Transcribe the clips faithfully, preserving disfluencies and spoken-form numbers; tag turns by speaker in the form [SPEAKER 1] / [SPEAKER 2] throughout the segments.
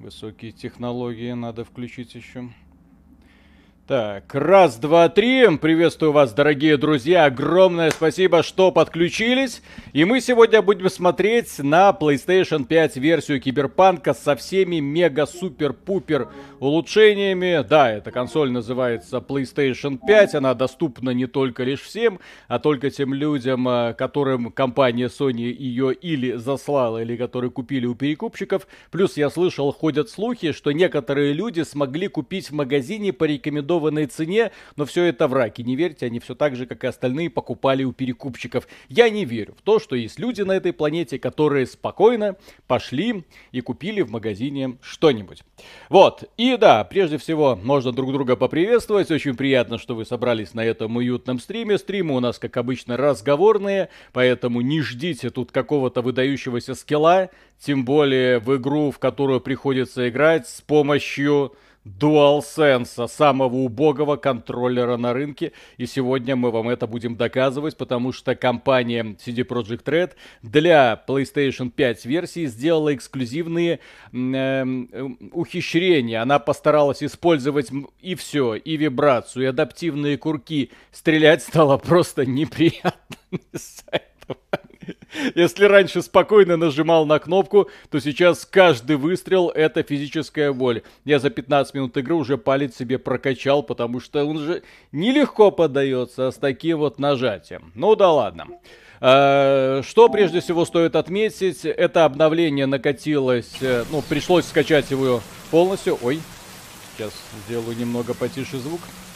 [SPEAKER 1] Высокие технологии надо включить еще. Так, раз, два, три. Приветствую вас, дорогие друзья. Огромное спасибо, что подключились. И мы сегодня будем смотреть на PlayStation пять версию Киберпанка со всеми мега-супер-пупер улучшениями. Да, эта консоль называется PlayStation пять. Она доступна не только лишь всем, а только тем людям, которым компания Sony ее или заслала, или которые купили у перекупщиков. Плюс я слышал, ходят слухи, что некоторые люди смогли купить в магазине по рекомендованной цене, но все это враки. Не верьте, они все так же, как и остальные, покупали у перекупщиков. Я не верю в то, что есть люди на этой планете, которые спокойно пошли и купили в магазине что-нибудь. Вот. И да, прежде всего, можно друг друга поприветствовать. Очень приятно, что вы собрались на этом уютном стриме. Стримы у нас, как обычно, разговорные, поэтому не ждите тут какого-то выдающегося скилла, тем более в игру, в которую приходится играть с помощью DualSense, самого убогого контроллера на рынке. И сегодня мы вам это будем доказывать, потому что компания си ди Projekt Red для PlayStation пять версии сделала эксклюзивные э, ухищрения. Она постаралась использовать и все, и вибрацию, и адаптивные курки. Стрелять стало просто неприятно из-за этого. Если раньше спокойно нажимал на кнопку, то сейчас каждый выстрел — это физическая боль. Я за пятнадцать минут игры уже палец себе прокачал, потому что он же нелегко поддается с таким вот нажатием. Ну да ладно. Что прежде всего стоит отметить, это обновление накатилось, ну, пришлось скачать его полностью. Ой, сейчас сделаю немного потише звук.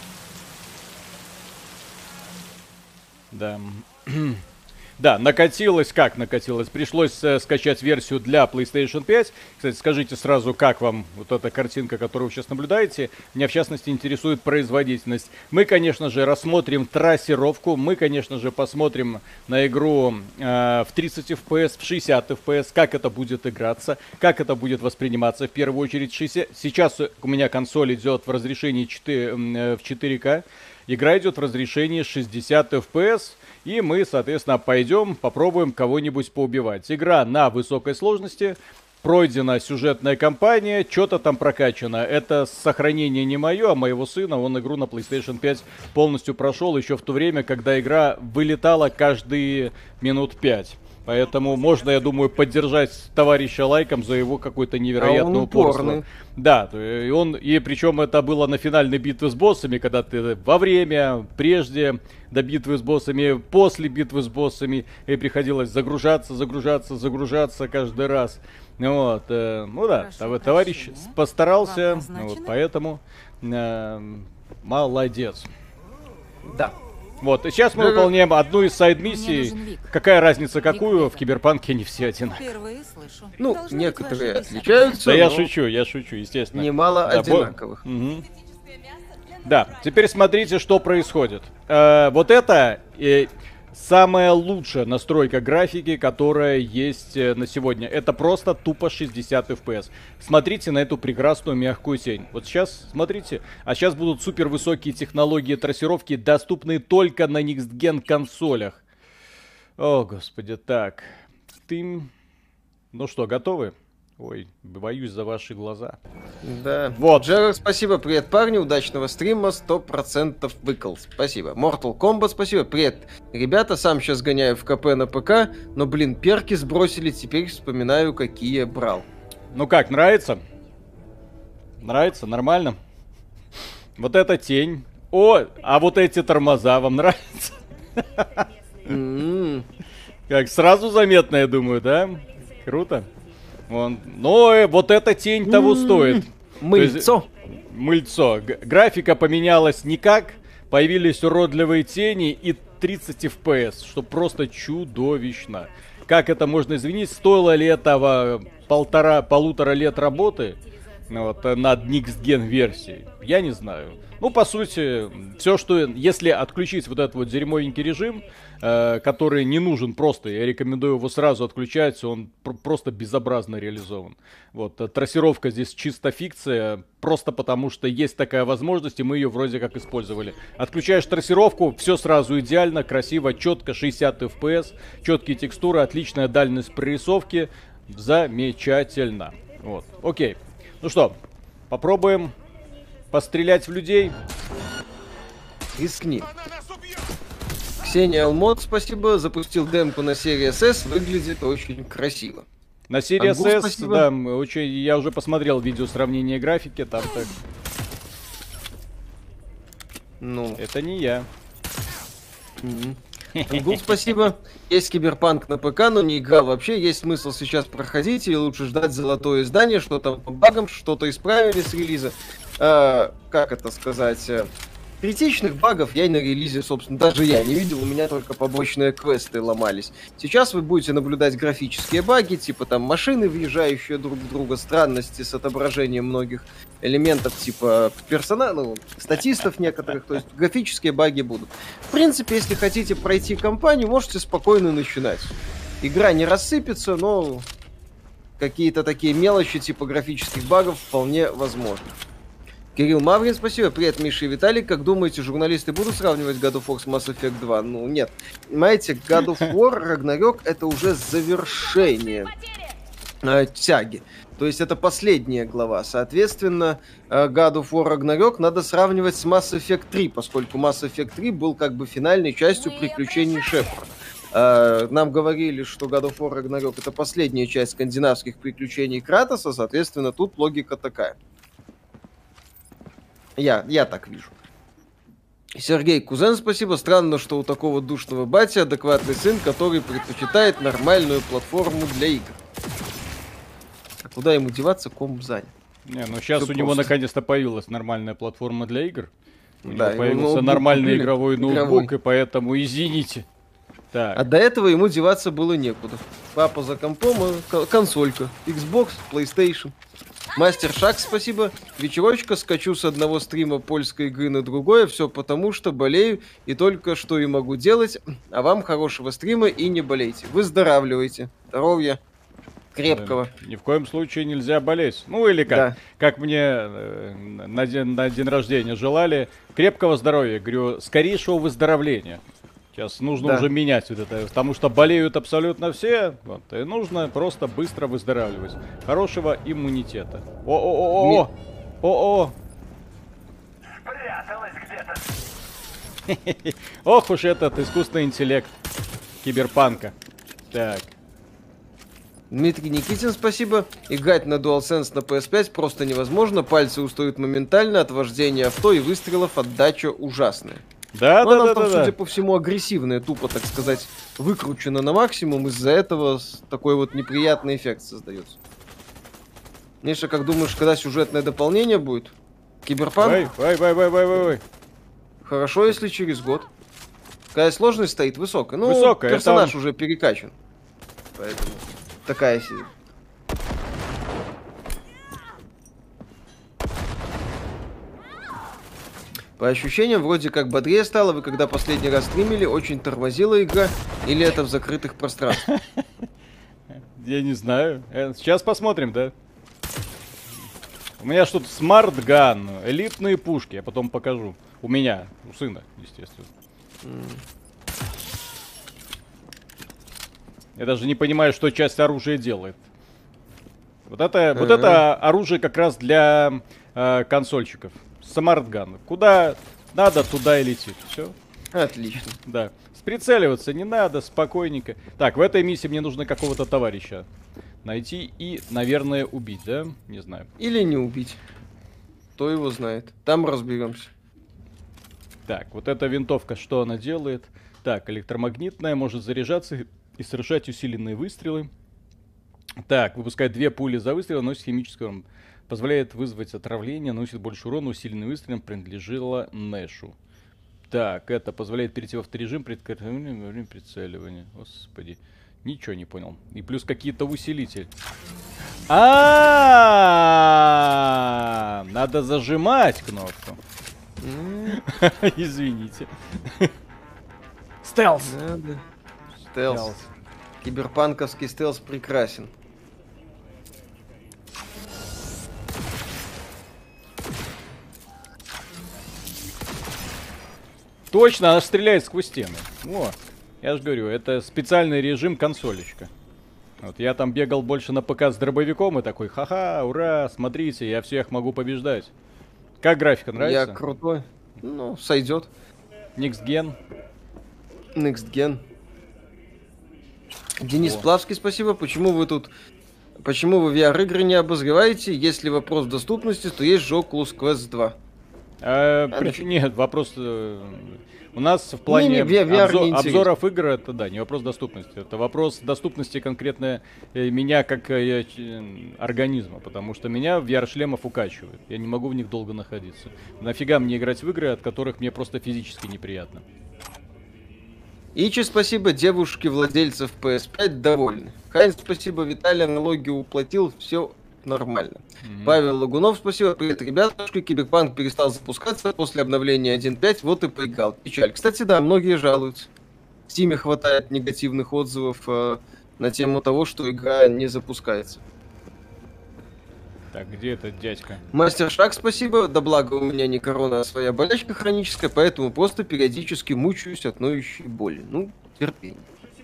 [SPEAKER 1] Да. Да, накатилось, как накатилось? Пришлось э, скачать версию для PlayStation пять. Кстати, скажите сразу, как вам вот эта картинка, которую вы сейчас наблюдаете. Меня, в частности, интересует производительность. Мы, конечно же, рассмотрим трассировку. Мы, конечно же, посмотрим на игру э, в тридцать эф пи эс, в шестьдесят эф пи эс, как это будет играться, как это будет восприниматься в первую очередь. шестьдесят... Сейчас у меня консоль идет в разрешении четыре, э, в четыре ка. Игра идет в разрешении шестьдесят эф пи эс, и мы, соответственно, пойдем, попробуем кого-нибудь поубивать. Игра на высокой сложности, пройдена сюжетная кампания, что-то там прокачано. Это сохранение не мое, а моего сына. Он игру на PlayStation пять полностью прошел еще в то время, когда игра вылетала каждые минут пять. Поэтому можно, я думаю, поддержать товарища лайком за его какое-то невероятное а упорство. Да, и он, и причем это было на финальной битве с боссами, когда ты во время, прежде до битвы с боссами, после битвы с боссами, и приходилось загружаться, загружаться, загружаться каждый раз. Вот, э, ну да, хорошо, товарищ прощения. Постарался, вот, поэтому э, молодец.
[SPEAKER 2] Да.
[SPEAKER 1] Вот, и сейчас мы выполняем одну из сайд-миссий. Какая разница, какую? В Киберпанке они все одинаковые.
[SPEAKER 2] Ну, должны некоторые отличаются.
[SPEAKER 1] Да я шучу, я шучу, естественно.
[SPEAKER 2] Немало да, одинаковых.
[SPEAKER 1] Угу. Да, теперь смотрите, что происходит. Э, вот это э, самая лучшая настройка графики, которая есть э, на сегодня. Это просто тупо шестьдесят эф пи эс. Смотрите на эту прекрасную мягкую тень. Вот сейчас, смотрите. А сейчас будут супер высокие технологии трассировки, доступные только на Next Gen консолях. О, господи, так. Ты... Ну что, готовы? Ой, боюсь за ваши глаза.
[SPEAKER 2] Да. Вот. Джерард, спасибо. Привет, парни. Удачного стрима. сто процентов выкл. Спасибо. Mortal Kombat, спасибо. Привет. Ребята, сам сейчас гоняю в КП на ПК, но, блин, перки сбросили. Теперь вспоминаю, какие брал.
[SPEAKER 1] Ну как, нравится? Нравится? Нормально? Вот эта тень. О, а вот эти тормоза вам нравятся? Как, сразу заметно, я думаю, да? Круто. Вон. Но вот эта тень того стоит.
[SPEAKER 2] Мыльцо.
[SPEAKER 1] Есть, мыльцо. Г- графика поменялась никак. Появились уродливые тени и тридцать эф пи эс, что просто чудовищно. Как это можно извинить? Стоило ли этого полтора, полутора лет работы вот, над Next Gen версией? Я не знаю. Ну, по сути, все, что... Если отключить вот этот вот дерьмовенький режим, э, который не нужен просто, я рекомендую его сразу отключать, он пр- просто безобразно реализован. Вот, трассировка здесь чисто фикция, просто потому что есть такая возможность, и мы ее вроде как использовали. Отключаешь трассировку, все сразу идеально, красиво, четко, шестьдесят эф пи эс, четкие текстуры, отличная дальность прорисовки, замечательно. Вот, окей. Ну что, попробуем пострелять в людей?
[SPEAKER 2] Рискни. Ксения Алмот, спасибо, запустил демку на Series S, выглядит очень красиво.
[SPEAKER 1] На Series S, да, очень, я уже посмотрел видео сравнения графики, там так.
[SPEAKER 2] Ну.
[SPEAKER 1] Это не я.
[SPEAKER 2] Ангул, спасибо. Есть Киберпанк на ПК, но не играл вообще. Есть смысл сейчас проходить и лучше ждать золотое издание, что там по багам, что-то исправили с релиза. А, как это сказать? Критичных багов я на релизе, собственно, даже я не видел, у меня только побочные квесты ломались. Сейчас вы будете наблюдать графические баги, типа там машины, въезжающие друг в друга, странности с отображением многих элементов, типа персона... ну, статистов некоторых, то есть графические баги будут. В принципе, если хотите пройти кампанию, можете спокойно начинать. Игра не рассыпется, но какие-то такие мелочи, типа графических багов, вполне возможны. Кирилл Маврин, спасибо. Привет, Миша и Виталий. Как думаете, журналисты будут сравнивать God of War с Mass Effect два? Ну, нет. Понимаете, God of War, Ragnarok — это уже завершение э, тяги. То есть это последняя глава. Соответственно, э, God of War Ragnarok надо сравнивать с Mass Effect три, поскольку Mass Effect три был как бы финальной частью приключений Шепарда. Э, нам говорили, что God of War Ragnarok — это последняя часть скандинавских приключений Кратоса, соответственно, тут логика такая. Я, я так вижу. Сергей Кузен, спасибо. Странно, что у такого душного бати адекватный сын, который предпочитает нормальную платформу для игр. А куда ему деваться, комп занят.
[SPEAKER 1] Не, ну сейчас
[SPEAKER 2] Всё
[SPEAKER 1] у него
[SPEAKER 2] просто.
[SPEAKER 1] наконец-то появилась нормальная платформа для игр. У
[SPEAKER 2] Да,
[SPEAKER 1] него появился нормальный купили, игровой ноутбук, игровой. И поэтому извините. Так.
[SPEAKER 2] А до этого ему деваться было некуда. Папа за компом, а консолька. Xbox, PlayStation. Мастер Шаг, спасибо. Вечерочка, скачу с одного стрима польской игры на другое. Все потому, что болею и только что и могу делать. А вам хорошего стрима и не болейте. Выздоравливайте. Здоровья крепкого.
[SPEAKER 1] Да, ни в коем случае нельзя болеть. Ну или как? Да. Как мне э, на, день, на день рождения желали. Крепкого здоровья. Говорю, скорейшего выздоровления. Сейчас нужно да. уже менять вот это, потому что болеют абсолютно все, вот, и нужно просто быстро выздоравливать. Хорошего иммунитета. О-о-о-о! О-о! Спряталась где-то. Ох уж этот искусственный интеллект киберпанка. Так.
[SPEAKER 2] Дмитрий Никитин, спасибо. Играть на DualSense на пи эс пять просто невозможно. Пальцы устают моментально от вождения авто и выстрелов, отдача ужасная.
[SPEAKER 1] Да,
[SPEAKER 2] но
[SPEAKER 1] да,
[SPEAKER 2] она
[SPEAKER 1] да,
[SPEAKER 2] там,
[SPEAKER 1] да,
[SPEAKER 2] судя
[SPEAKER 1] да.
[SPEAKER 2] по всему, агрессивная, тупо, так сказать, выкручена на максимум, из-за этого такой вот неприятный эффект создается. Миша, как думаешь, когда сюжетное дополнение будет? Киберпанк?
[SPEAKER 1] Ой, ой, ой, ой, ой, ой.
[SPEAKER 2] Хорошо, если через год. Какая сложность стоит? Высокая. Ну,
[SPEAKER 1] Высокая,
[SPEAKER 2] персонаж
[SPEAKER 1] это...
[SPEAKER 2] уже перекачан. Поэтому такая себе. По ощущениям, вроде как бодрее стало. Вы когда последний раз стримили, очень тормозила игра. Или это в закрытых пространствах?
[SPEAKER 1] Я не знаю. Сейчас посмотрим, да? У меня что-то смарт-ган, элитные пушки. Я потом покажу. У меня, у сына, естественно. Я даже не понимаю, что часть оружия делает. Вот это, uh-huh. вот это оружие как раз для э, консольщиков. Смарт-ган. Куда надо, туда и летит. Все.
[SPEAKER 2] Отлично.
[SPEAKER 1] Да. Сприцеливаться не надо, спокойненько. Так, в этой миссии мне нужно какого-то товарища найти и, наверное, убить, да? Не знаю.
[SPEAKER 2] Или не убить. Кто его знает. Там разберемся.
[SPEAKER 1] Так, вот эта винтовка, что она делает? Так, электромагнитная, может заряжаться и совершать усиленные выстрелы. Так, выпускает две пули за выстрел, наносит химический урон. Позволяет вызвать отравление, наносит больше урона, усиленный выстрел принадлежало Нэшу. Так, это позволяет перейти в авторежим при во время прицеливания. Господи, ничего не понял. И плюс какие-то усилители. А, надо зажимать кнопку. Извините. Стелс.
[SPEAKER 2] Стелс. Киберпанковский стелс прекрасен.
[SPEAKER 1] Точно, она стреляет сквозь стены. О, я же говорю, это специальный режим консолечка. Вот я там бегал больше на ПК с дробовиком и такой, ха-ха, ура, смотрите, я всех могу побеждать. Как графика, нравится?
[SPEAKER 2] Я крутой. Ну, сойдет.
[SPEAKER 1] Next Gen.
[SPEAKER 2] Next Gen. Денис
[SPEAKER 1] О.
[SPEAKER 2] Плавский, спасибо. Почему вы тут... Почему вы ви ар-игры не обозреваете? Если вопрос доступности, то есть же Oculus Quest два.
[SPEAKER 1] А,
[SPEAKER 2] А,
[SPEAKER 1] прич...
[SPEAKER 2] да.
[SPEAKER 1] Нет, вопрос... э, У нас в плане
[SPEAKER 2] Не, не, ви ар
[SPEAKER 1] обзор-
[SPEAKER 2] не интересно.
[SPEAKER 1] обзоров игр, это да, не вопрос доступности. Это вопрос доступности конкретно э, меня как э, ч- организма. Потому что меня ви ар-шлемов укачивает. Я не могу в них долго находиться. Нафига мне играть в игры, от которых мне просто физически неприятно.
[SPEAKER 2] Ичи, спасибо. Девушки владельцев пи эс пять довольны. Хайнс, спасибо. Виталий налоги уплатил. Все нормально.
[SPEAKER 1] Мгм.
[SPEAKER 2] Павел Лагунов, спасибо. Привет, ребята. Киберпанк перестал запускаться после обновления один точка пять. Вот и поиграл. Печаль. Кстати, да, многие жалуются. В Стиме хватает негативных отзывов э, на тему того, что игра не запускается.
[SPEAKER 1] Так, где этот дядька?
[SPEAKER 2] Мастер Шаг, спасибо. Да благо у меня не корона, а своя болячка хроническая, поэтому просто периодически мучаюсь от ноющей боли. Ну, терпение.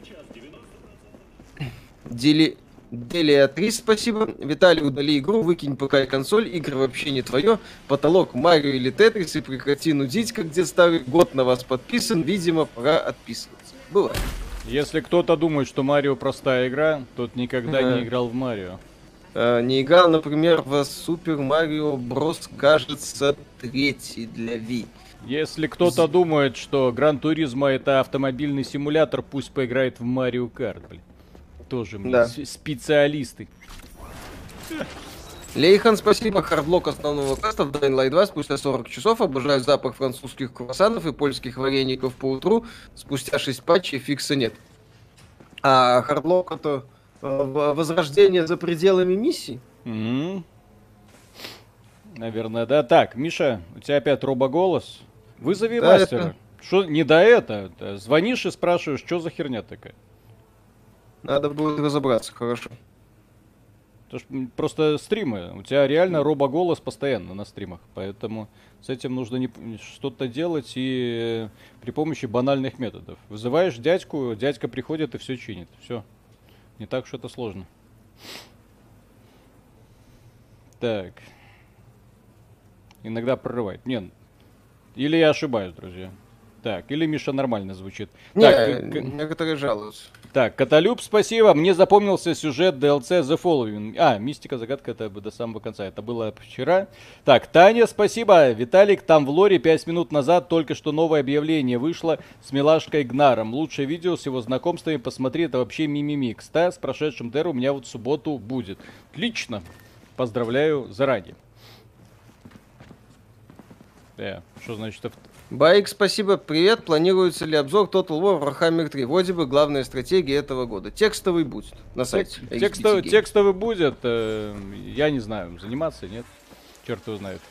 [SPEAKER 2] Дели... Делия три, спасибо. Виталий, удали игру, выкинь ПК и консоль, игры вообще не твое. Потолок Марио или Тетрис, и прекрати нудить, как дед старый. Год на вас подписан, видимо, пора отписываться. Бывает.
[SPEAKER 1] Если кто-то думает, что Марио простая игра, тот никогда
[SPEAKER 2] Да.
[SPEAKER 1] не играл в Марио.
[SPEAKER 2] А, не играл, например, в Супер Марио Брос, кажется, третий для Ви.
[SPEAKER 1] Если кто-то думает, что Гран Туризмо это автомобильный симулятор, пусть поиграет в Марио Карт, блин. Тоже мне
[SPEAKER 2] Да.
[SPEAKER 1] с- специалисты.
[SPEAKER 2] Лейхан, спасибо. Хардлок основного каста в Dying Light два спустя сорок часов. Обожаю запах французских круассанов и польских вареников по утру. Спустя шесть патчей фикса нет. А Хардлок это э, в- возрождение за пределами миссий.
[SPEAKER 1] Мгм. Наверное, да. Так, Миша, у тебя опять робоголос. Вызови
[SPEAKER 2] Да,
[SPEAKER 1] мастера.
[SPEAKER 2] это-
[SPEAKER 1] Что, не до это. да, Звонишь и спрашиваешь, что за херня такая.
[SPEAKER 2] Надо будет разобраться, хорошо.
[SPEAKER 1] Потому что м, просто стримы. У тебя реально робоголос постоянно на стримах. Поэтому с этим нужно не п- что-то делать и э, при помощи банальных методов. Вызываешь дядьку, дядька приходит и все чинит. Все. Не так уж это сложно. Так. Иногда прорывает. Нет. Или я ошибаюсь, друзья. Так, или Миша нормально звучит.
[SPEAKER 2] Не,
[SPEAKER 1] Так, к- к-
[SPEAKER 2] некоторые жалуются.
[SPEAKER 1] так, Каталюб, спасибо. Мне запомнился сюжет ди эл си The Following. А, Мистика, загадка, это до самого конца. Это было вчера. Так, Таня, спасибо. Виталик, там в лоре пять минут назад только что новое объявление вышло с милашкой Гнаром. Лучшее видео с его знакомствами. Посмотри, это вообще мимимикс. Да, с прошедшим Дэр у меня вот в субботу будет. Отлично. Поздравляю заранее. Да, что значит авто...
[SPEAKER 2] Байк, спасибо, привет. Планируется ли обзор Total War Warhammer три? Вроде бы главная стратегия этого года. Текстовый будет на сайте.
[SPEAKER 1] Тек- Текстовый,
[SPEAKER 2] X B T Game.
[SPEAKER 1] текстовый будет, э, я не знаю, заниматься, нет? Черт его знает.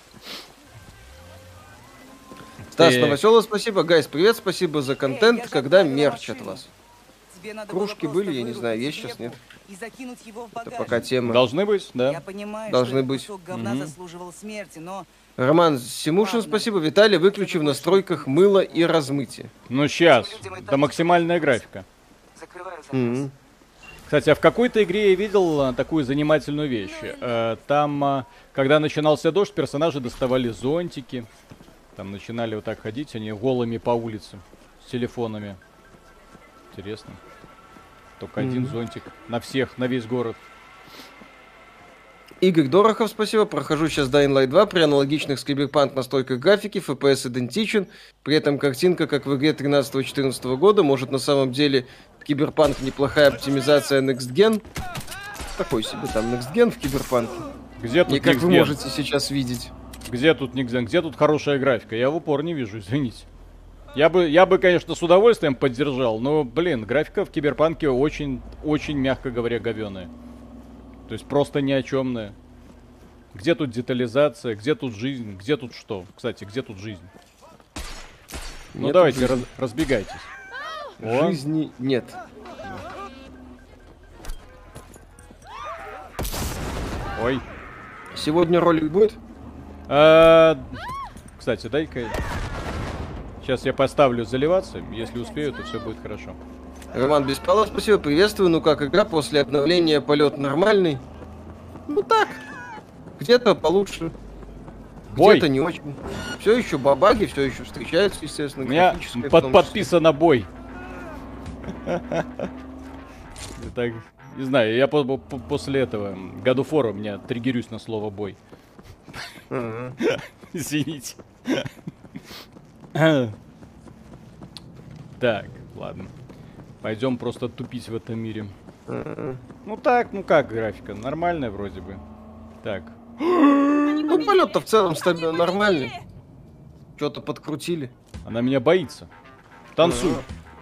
[SPEAKER 2] Стас
[SPEAKER 1] Так.
[SPEAKER 2] Новоселов, спасибо. Гайс, привет, спасибо за контент.
[SPEAKER 3] Эй, я же
[SPEAKER 2] Когда
[SPEAKER 3] отправила
[SPEAKER 2] мерч от
[SPEAKER 3] машину.
[SPEAKER 2] вас?
[SPEAKER 3] Тебе надо
[SPEAKER 2] Кружки
[SPEAKER 3] было
[SPEAKER 2] были,
[SPEAKER 3] просто
[SPEAKER 2] я не знаю, есть
[SPEAKER 3] вырубить
[SPEAKER 2] сейчас, нет?
[SPEAKER 3] репу и закинуть его в
[SPEAKER 2] Это
[SPEAKER 3] багажник.
[SPEAKER 2] пока тема.
[SPEAKER 1] Должны быть, да?
[SPEAKER 3] Я понимаю,
[SPEAKER 2] Должны
[SPEAKER 3] что этот
[SPEAKER 2] быть.
[SPEAKER 3] кусок говна
[SPEAKER 1] Мгм.
[SPEAKER 3] заслуживал смерти, но
[SPEAKER 2] Роман Симушин, спасибо. Виталий, выключи в настройках мыло и размытие.
[SPEAKER 1] Ну сейчас, это максимальная графика.
[SPEAKER 3] закрываю заказ.
[SPEAKER 2] Мгм.
[SPEAKER 1] Кстати, а в какой-то игре я видел а, такую занимательную вещь. Э, Там, а, когда начинался дождь, персонажи доставали зонтики. Там начинали вот так ходить, они голыми по улице, с телефонами. Интересно. Только один
[SPEAKER 2] Мгм.
[SPEAKER 1] зонтик на всех, на весь город.
[SPEAKER 2] Игорь Дорохов, спасибо. Прохожу сейчас Dying Light два при аналогичных с Cyberpunk настройках графики, эф пи эс идентичен. При этом картинка, как в игре тринадцатого-четырнадцатого года. Может, на самом деле Cyberpunk неплохая оптимизация Next Gen. Такой себе там Next Gen в Cyberpunk.
[SPEAKER 1] Где тут
[SPEAKER 2] Не как вы
[SPEAKER 1] Next Gen?
[SPEAKER 2] можете сейчас видеть.
[SPEAKER 1] Где тут Next Gen? Где тут хорошая графика? Я в упор не вижу, извините. Я бы, я бы, конечно, с удовольствием поддержал, но, блин, графика в Киберпанке очень, очень, мягко говоря, говёная. То есть просто ни о чёмная. Где тут детализация, где тут жизнь, где тут что? Кстати, где тут жизнь? Ну
[SPEAKER 2] Нету
[SPEAKER 1] давайте,
[SPEAKER 2] жизни.
[SPEAKER 1] раз- разбегайтесь. О.
[SPEAKER 2] Жизни нет.
[SPEAKER 1] Ой.
[SPEAKER 2] Сегодня ролик будет?
[SPEAKER 1] А, Кстати, дай-ка... Сейчас я поставлю заливаться. Если успею, то все будет хорошо.
[SPEAKER 2] Роман Беспалов, спасибо, приветствую. Ну как игра после обновления, полет нормальный? Ну так. Где-то получше.
[SPEAKER 1] Бой.
[SPEAKER 2] Где-то не очень. Все еще бабаги, все еще встречаются, естественно.
[SPEAKER 1] У меня
[SPEAKER 2] графическое в
[SPEAKER 1] под,
[SPEAKER 2] том числе.
[SPEAKER 1] подписано бой. Так, не знаю, я по- по- после этого God of War у меня триггерюсь на слово бой.
[SPEAKER 2] Мгм.
[SPEAKER 1] Извините. Так, ладно. Пойдем просто тупить в этом мире.
[SPEAKER 2] Мгм.
[SPEAKER 1] Ну так, ну как графика? Нормальная вроде бы. Так.
[SPEAKER 2] Ну, полет-то в целом стабильно нормальный. Что-то подкрутили.
[SPEAKER 1] Она меня боится. Танцуй.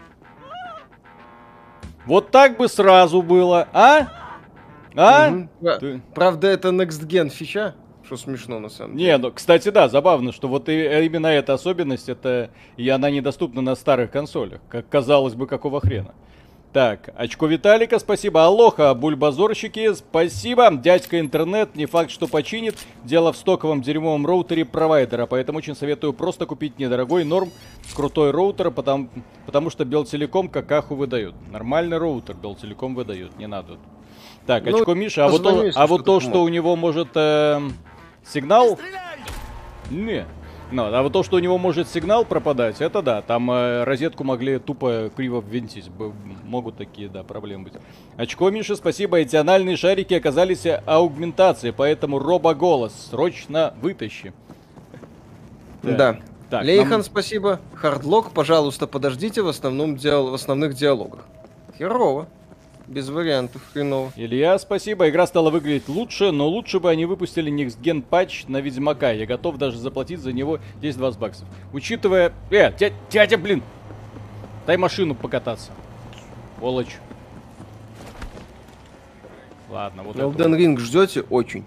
[SPEAKER 1] Вот так бы сразу было, а? А?
[SPEAKER 2] Мгм. Пра-
[SPEAKER 1] Ты-
[SPEAKER 2] Правда, это Next Gen фича, что смешно на самом деле.
[SPEAKER 1] Не, ну, кстати, да, забавно, что вот и, именно эта особенность, это и она недоступна на старых консолях. Как казалось бы, какого хрена. Так, очко Виталика, спасибо. Алоха, бульбазорщики, спасибо. Дядька интернет, не факт, что починит. Дело в стоковом дерьмовом роутере провайдера, поэтому очень советую просто купить недорогой норм, крутой роутер, потому, потому что Белтелеком какаху выдают. Нормальный роутер Белтелеком выдают, не надо. Так,
[SPEAKER 2] Ну,
[SPEAKER 1] очко Миша, а вот то,
[SPEAKER 2] позвони, если
[SPEAKER 1] а вот то
[SPEAKER 2] что-то
[SPEAKER 1] что
[SPEAKER 2] поможет.
[SPEAKER 1] у него может э, сигнал... Не. Ну, а вот то, что у него может сигнал пропадать, это да. Там э, розетку могли тупо криво ввинтить. Б- могут такие, да, проблемы быть. Очко, Миша, спасибо. Эти анальные шарики оказались аугментацией, поэтому робоголос. Срочно вытащи. Так,
[SPEAKER 2] Да.
[SPEAKER 1] Так,
[SPEAKER 2] Лейхан,
[SPEAKER 1] нам-
[SPEAKER 2] спасибо. Хардлок, пожалуйста, подождите в, основном диал... в основных диалогах. Херово. Без вариантов, хреново.
[SPEAKER 1] Илья, спасибо. Игра стала выглядеть лучше, но лучше бы они выпустили Next Gen патч на Ведьмака. Я готов даже заплатить за него десять-двадцать баксов. Учитывая... Э, дядя, дядя, блин! Дай машину покататься. Волочь. Ладно, вот это
[SPEAKER 2] Elden
[SPEAKER 1] вот.
[SPEAKER 2] Ring ждете? Очень.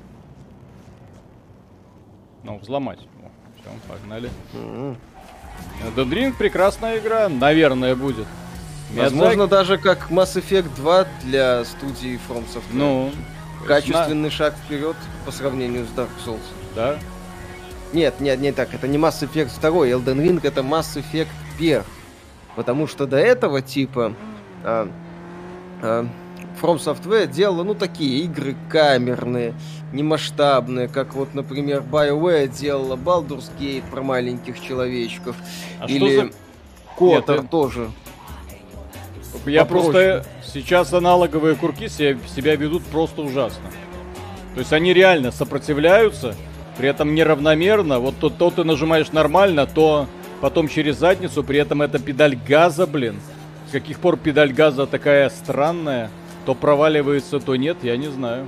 [SPEAKER 1] Ну, взломать. Все, погнали.
[SPEAKER 2] М.
[SPEAKER 1] Elden Ring прекрасная игра, наверное, будет.
[SPEAKER 2] Возможно,
[SPEAKER 1] Миядзаки-
[SPEAKER 2] даже как Mass Effect два для студии From Software.
[SPEAKER 1] Ну,
[SPEAKER 2] Качественный шаг вперед по сравнению с Dark Souls.
[SPEAKER 1] да.
[SPEAKER 2] Нет, нет, не так. Это не Mass Effect два. Elden Ring это Mass Effect один. Потому что до этого типа а, а, From Software делала, ну, такие игры камерные, немасштабные, как вот, например, BioWare делала Baldur's Gate про маленьких человечков.
[SPEAKER 1] А
[SPEAKER 2] Или
[SPEAKER 1] что за...
[SPEAKER 2] Котор
[SPEAKER 1] Нет, э,
[SPEAKER 2] тоже.
[SPEAKER 1] Я
[SPEAKER 2] попроще.
[SPEAKER 1] просто... Сейчас аналоговые курки себя, себя ведут просто ужасно. То есть они реально сопротивляются, при этом неравномерно. Вот то, то ты нажимаешь нормально, то потом через задницу, при этом это педаль газа, блин. С каких пор педаль газа такая странная? То проваливается, то нет, я не знаю.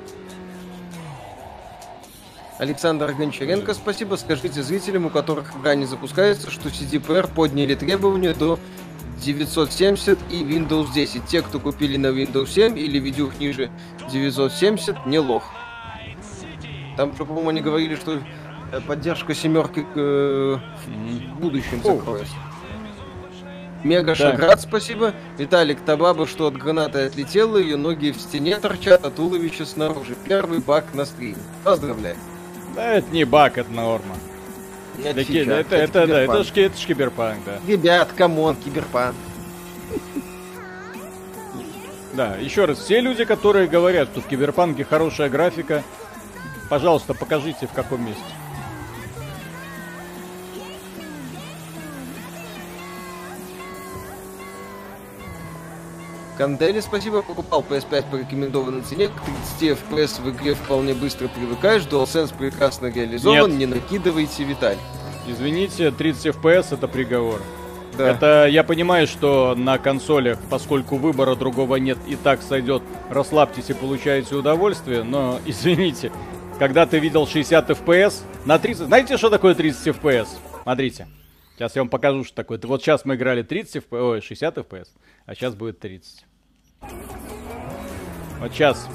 [SPEAKER 2] Александр Гончаренко, спасибо. Скажите зрителям, у которых игра не запускается, что си ди пи ар подняли требования до девятьсот семьдесят и Windows десять. Те, кто купили на Windows семь или видюх ниже девятьсот семьдесят, не лох. Там же, по-моему, они говорили, что э, поддержка семерки э, в будущем
[SPEAKER 1] О.
[SPEAKER 2] закроется. Мега
[SPEAKER 1] Да.
[SPEAKER 2] Шаград, спасибо. Виталик Табаба, что от гранаты отлетела, ее ноги в стене торчат, а туловище снаружи. Первый баг на стриме. Поздравляю.
[SPEAKER 1] Да, это не баг, это норма.
[SPEAKER 2] Это
[SPEAKER 1] Да, ки-
[SPEAKER 2] фича,
[SPEAKER 1] это, это, да, это,
[SPEAKER 2] киберпанк.
[SPEAKER 1] ж, ки- это ж киберпанк, да.
[SPEAKER 2] Ребят, камон, киберпанк.
[SPEAKER 1] Да, еще раз, все люди, которые говорят, что в киберпанке хорошая графика, пожалуйста, покажите в каком месте.
[SPEAKER 2] Кандели, спасибо, покупал пи эс пять по рекомендованной цене. К тридцати эф пи эс в игре вполне быстро привыкаешь. DualSense прекрасно реализован.
[SPEAKER 1] Нет.
[SPEAKER 2] Не накидывайте, Виталь.
[SPEAKER 1] Извините, тридцать эф пи эс это приговор.
[SPEAKER 2] Да.
[SPEAKER 1] Это я понимаю, что на консолях, поскольку выбора другого нет, и так сойдет, расслабьтесь и получаете удовольствие, но извините, когда ты видел шестьдесят эф пи эс на тридцать... Знаете, что такое тридцать эф пи эс? Смотрите. Сейчас я вам покажу, что такое. Вот сейчас мы играли тридцать эф пи эс, ой, шестьдесят эф пи эс, а сейчас будет тридцать. Вот сейчас.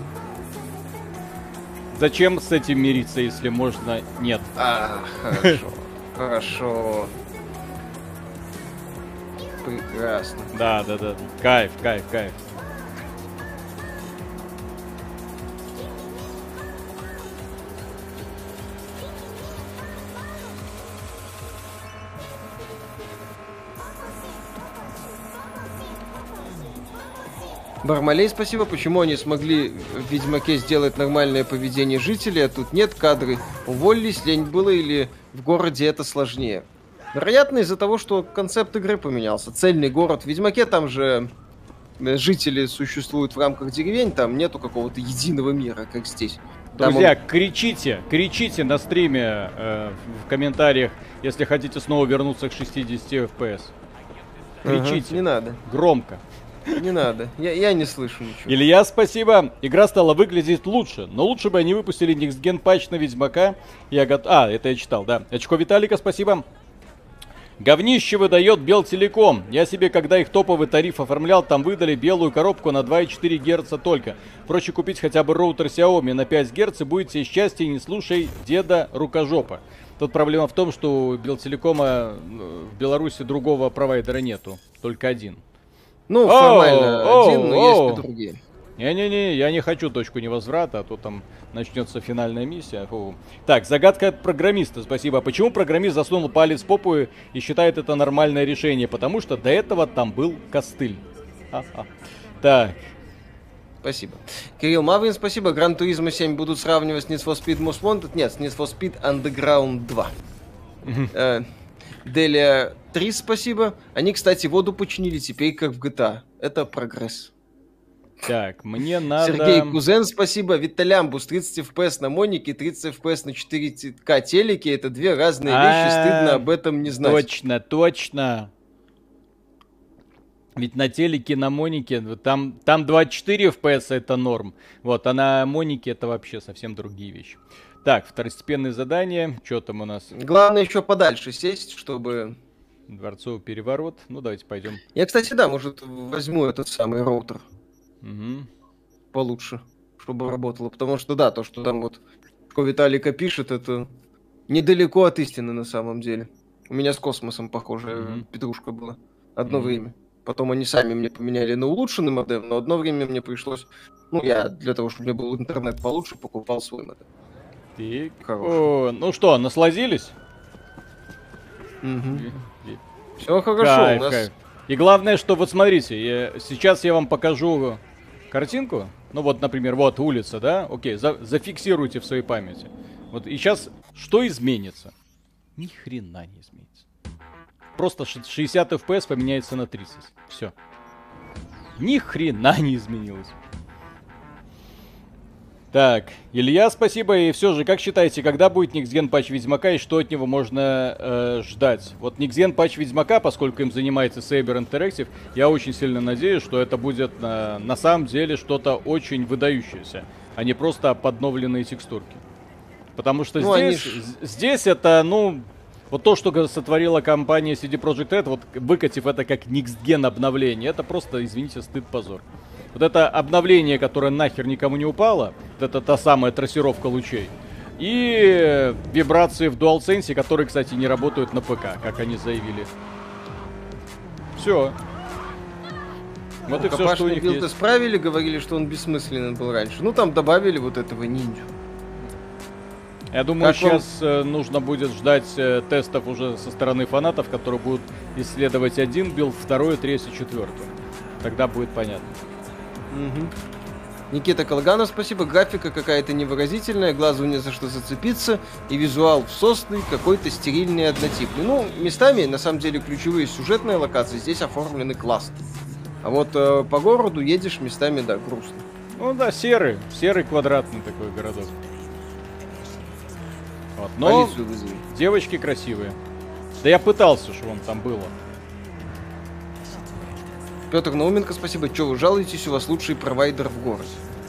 [SPEAKER 1] Зачем с этим мириться, если можно... Нет.
[SPEAKER 2] А, хорошо. Хорошо. Прекрасно.
[SPEAKER 1] Да, да, да. Кайф, кайф, кайф.
[SPEAKER 2] Бармалей, спасибо. Почему они смогли в Ведьмаке сделать нормальное поведение жителей, а тут нет, кадры уволились, лень было, или в городе это сложнее? Вероятно, из-за того, что концепт игры поменялся. Цельный город. В Ведьмаке там же жители существуют в рамках деревень, там нету какого-то единого мира, как здесь.
[SPEAKER 1] Друзья,
[SPEAKER 2] он...
[SPEAKER 1] кричите, кричите на стриме э, в комментариях, если хотите снова вернуться к шестидесяти эф пи эс. Кричите.
[SPEAKER 2] Ага, не надо.
[SPEAKER 1] Громко.
[SPEAKER 2] Не надо, я, я не слышу ничего.
[SPEAKER 1] Илья, спасибо. Игра стала выглядеть лучше, но лучше бы они выпустили Next Gen патч на Ведьмака. Я гот... А, это я читал, да. Очко Виталика, спасибо. Говнище выдает Белтелеком. Я себе, когда их топовый тариф оформлял, там выдали белую коробку на два и четыре герца только. Проще купить хотя бы роутер Xiaomi на пять герц и будет тебе счастье, не слушай деда рукожопа. Тут проблема в том, что у Белтелекома в Беларуси другого провайдера нету, только один.
[SPEAKER 2] Ну, формально оу, один, но оу. Есть и другие.
[SPEAKER 1] Не-не-не, я не хочу точку невозврата, а то там начнется финальная миссия. Фу. Так, загадка от программиста, спасибо. А почему программист засунул палец в попу и считает это нормальное решение? Потому что до этого там был костыль. А-а. Так.
[SPEAKER 2] Спасибо. Кирилл Маврин, спасибо. Gran Turismo семь будут сравнивать с Need for Speed Most Wanted? Нет, с Need for Speed Underground два. Делия три, спасибо. Они, кстати, воду починили теперь, как в джи ти эй. Это прогресс.
[SPEAKER 1] Так, мне надо...
[SPEAKER 2] Сергей Кузен, спасибо. Виталямбус, тридцать эф пи эс на монике, тридцать эф пи эс на четыре ка телеке. Это две разные вещи, стыдно об этом не знать.
[SPEAKER 1] Точно, точно. Ведь на телеке, на монике, там, там двадцать четыре эф пи эс это норм. Вот, а на монике это вообще совсем другие вещи. Так, второстепенные задания. Что там у нас?
[SPEAKER 2] Главное еще подальше сесть, чтобы...
[SPEAKER 1] Дворцовый переворот. Ну, давайте пойдем.
[SPEAKER 2] Я, кстати, да, может, возьму этот самый роутер.
[SPEAKER 1] Угу.
[SPEAKER 2] Получше, чтобы работало. Потому что, да, то, что там вот что Виталика пишет, это недалеко от истины на самом деле. У меня с космосом похожая mm-hmm. петрушка была. Одно mm-hmm. время. Потом они сами мне поменяли на улучшенный модем, но одно время мне пришлось... Ну, я для того, чтобы у меня был интернет получше, покупал свой модем.
[SPEAKER 1] Так. О, ну что, насладились?
[SPEAKER 2] Угу. Все хорошо.
[SPEAKER 1] Кайф,
[SPEAKER 2] у нас...
[SPEAKER 1] кайф. И главное, что вот смотрите, я, сейчас я вам покажу картинку. Ну вот, например, вот улица, да? Окей, за, зафиксируйте в своей памяти. Вот и сейчас что изменится? Ни хрена не изменится. Просто шестьдесят эф пи эс поменяется на тридцать. Все. Ни хрена не изменилось. Так, Илья, спасибо. И все же, как считаете, когда будет Next Gen патч Ведьмака и что от него можно э, ждать? Вот Next Gen патч Ведьмака, поскольку им занимается Saber Interactive, я очень сильно надеюсь, что это будет э, на самом деле что-то очень выдающееся, а не просто подновленные текстурки. Потому что ну, здесь, ж... здесь это, ну, вот то, что сотворила компания си ди Projekt Red, вот выкатив это как Next Gen обновление, это просто, извините, стыд-позор. Вот это обновление, которое нахер никому не упало, вот это та самая трассировка лучей, и вибрации в DualSense, которые, кстати, не работают на ПК, как они заявили. Все. Вот
[SPEAKER 2] ну,
[SPEAKER 1] и все, что у них
[SPEAKER 2] есть. Исправили, говорили, что он бессмысленный был раньше. Ну, там добавили вот этого ниндзю.
[SPEAKER 1] Я думаю,
[SPEAKER 2] как
[SPEAKER 1] сейчас
[SPEAKER 2] вам...
[SPEAKER 1] нужно будет ждать э, тестов уже со стороны фанатов, которые будут исследовать один билд, второй, третий, четвертый. Тогда будет понятно.
[SPEAKER 2] Угу. Никита Колганов, спасибо. Графика какая-то невыразительная, глазу не за что зацепиться, и визуал всосный, какой-то стерильный и однотипный. Ну, местами, на самом деле, ключевые сюжетные локации здесь оформлены классно. А вот э, по городу едешь местами, да, грустно.
[SPEAKER 1] Ну да, серый, серый квадратный такой городок. Вот. Но девочки красивые. Да я пытался, что он там было.
[SPEAKER 2] Петр Науменко, спасибо. Че вы жалуетесь, у вас лучший провайдер в городе?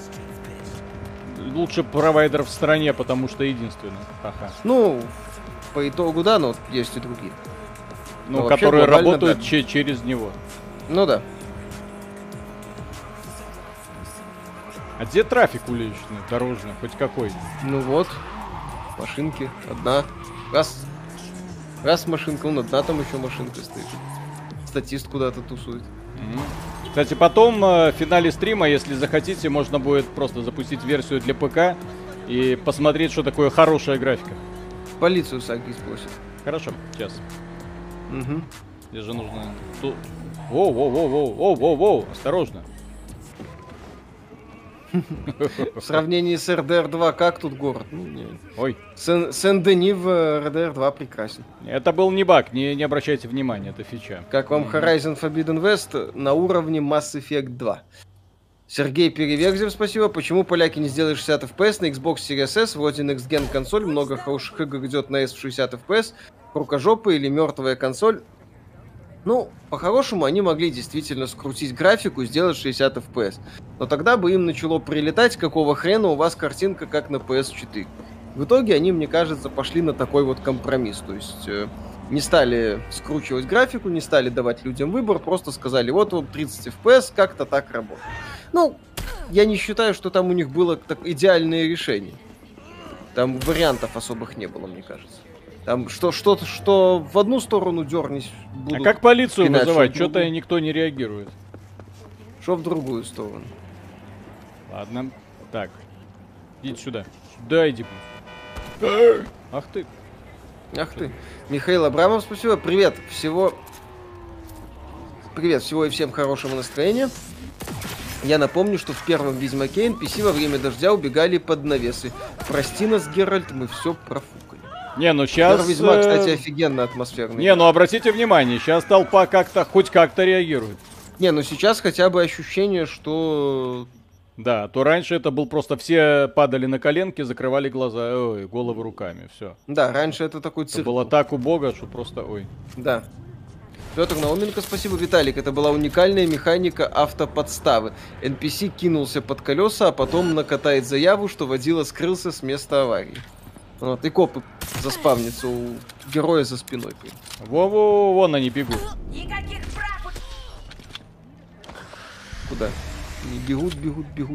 [SPEAKER 1] Лучший провайдер в стране, потому что единственный. Ага.
[SPEAKER 2] Ну, по итогу, да, но есть и другие.
[SPEAKER 1] Ну, но которые работают да. ч- через него.
[SPEAKER 2] Ну да.
[SPEAKER 1] А где трафик уличный, дорожный, хоть какой?
[SPEAKER 2] Ну вот, машинки, одна. Раз, раз машинка, ну одна там еще машинка стоит. Статист куда-то тусует.
[SPEAKER 1] Кстати, потом э, в финале стрима, если захотите, можно будет просто запустить версию для ПК и посмотреть, что такое хорошая графика.
[SPEAKER 2] Полицию Саги спросит.
[SPEAKER 1] Хорошо, сейчас.
[SPEAKER 2] Угу.
[SPEAKER 1] Здесь же нужно... Воу-воу-воу-воу-воу-воу-воу, осторожно.
[SPEAKER 2] В сравнении с эр дэ эр два, как тут город? Ну, не.
[SPEAKER 1] Ой.
[SPEAKER 2] Сен- Сен-Дени в эр дэ эр два прекрасен.
[SPEAKER 1] Это был не баг, не, не обращайте внимания, это фича.
[SPEAKER 2] Как вам Horizon Forbidden West на уровне Mass Effect два? Сергей Переверзев, спасибо. Почему поляки не сделали шестьдесят эф пи эс на Xbox Series S? Вроде Next Gen консоль, много хороших игр идет на S в шестьдесят эф пи эс. Рукожопая или мертвая консоль? Ну, по-хорошему, они могли действительно скрутить графику и сделать шестьдесят эф пи эс. Но тогда бы им начало прилетать, какого хрена у вас картинка как на пи эс четыре. В итоге они, мне кажется, пошли на такой вот компромисс. То есть э, не стали скручивать графику, не стали давать людям выбор, просто сказали, вот вот тридцать эф пи эс, как-то так работает. Ну, я не считаю, что там у них было так идеальное решение. Там вариантов особых не было, мне кажется. Там что, что-то, что в одну сторону дернись.
[SPEAKER 1] А как полицию
[SPEAKER 2] пинать,
[SPEAKER 1] вызывать?
[SPEAKER 2] что в
[SPEAKER 1] Что-то никто не реагирует.
[SPEAKER 2] Что в другую сторону?
[SPEAKER 1] Ладно. Так. Идите сюда. Да, иди. Ах ты.
[SPEAKER 2] Ах ты. Михаил Абрамов, спасибо. Привет. Всего... Привет. Всего и всем хорошего настроения. Я напомню, что в первом Ведьмаке эн пи си во время дождя убегали под навесы. Прости нас, Геральт, мы все профукали.
[SPEAKER 1] Не, ну сейчас...
[SPEAKER 2] Первый Ведьмак, кстати, офигенно атмосферный.
[SPEAKER 1] Не, ну обратите внимание, сейчас толпа как-то, хоть как-то реагирует.
[SPEAKER 2] Не, ну сейчас хотя бы ощущение, что...
[SPEAKER 1] Да, то раньше это был просто все падали на коленки, закрывали глаза, ой, головы руками, все.
[SPEAKER 2] Да, раньше это такой цирк.
[SPEAKER 1] Это было так убого, что просто, ой.
[SPEAKER 2] Да. Петр Науменко, спасибо. Виталик, это была уникальная механика автоподставы. эн пи си кинулся под колеса, а потом накатает заяву, что водила скрылся с места аварии. Вот, и копы заспавнятся у героя за спиной.
[SPEAKER 1] Во-во, вон они бегут.
[SPEAKER 2] Куда? Они бегут, бегут, бегут.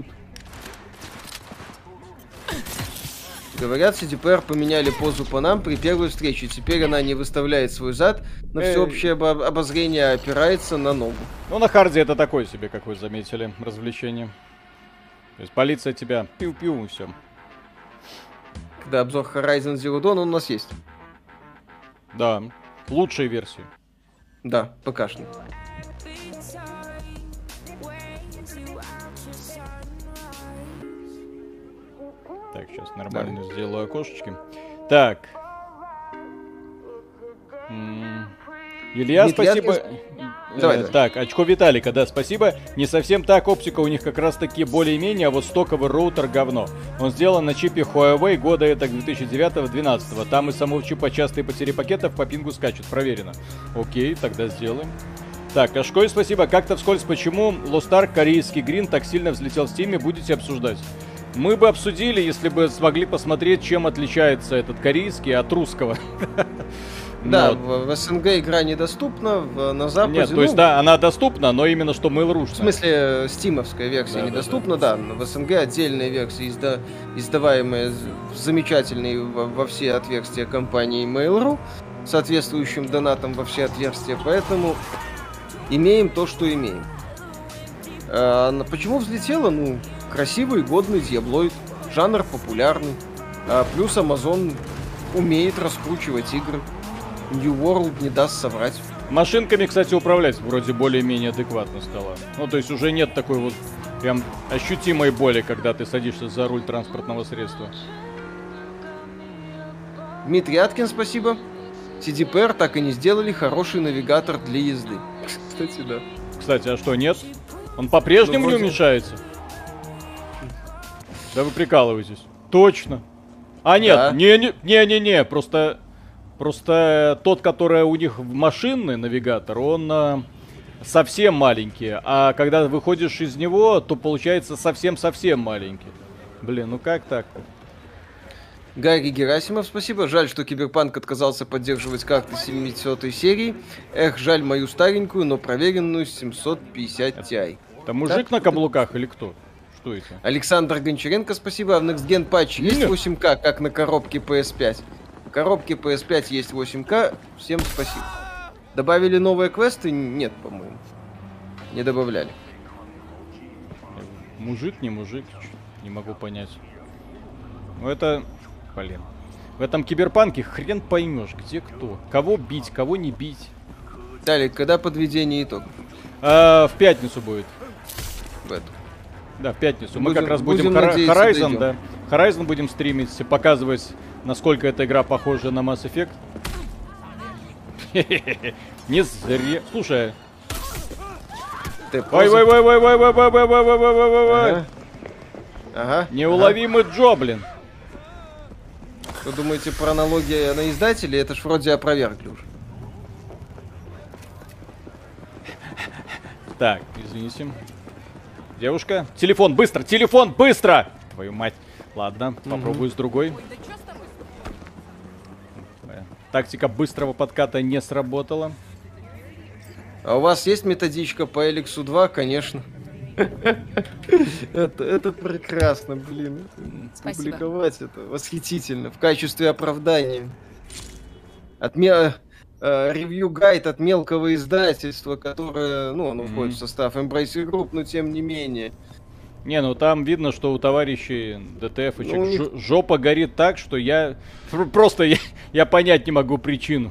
[SPEAKER 2] Говорят, си ди пи ар поменяли позу по нам при первой встрече. Теперь она не выставляет свой зад на всеобщее обо- обозрение, а опирается на ногу.
[SPEAKER 1] Ну, на харде это такое себе, как вы заметили, развлечение. То есть полиция тебя пиу-пиу и все.
[SPEAKER 2] Когда обзор Horizon Zero Dawn, он у нас есть.
[SPEAKER 1] Да, лучшие версии.
[SPEAKER 2] Да, ПКшный.
[SPEAKER 1] Так, сейчас нормально да. сделаю окошечки. Так. М- Илья,
[SPEAKER 2] Дмитрий,
[SPEAKER 1] спасибо.
[SPEAKER 2] я... Давай,
[SPEAKER 1] э,
[SPEAKER 2] давай.
[SPEAKER 1] Так, очко Виталика, да, спасибо. Не совсем так, оптика у них как раз таки более-менее, а вот стоковый роутер говно. Он сделан на чипе Huawei года это две тысячи девятого — две тысячи двенадцатого. Там из самого чипа частые потери пакетов по пингу скачут, проверено. Окей, тогда сделаем. Так, Кашкой, спасибо. Как-то вскользь, почему Lost Ark корейский грин так сильно взлетел в Steam, будете обсуждать? Мы бы обсудили, если бы смогли посмотреть, чем отличается этот корейский от русского.
[SPEAKER 2] Да,
[SPEAKER 1] но...
[SPEAKER 2] в, в СНГ игра недоступна, в, на Западе...
[SPEAKER 1] Нет, то
[SPEAKER 2] ну,
[SPEAKER 1] есть, да, она доступна, но именно что Mail.ru.
[SPEAKER 2] В смысле, стимовская версия
[SPEAKER 1] да,
[SPEAKER 2] недоступна,
[SPEAKER 1] да,
[SPEAKER 2] да, да. В СНГ отдельная версия, изда... издаваемая замечательной во, во все отверстия компании Mail.ru, соответствующим донатом во все отверстия, поэтому имеем то, что имеем. А, почему взлетело? Ну, красивый, годный диаблоид, жанр популярный, а, плюс Amazon умеет раскручивать игры. New World не даст соврать.
[SPEAKER 1] Машинками, кстати, управлять вроде более-менее адекватно стало. Ну, то есть уже нет такой вот прям ощутимой боли, когда ты садишься за руль транспортного средства.
[SPEAKER 2] Дмитрий Аткин, спасибо. си ди пи ар так и не сделали хороший навигатор для езды. Кстати, да.
[SPEAKER 1] Кстати, а что, нет? Он по-прежнему
[SPEAKER 2] ну, вроде...
[SPEAKER 1] не уменьшается? Да вы прикалываетесь. Точно. А нет,
[SPEAKER 2] да.
[SPEAKER 1] не-не-не-не, просто... Просто тот, который у них машинный навигатор, он э, совсем маленький. А когда выходишь из него, то получается совсем-совсем маленький. Блин, ну как так-то?
[SPEAKER 2] Гарри Герасимов, спасибо. Жаль, что Киберпанк отказался поддерживать карты семисотой серии. Эх, жаль мою старенькую, но проверенную семьсот пятьдесят Ti.
[SPEAKER 1] Это мужик так? На каблуках или кто? Что это?
[SPEAKER 2] Александр Гончаренко, спасибо. А в Next Gen патче есть восемь ка, как на коробке пи эс пять? В коробке пи эс пять есть восемь ка. Всем спасибо. Добавили новые квесты? Нет, по-моему. Не добавляли.
[SPEAKER 1] Мужик, не мужик, не могу понять. Ну это... Блин. В этом киберпанке хрен поймешь, где кто. Кого бить, кого не бить.
[SPEAKER 2] Далее, когда подведение итогов?
[SPEAKER 1] А, в пятницу будет.
[SPEAKER 2] В эту.
[SPEAKER 1] Да, в пятницу. Мы
[SPEAKER 2] Будем-
[SPEAKER 1] как раз будем,
[SPEAKER 2] будем
[SPEAKER 1] Hora-
[SPEAKER 2] надеяться,
[SPEAKER 1] Horizon,
[SPEAKER 2] дойдем.
[SPEAKER 1] да. Horizon будем стримить, показывать, насколько эта игра похожа на Mass Effect. Не зря. Слушай.
[SPEAKER 2] Ты
[SPEAKER 1] Ой, ой, ой, ой, ой, ой, ой, ой, ой, ой, ой, ой, ой.
[SPEAKER 2] Ага. Ага.
[SPEAKER 1] Неуловимый Джо, блин.
[SPEAKER 2] Вы думаете, про аналогия на издателей? Это ж вроде опровергли уже.
[SPEAKER 1] Так, извините. Девушка. Телефон, быстро, телефон, быстро! Твою мать. Ладно, попробую с другой. Э, Тактика быстрого подката не сработала.
[SPEAKER 2] А у вас есть методичка по Эликсу два? Конечно. Это, это прекрасно, блин.
[SPEAKER 4] Спасибо.
[SPEAKER 2] Публиковать это восхитительно. В качестве оправдания. От ме- э, ревью-гайд от мелкого издательства, которое, ну, оно входит в состав Embracer Group, но тем не менее.
[SPEAKER 1] Не, ну там видно, что у товарищей ДТФ
[SPEAKER 2] Ну, у них-
[SPEAKER 1] жопа горит так, что я пр- просто я, я понять не могу причину.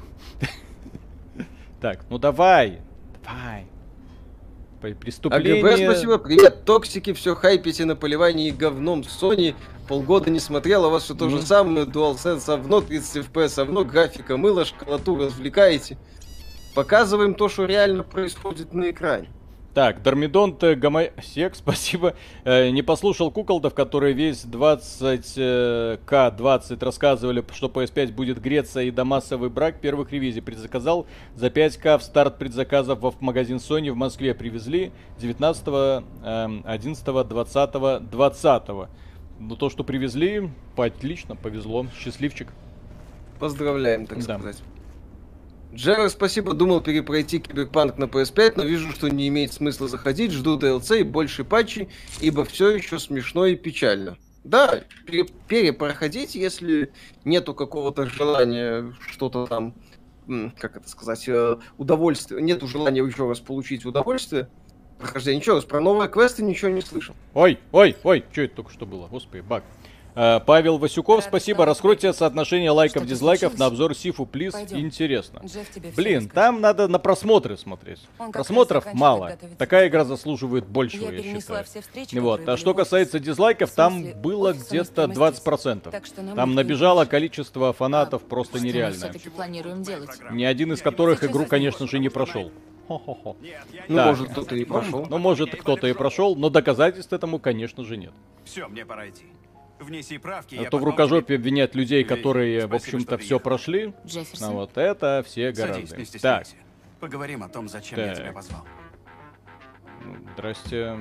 [SPEAKER 1] Так, ну давай, давай. При- Преступление.
[SPEAKER 2] АГБ, спасибо. Привет, токсики, все хайпите на поливании говном Sony. Полгода не смотрел, а у вас все то же самое. DualSense овно, тридцать эф пи эс овно, графика мыло, школоту развлекаете. Показываем то, что реально происходит на экране.
[SPEAKER 1] Так, Дормидонт Гамасек, спасибо. Э, не послушал куколдов, которые весь двадцать ка двадцать рассказывали, что пи эс пять будет греться и до массовый брак первых ревизий. Предзаказал за пять ка в старт предзаказов в магазин Sony в Москве. Привезли девятнадцатого, одиннадцатого, двадцатого, двадцатого. Но то, что привезли, отлично, повезло. Счастливчик.
[SPEAKER 2] Поздравляем, так
[SPEAKER 1] Да.
[SPEAKER 2] сказать. Джерри, спасибо. Думал перепройти Киберпанк на пи эс пять, но вижу, что не имеет смысла заходить. Жду ди эл си и больше патчей, ибо все еще смешно и печально. Да, пере- перепроходить, если нету какого-то желания что-то там, м, как это сказать, э, удовольствия, нету желания еще раз получить удовольствие. Прохождение. Еще раз, про новые квесты ничего не слышал.
[SPEAKER 1] Ой, ой, ой, что это только что было? Господи, баг. Э, Павел Васюков,
[SPEAKER 4] Рада
[SPEAKER 1] спасибо.
[SPEAKER 4] снова
[SPEAKER 1] Раскройте
[SPEAKER 4] увидеть.
[SPEAKER 1] соотношение лайков,
[SPEAKER 4] Что-то
[SPEAKER 1] дизлайков
[SPEAKER 4] случилось?
[SPEAKER 1] на обзор Сифу, плиз.
[SPEAKER 4] Пойдем.
[SPEAKER 1] Интересно.
[SPEAKER 4] Джефф тебе всё
[SPEAKER 1] Блин,
[SPEAKER 4] расскажет.
[SPEAKER 1] там надо на просмотры смотреть.
[SPEAKER 4] Он как
[SPEAKER 1] Просмотров
[SPEAKER 4] раз заканчивает
[SPEAKER 1] мало.
[SPEAKER 4] готовиться
[SPEAKER 1] Такая
[SPEAKER 4] к
[SPEAKER 1] игра
[SPEAKER 4] экзамену.
[SPEAKER 1] заслуживает большего,
[SPEAKER 4] Я
[SPEAKER 1] я,
[SPEAKER 4] перенесла
[SPEAKER 1] считаю.
[SPEAKER 4] все встречи,
[SPEAKER 1] Вот.
[SPEAKER 4] которые
[SPEAKER 1] А что
[SPEAKER 4] были в офисе.
[SPEAKER 1] касается дизлайков,
[SPEAKER 4] В
[SPEAKER 1] там
[SPEAKER 4] смысле,
[SPEAKER 1] было
[SPEAKER 4] офису
[SPEAKER 1] где-то
[SPEAKER 4] совместить.
[SPEAKER 1] двадцать процентов.
[SPEAKER 4] Так что нам
[SPEAKER 1] Там
[SPEAKER 4] нужно
[SPEAKER 1] набежало
[SPEAKER 4] идти.
[SPEAKER 1] количество фанатов просто
[SPEAKER 4] Что мы
[SPEAKER 1] нереальное.
[SPEAKER 4] всё-таки планируем делать?
[SPEAKER 1] Ни один из которых
[SPEAKER 4] Сейчас
[SPEAKER 1] игру,
[SPEAKER 4] я
[SPEAKER 1] конечно же, не прошел. Хо-хо-хо.
[SPEAKER 2] Ну,
[SPEAKER 1] Так.
[SPEAKER 2] может, кто-то и прошел.
[SPEAKER 1] Ну, может, кто-то и прошел, но доказательств этому, конечно же, нет.
[SPEAKER 5] Все, мне пора идти. Внеси правки.
[SPEAKER 1] А
[SPEAKER 5] я
[SPEAKER 1] то в
[SPEAKER 5] потом
[SPEAKER 1] рукожопе обвинять людей,
[SPEAKER 5] Вей,
[SPEAKER 1] которые, в
[SPEAKER 5] спасибо,
[SPEAKER 1] общем-то,
[SPEAKER 5] что
[SPEAKER 1] все
[SPEAKER 5] приехал.
[SPEAKER 1] прошли.
[SPEAKER 4] Джефферсон?
[SPEAKER 1] Ну вот это все
[SPEAKER 5] тебе- Садись,
[SPEAKER 1] гораздо.
[SPEAKER 5] не
[SPEAKER 1] Так,
[SPEAKER 5] стесняйся. Поговорим о том, зачем я
[SPEAKER 1] Так.
[SPEAKER 5] тебя позвал.
[SPEAKER 1] ну, здрасте.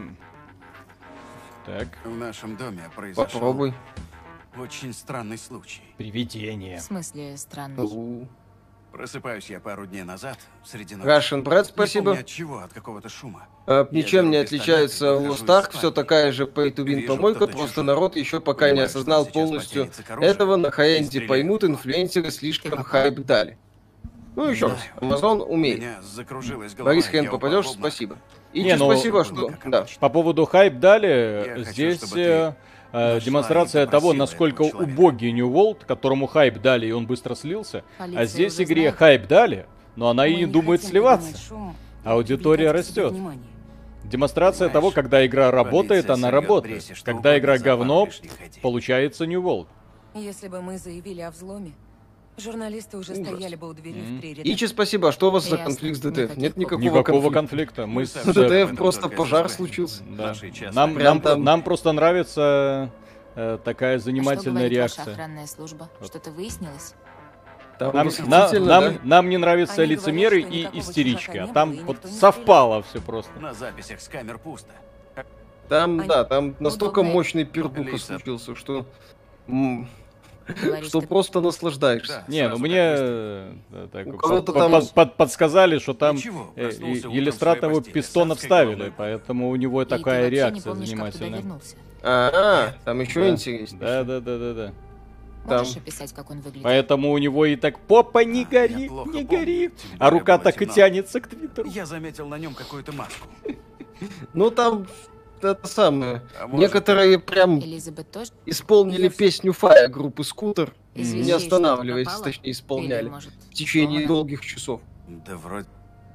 [SPEAKER 1] Так,
[SPEAKER 5] В нашем доме произошел
[SPEAKER 2] Попробуй.
[SPEAKER 5] очень странный случай.
[SPEAKER 1] привидение.
[SPEAKER 4] В смысле, странный.
[SPEAKER 2] У.
[SPEAKER 5] Просыпаюсь я пару дней назад, среди ночи.
[SPEAKER 2] Russian Brad,
[SPEAKER 5] Не
[SPEAKER 2] спасибо.
[SPEAKER 5] помню от чего, от какого-то шума.
[SPEAKER 2] А, ничем не
[SPEAKER 5] беру пистолет
[SPEAKER 2] отличается
[SPEAKER 5] и
[SPEAKER 2] Lost
[SPEAKER 5] выхожу из
[SPEAKER 2] Ark,
[SPEAKER 5] спальни.
[SPEAKER 2] все такая же pay-to-win
[SPEAKER 5] Вижу,
[SPEAKER 2] помойка,
[SPEAKER 5] кто-то
[SPEAKER 2] просто
[SPEAKER 5] чужой.
[SPEAKER 2] народ еще пока не
[SPEAKER 5] Понимаю, что
[SPEAKER 2] осознал
[SPEAKER 5] сейчас
[SPEAKER 2] полностью
[SPEAKER 5] потянется к оружию
[SPEAKER 2] этого, на
[SPEAKER 5] и
[SPEAKER 2] хай-энде
[SPEAKER 5] стреляет.
[SPEAKER 2] поймут, инфлюенсеры слишком
[SPEAKER 4] попал?
[SPEAKER 2] хайп дали. Ну еще раз,
[SPEAKER 5] Знаю.
[SPEAKER 2] Amazon умеет.
[SPEAKER 5] Меня закружилась голова.
[SPEAKER 2] Борис
[SPEAKER 5] и
[SPEAKER 2] Хэн,
[SPEAKER 5] я упал
[SPEAKER 2] попадешь,
[SPEAKER 5] в обморок.
[SPEAKER 2] спасибо. И
[SPEAKER 1] Не, ну-
[SPEAKER 2] спасибо, что...
[SPEAKER 5] Как
[SPEAKER 2] Да.
[SPEAKER 5] обычно.
[SPEAKER 1] По поводу хайп дали,
[SPEAKER 5] Я хочу,
[SPEAKER 1] здесь
[SPEAKER 5] чтобы ты
[SPEAKER 1] э, э,
[SPEAKER 5] нашла
[SPEAKER 1] демонстрация
[SPEAKER 5] и
[SPEAKER 1] того,
[SPEAKER 5] допросила
[SPEAKER 1] насколько
[SPEAKER 5] этого человека.
[SPEAKER 1] убогий New World, которому хайп дали, и он быстро слился.
[SPEAKER 4] Полиция
[SPEAKER 1] А здесь
[SPEAKER 4] уже
[SPEAKER 1] игре
[SPEAKER 4] знает.
[SPEAKER 1] хайп дали, но она
[SPEAKER 4] Мы
[SPEAKER 1] и не
[SPEAKER 4] не
[SPEAKER 1] думает
[SPEAKER 4] хотим
[SPEAKER 1] сливаться.
[SPEAKER 4] поднимать шум и
[SPEAKER 1] Аудитория
[SPEAKER 4] привлекать к себе
[SPEAKER 1] растет.
[SPEAKER 4] внимание.
[SPEAKER 1] Демонстрация
[SPEAKER 5] Понимаешь,
[SPEAKER 1] того, когда игра работает,
[SPEAKER 5] полиция
[SPEAKER 1] она
[SPEAKER 5] сорвет
[SPEAKER 1] работает.
[SPEAKER 5] прессе, что
[SPEAKER 1] Когда
[SPEAKER 5] угодно
[SPEAKER 1] игра
[SPEAKER 5] за пару
[SPEAKER 1] говно,
[SPEAKER 5] лишних идей.
[SPEAKER 1] получается New World.
[SPEAKER 4] Если бы мы заявили о взломе, журналисты уже
[SPEAKER 2] Ужас.
[SPEAKER 4] стояли бы у двери
[SPEAKER 1] Мгм.
[SPEAKER 4] в три ряда.
[SPEAKER 2] Ичи, спасибо, а что у вас за
[SPEAKER 4] Ясно.
[SPEAKER 2] конфликт с ДТФ? Нет никакого,
[SPEAKER 1] Никакого
[SPEAKER 2] конфликта.
[SPEAKER 1] конфликта. Мы
[SPEAKER 5] Мы
[SPEAKER 1] с,
[SPEAKER 5] так
[SPEAKER 2] С
[SPEAKER 5] же-
[SPEAKER 1] э,
[SPEAKER 2] ДТФ
[SPEAKER 5] Мы
[SPEAKER 2] просто
[SPEAKER 5] только
[SPEAKER 2] пожар
[SPEAKER 5] ССВ.
[SPEAKER 2] случился.
[SPEAKER 1] да.
[SPEAKER 5] Нашей частной
[SPEAKER 1] нам,
[SPEAKER 2] Прям
[SPEAKER 1] нам,
[SPEAKER 2] там-
[SPEAKER 1] нам просто нравится э, такая
[SPEAKER 4] А что
[SPEAKER 1] занимательная
[SPEAKER 4] говорит ваша
[SPEAKER 1] реакция.
[SPEAKER 4] охранная служба?
[SPEAKER 1] Вот.
[SPEAKER 4] Что-то выяснилось?
[SPEAKER 2] Там
[SPEAKER 1] Нам, на-
[SPEAKER 2] восхитительно,
[SPEAKER 1] нам,
[SPEAKER 2] да?
[SPEAKER 1] нам не нравятся
[SPEAKER 4] Они
[SPEAKER 1] лицемеры
[SPEAKER 4] говорят, что
[SPEAKER 1] и
[SPEAKER 4] никакого
[SPEAKER 1] истерички,
[SPEAKER 4] чужака
[SPEAKER 1] а
[SPEAKER 4] не
[SPEAKER 1] там
[SPEAKER 4] было, и
[SPEAKER 1] вот
[SPEAKER 4] никто не
[SPEAKER 1] совпало все просто.
[SPEAKER 5] На записях с камер пусто.
[SPEAKER 2] Там,
[SPEAKER 4] Они-
[SPEAKER 2] да, там настолько
[SPEAKER 4] удобно.
[SPEAKER 2] мощный пердуха
[SPEAKER 5] Лиса.
[SPEAKER 2] случился, что... м,
[SPEAKER 4] Говоришь,
[SPEAKER 2] что
[SPEAKER 4] ты-
[SPEAKER 2] просто наслаждаешься.
[SPEAKER 5] Да,
[SPEAKER 1] Не, ну
[SPEAKER 5] сразу
[SPEAKER 1] мне
[SPEAKER 5] так
[SPEAKER 1] э, так,
[SPEAKER 2] У
[SPEAKER 1] под-
[SPEAKER 2] кого-то
[SPEAKER 1] под-
[SPEAKER 2] там-
[SPEAKER 1] под- под- подсказали, что там
[SPEAKER 5] Ничего,
[SPEAKER 1] э,
[SPEAKER 5] проснулся
[SPEAKER 1] и-
[SPEAKER 5] утром в
[SPEAKER 1] Елистратову
[SPEAKER 5] своей постели,
[SPEAKER 1] пистонов
[SPEAKER 5] царской
[SPEAKER 1] ставили,
[SPEAKER 5] головой.
[SPEAKER 1] поэтому у него
[SPEAKER 4] И ты
[SPEAKER 1] такая
[SPEAKER 4] вообще не
[SPEAKER 1] реакция
[SPEAKER 4] помнишь, как туда
[SPEAKER 1] занимательная.
[SPEAKER 4] вернулся.
[SPEAKER 2] А, там еще
[SPEAKER 1] Да.
[SPEAKER 2] интереснее.
[SPEAKER 1] Да, да, да, да, да.
[SPEAKER 2] Там-
[SPEAKER 4] Можешь описать, как он выглядит?
[SPEAKER 1] Поэтому у него и так попа не
[SPEAKER 5] Да, я
[SPEAKER 1] гори,
[SPEAKER 5] плохо
[SPEAKER 1] не
[SPEAKER 5] помню,
[SPEAKER 1] гори,
[SPEAKER 5] тем
[SPEAKER 1] а
[SPEAKER 5] более
[SPEAKER 1] рука
[SPEAKER 5] было
[SPEAKER 1] так и
[SPEAKER 5] темно.
[SPEAKER 1] тянется к твиттеру.
[SPEAKER 5] Я заметил на нем какую-то маску.
[SPEAKER 2] Ну там это самое.
[SPEAKER 5] А может,
[SPEAKER 2] Некоторые прям
[SPEAKER 4] Элизабет тоже?
[SPEAKER 2] исполнили
[SPEAKER 4] Я-
[SPEAKER 2] песню Фая группы Скутер,
[SPEAKER 4] Из
[SPEAKER 1] Мгм.
[SPEAKER 2] не
[SPEAKER 4] вещей
[SPEAKER 2] останавливаясь,
[SPEAKER 4] что-то пропало?
[SPEAKER 2] точнее исполняли
[SPEAKER 4] Или, может,
[SPEAKER 2] в течение
[SPEAKER 4] снова?
[SPEAKER 2] долгих часов.
[SPEAKER 5] Да вроде...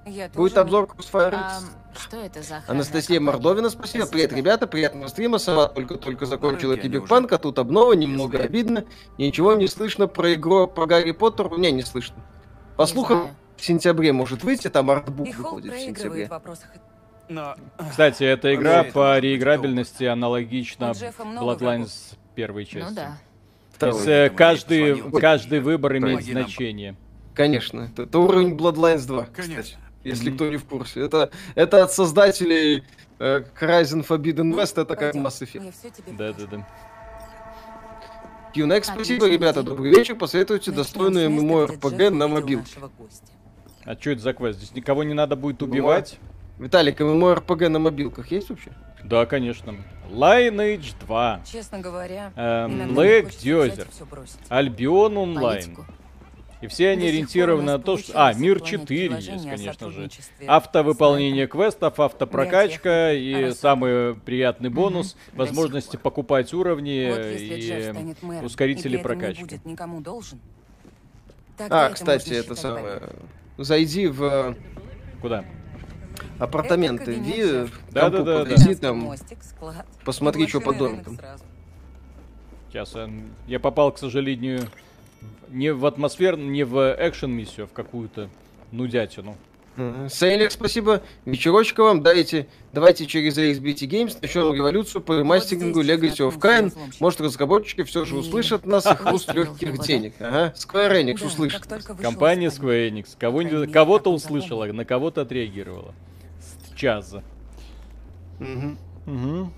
[SPEAKER 4] Я
[SPEAKER 2] Будет
[SPEAKER 4] тоже
[SPEAKER 2] обзор Crossfire
[SPEAKER 4] А,
[SPEAKER 2] X.
[SPEAKER 4] что это за охранная
[SPEAKER 2] Анастасия
[SPEAKER 4] компания?
[SPEAKER 2] Мордовина, спасибо. Привет, ребята, приятного стрима. Сама только-только закончила
[SPEAKER 5] Рынки они
[SPEAKER 2] Киберпанк, а тут обнова, немного
[SPEAKER 5] Если-
[SPEAKER 2] обидно. Ничего не слышно про игру про Гарри Поттер. Не, не слышно. По
[SPEAKER 4] Не
[SPEAKER 2] слухам,
[SPEAKER 4] знаю.
[SPEAKER 2] в сентябре может выйти, там артбук
[SPEAKER 4] И Холл
[SPEAKER 2] выходит в
[SPEAKER 4] проигрывает в
[SPEAKER 2] сентябре.
[SPEAKER 4] вопросах.
[SPEAKER 5] Но...
[SPEAKER 1] Кстати, эта игра
[SPEAKER 5] это
[SPEAKER 1] по
[SPEAKER 5] может быть
[SPEAKER 1] реиграбельности аналогична
[SPEAKER 4] У Джеффа много
[SPEAKER 1] Bloodlines первой части.
[SPEAKER 4] Ну да.
[SPEAKER 1] То есть,
[SPEAKER 2] Второй.
[SPEAKER 1] э,
[SPEAKER 5] Поэтому
[SPEAKER 1] каждый,
[SPEAKER 5] я позвонил.
[SPEAKER 1] каждый выбор имеет
[SPEAKER 5] Помоги нам.
[SPEAKER 1] значение.
[SPEAKER 2] Конечно, это, это уровень Bloodlines два,
[SPEAKER 5] Конечно.
[SPEAKER 2] кстати, если
[SPEAKER 1] Мгм.
[SPEAKER 2] кто не в курсе. Это, это от создателей э, Horizon Forbidden West, это как
[SPEAKER 4] Пойдём,
[SPEAKER 2] Mass Effect.
[SPEAKER 4] я всё тебе покажу.
[SPEAKER 1] Да-да-да.
[SPEAKER 2] Qnext, спасибо,
[SPEAKER 4] Отличный
[SPEAKER 2] ребята,
[SPEAKER 4] день.
[SPEAKER 2] добрый вечер. Посоветуйте
[SPEAKER 4] Начнём
[SPEAKER 2] достойную
[SPEAKER 4] с места, где
[SPEAKER 2] ММО-РПГ
[SPEAKER 4] Джефф
[SPEAKER 2] на
[SPEAKER 4] увидел
[SPEAKER 2] мобил.
[SPEAKER 4] нашего гостя.
[SPEAKER 1] А что это за квест? Здесь никого не надо будет
[SPEAKER 2] Ну,
[SPEAKER 1] убивать?
[SPEAKER 2] Виталик, ММО-РПГ на мобилках есть вообще?
[SPEAKER 1] Да, конечно. Lineage два.
[SPEAKER 4] Честно говоря,
[SPEAKER 1] Эм,
[SPEAKER 4] иногда
[SPEAKER 1] Black
[SPEAKER 4] мне хочется взять
[SPEAKER 1] Desert.
[SPEAKER 4] и всё бросить.
[SPEAKER 1] Albion Online.
[SPEAKER 4] Политику.
[SPEAKER 1] И все они
[SPEAKER 4] До сих пор
[SPEAKER 1] ориентированы
[SPEAKER 4] у
[SPEAKER 1] на
[SPEAKER 4] нас
[SPEAKER 1] то, что... А,
[SPEAKER 4] получалось
[SPEAKER 1] Мир
[SPEAKER 4] отклонять
[SPEAKER 1] четыре есть,
[SPEAKER 4] предложения о
[SPEAKER 1] конечно же.
[SPEAKER 4] сотрудничестве
[SPEAKER 1] Автовыполнение
[SPEAKER 4] с
[SPEAKER 1] квестов, автопрокачка
[SPEAKER 4] Для
[SPEAKER 1] и
[SPEAKER 4] техники.
[SPEAKER 1] самый приятный бонус —
[SPEAKER 4] Мгм. До
[SPEAKER 1] возможности
[SPEAKER 4] сих пор.
[SPEAKER 1] покупать уровни
[SPEAKER 4] Вот если Джефф
[SPEAKER 1] и
[SPEAKER 4] станет мэром,
[SPEAKER 1] ускорители
[SPEAKER 4] и при этом
[SPEAKER 1] прокачки.
[SPEAKER 4] не будет никому должен, тогда
[SPEAKER 2] А,
[SPEAKER 4] это
[SPEAKER 2] кстати,
[SPEAKER 4] можно
[SPEAKER 2] это
[SPEAKER 4] считать
[SPEAKER 2] самое...
[SPEAKER 4] победой.
[SPEAKER 2] Зайди в э,
[SPEAKER 1] Куда?
[SPEAKER 2] апартаменты,
[SPEAKER 4] Это кабинет
[SPEAKER 2] ви,
[SPEAKER 4] Джеффа.
[SPEAKER 1] Да-да-да,
[SPEAKER 2] компу
[SPEAKER 1] да.
[SPEAKER 2] подойди
[SPEAKER 4] Гигантский
[SPEAKER 2] там,
[SPEAKER 4] мостик, склад.
[SPEAKER 2] посмотри, что по
[SPEAKER 4] Блошиный рынок
[SPEAKER 2] домикам.
[SPEAKER 4] сразу.
[SPEAKER 1] Сейчас я, я попал, к сожалению, не в атмосфер, не в экшен-миссию, а в какую-то нудятину.
[SPEAKER 2] Мгм. Сейлер, спасибо. Вечерочка вам. Дайте, давайте через икс би ти Games начнем революцию по ремастерингу
[SPEAKER 4] здесь
[SPEAKER 2] Legacy of
[SPEAKER 4] наткнулся
[SPEAKER 2] Kain.
[SPEAKER 4] на взломщика.
[SPEAKER 2] Может, разработчики все же
[SPEAKER 4] И
[SPEAKER 2] услышат нас и хруст
[SPEAKER 4] выставил
[SPEAKER 2] легких
[SPEAKER 4] его, да?
[SPEAKER 2] денег. Ага. Square Enix
[SPEAKER 4] Да,
[SPEAKER 2] услышит.
[SPEAKER 4] как только вышел
[SPEAKER 1] Компания
[SPEAKER 4] из комнаты.
[SPEAKER 1] Square Enix. Кого,
[SPEAKER 4] По крайней мере,
[SPEAKER 1] кого-то
[SPEAKER 4] так он
[SPEAKER 1] услышала, на кого-то отреагировала. Сейчас.
[SPEAKER 2] Мгм.
[SPEAKER 1] Угу.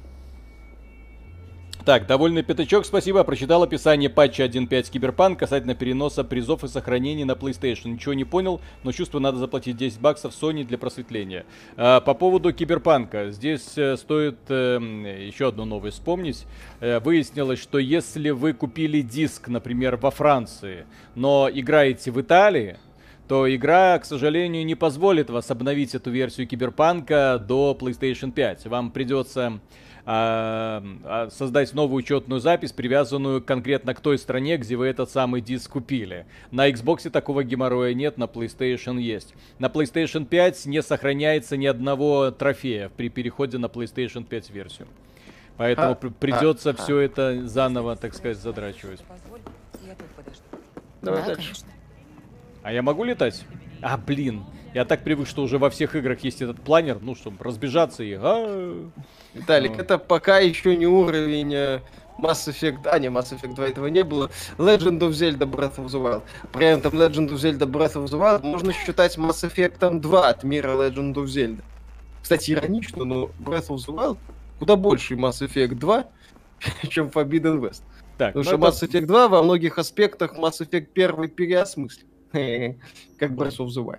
[SPEAKER 1] Так, довольный пятачок, спасибо. Прочитал описание патча один точка пять Киберпанк касательно переноса призов и сохранений на PlayStation. Ничего не понял, но чувствую, надо заплатить десять баксов Sony для просветления. А, по поводу Киберпанка. Здесь э, стоит э, еще одну новость вспомнить. Э, выяснилось, что если вы купили диск, например, во Франции, но играете в Италии, то игра, к сожалению, не позволит вас обновить эту версию Киберпанка до PlayStation пять. Вам придется а, а, создать новую учетную запись, привязанную конкретно к той стране, где вы этот самый диск купили. На Xbox такого геморроя нет, на PlayStation есть. На PlayStation пять не сохраняется ни одного трофея при переходе на PlayStation пять версию. Поэтому
[SPEAKER 2] А,
[SPEAKER 1] при- придется
[SPEAKER 2] а, а.
[SPEAKER 1] все это заново, так сказать, задрачивать.
[SPEAKER 4] Позволь, я тут подожду.
[SPEAKER 2] Давай
[SPEAKER 4] Да,
[SPEAKER 2] дальше.
[SPEAKER 4] конечно.
[SPEAKER 1] А я могу летать? А, блин. Я так привык, что уже во всех играх есть этот планер, ну, чтобы разбежаться и... а,
[SPEAKER 2] Виталик,
[SPEAKER 1] Ну.
[SPEAKER 2] это пока еще не уровень э, Mass Effect... А, не, Mass Effect два этого не было. Legend of Zelda Breath of the Wild. Прям там Legend of Zelda Breath of the Wild можно считать Mass Effect два от мира Legend of Zelda. Кстати, иронично, но Breath of the Wild куда больше Mass Effect два, чем Forbidden West.
[SPEAKER 1] Так,
[SPEAKER 2] Потому
[SPEAKER 1] ну
[SPEAKER 2] что
[SPEAKER 1] это-
[SPEAKER 2] Mass Effect два во многих аспектах Mass Effect один переосмыслен. Как Breath of the Wild.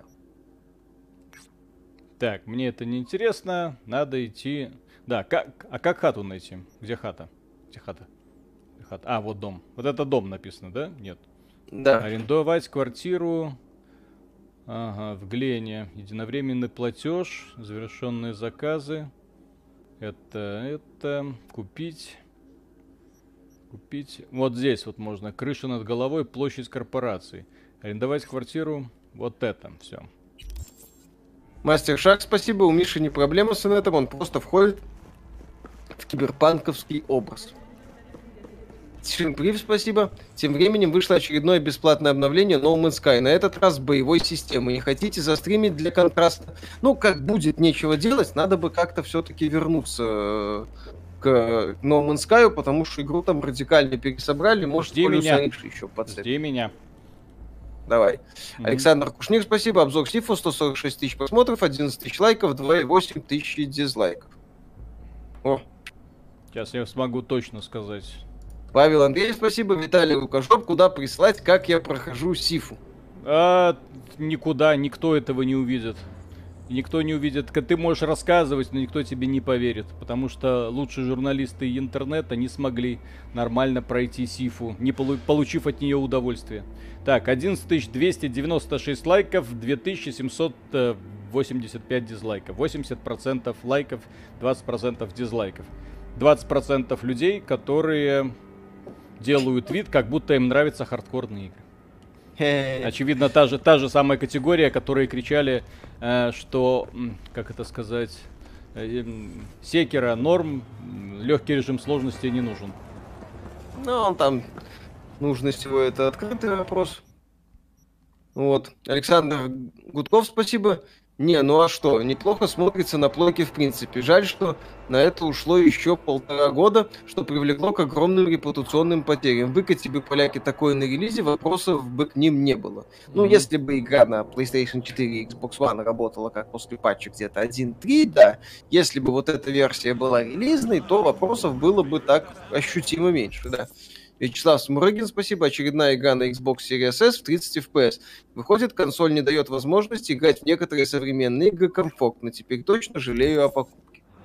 [SPEAKER 1] Так, мне это не интересно, надо идти... Да, как... а как хату найти? Где хата? Где хата? Где хата? А, вот дом. Вот это дом написано, да? Нет.
[SPEAKER 2] Да.
[SPEAKER 1] Арендовать квартиру... Ага, в Глене. Единовременный платеж, завершенные заказы. Это, это... Купить... Купить... Вот здесь вот можно. Крыша над головой, площадь корпорации. Арендовать квартиру... Вот это, все.
[SPEAKER 2] Мастер Шаг, спасибо. У Миши не проблема с инетом, он просто входит в киберпанковский образ. Шинприв, спасибо. Тем временем вышло очередное бесплатное обновление No Man's Sky. На этот раз с боевой системой. Не хотите застримить для контраста? Ну, как будет нечего делать, надо бы как-то все-таки вернуться э, к No Man's Sky, потому что игру там радикально пересобрали. Может,
[SPEAKER 1] Жди
[SPEAKER 2] Колю
[SPEAKER 1] меня.
[SPEAKER 2] Сариши еще подцепить.
[SPEAKER 1] Жди меня.
[SPEAKER 2] Давай.
[SPEAKER 1] Мгм.
[SPEAKER 2] Александр Кушнир, спасибо. Обзор Сифу, сто сорок шесть тысяч просмотров, одиннадцать тысяч лайков, два и восемь тысячи дизлайков. О,
[SPEAKER 1] Сейчас я смогу точно сказать.
[SPEAKER 2] Павел Андреев, спасибо. Виталий Рукожоп, куда прислать, как я прохожу Сифу?
[SPEAKER 1] А, никуда, никто этого не увидит. И никто не увидит. К- Ты можешь рассказывать, но никто тебе не поверит. Потому что лучшие журналисты интернета не смогли нормально пройти Сифу, не полу- получив от нее удовольствие. Так, одиннадцать тысяч двести девяносто шесть лайков, две тысячи семьсот восемьдесят пять дизлайков. восемьдесят процентов лайков, двадцать процентов дизлайков. двадцать процентов людей, которые делают вид, как будто им нравятся хардкорные игры. Очевидно, та же, та же самая категория, которые кричали, э, что, как это сказать, э, Секера норм, легкий режим сложности не нужен.
[SPEAKER 2] Ну, он там, нужно всего это открытый вопрос. Вот. Александр Гудков, спасибо. Не, ну а что, неплохо смотрится на плойке в принципе. Жаль, что на это ушло еще полтора года, что привлекло к огромным репутационным потерям. Выкати бы поляки такое на релизе, вопросов бы к ним не было. Mm-hmm. Ну, если бы игра на PlayStation четыре и Xbox One работала как после патча где-то один точка три, да, если бы вот эта версия была релизной, то вопросов было бы так ощутимо меньше, да. Вячеслав Смурыгин, спасибо. Очередная игра на Xbox Series S в тридцать эф пи эс. Выходит, консоль не дает возможности играть в некоторые современные игры комфортно. Теперь точно жалею о покупке.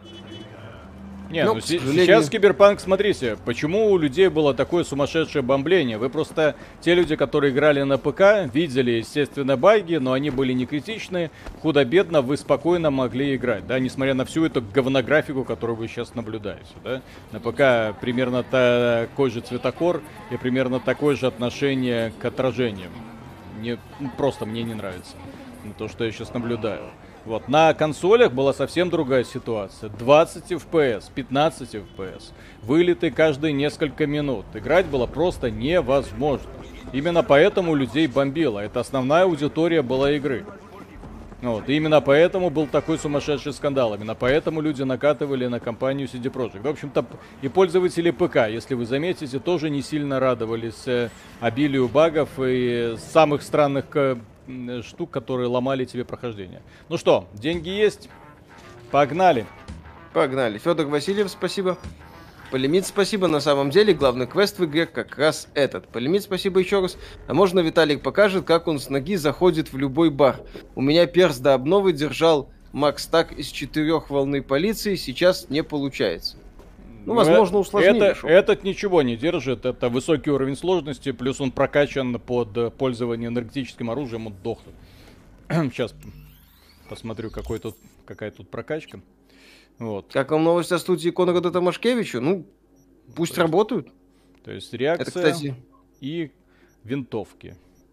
[SPEAKER 1] Не, ну, ну с- сожалению... сейчас Киберпанк, смотрите, почему у людей было такое сумасшедшее бомбление? Вы просто, те люди, которые играли на ПК, видели, естественно, баги, но они были не критичны, худо-бедно вы спокойно могли играть, да, несмотря на всю эту говнографику, которую вы сейчас наблюдаете, да. На ПК примерно такой же цветокор и примерно такое же отношение к отражениям. Мне, ну, просто мне не нравится то, что я сейчас наблюдаю. Вот, на консолях была совсем другая ситуация. двадцать эф пи эс, пятнадцать эф пи эс. Вылеты каждые несколько минут. Играть было просто невозможно. Именно поэтому людей бомбило. Это основная аудитория была игры. Вот, и именно поэтому был такой сумасшедший скандал. Именно поэтому люди накатывали на компанию си ди Projekt. В общем-то, и пользователи ПК, если вы заметите, тоже не сильно радовались э, обилию багов и самых странных э, штук, которые ломали тебе прохождение. Ну что, деньги есть? Погнали.
[SPEAKER 2] Погнали. Федор Васильев, спасибо. Полимит, спасибо. На самом деле, главный квест в игре как раз этот. Полимит, спасибо еще раз. А можно Виталик покажет, как он с ноги заходит в любой бар? У меня перс до обновы держал Макс так из четырех волны полиции, сейчас не получается. Ну, возможно, усложнили.
[SPEAKER 1] Это, этот ничего не держит, это высокий уровень сложности, плюс он прокачан под пользование энергетическим оружием, он дохнет. Сейчас посмотрю, какой тут, какая тут прокачка. Вот.
[SPEAKER 2] Как вам новость о студии Конрада Томашкевича? Ну, пусть то работают.
[SPEAKER 1] Есть, то есть реакция это, кстати... и винтовки.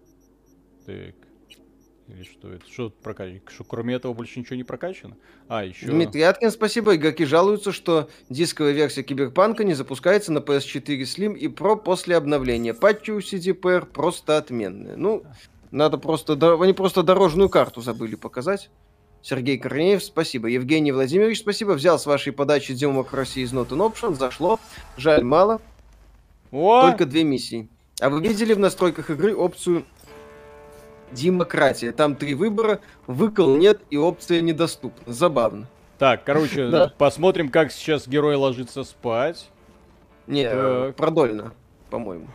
[SPEAKER 1] Так. Или что это? Что тут прокачано? Что кроме этого больше ничего не прокачано? А, еще...
[SPEAKER 2] Дмитрий Аткин, спасибо. Игроки жалуются, что дисковая версия Киберпанка не запускается на пи эс четыре Slim и Pro после обновления. Патчи у си ди пи ар просто отменные. Ну, надо просто... Они просто дорожную карту забыли показать. Сергей Корнеев, спасибо. Евгений Владимирович, спасибо. Взял с вашей подачи Democracy is not an option. Зашло. Жаль, мало. О! Только две миссии. А вы видели в настройках игры опцию демократия? Там три выбора, выкол нет и опция недоступна. Забавно.
[SPEAKER 1] Так, короче, да. Посмотрим, как сейчас герой ложится спать.
[SPEAKER 2] Не, так. Продольно, по-моему.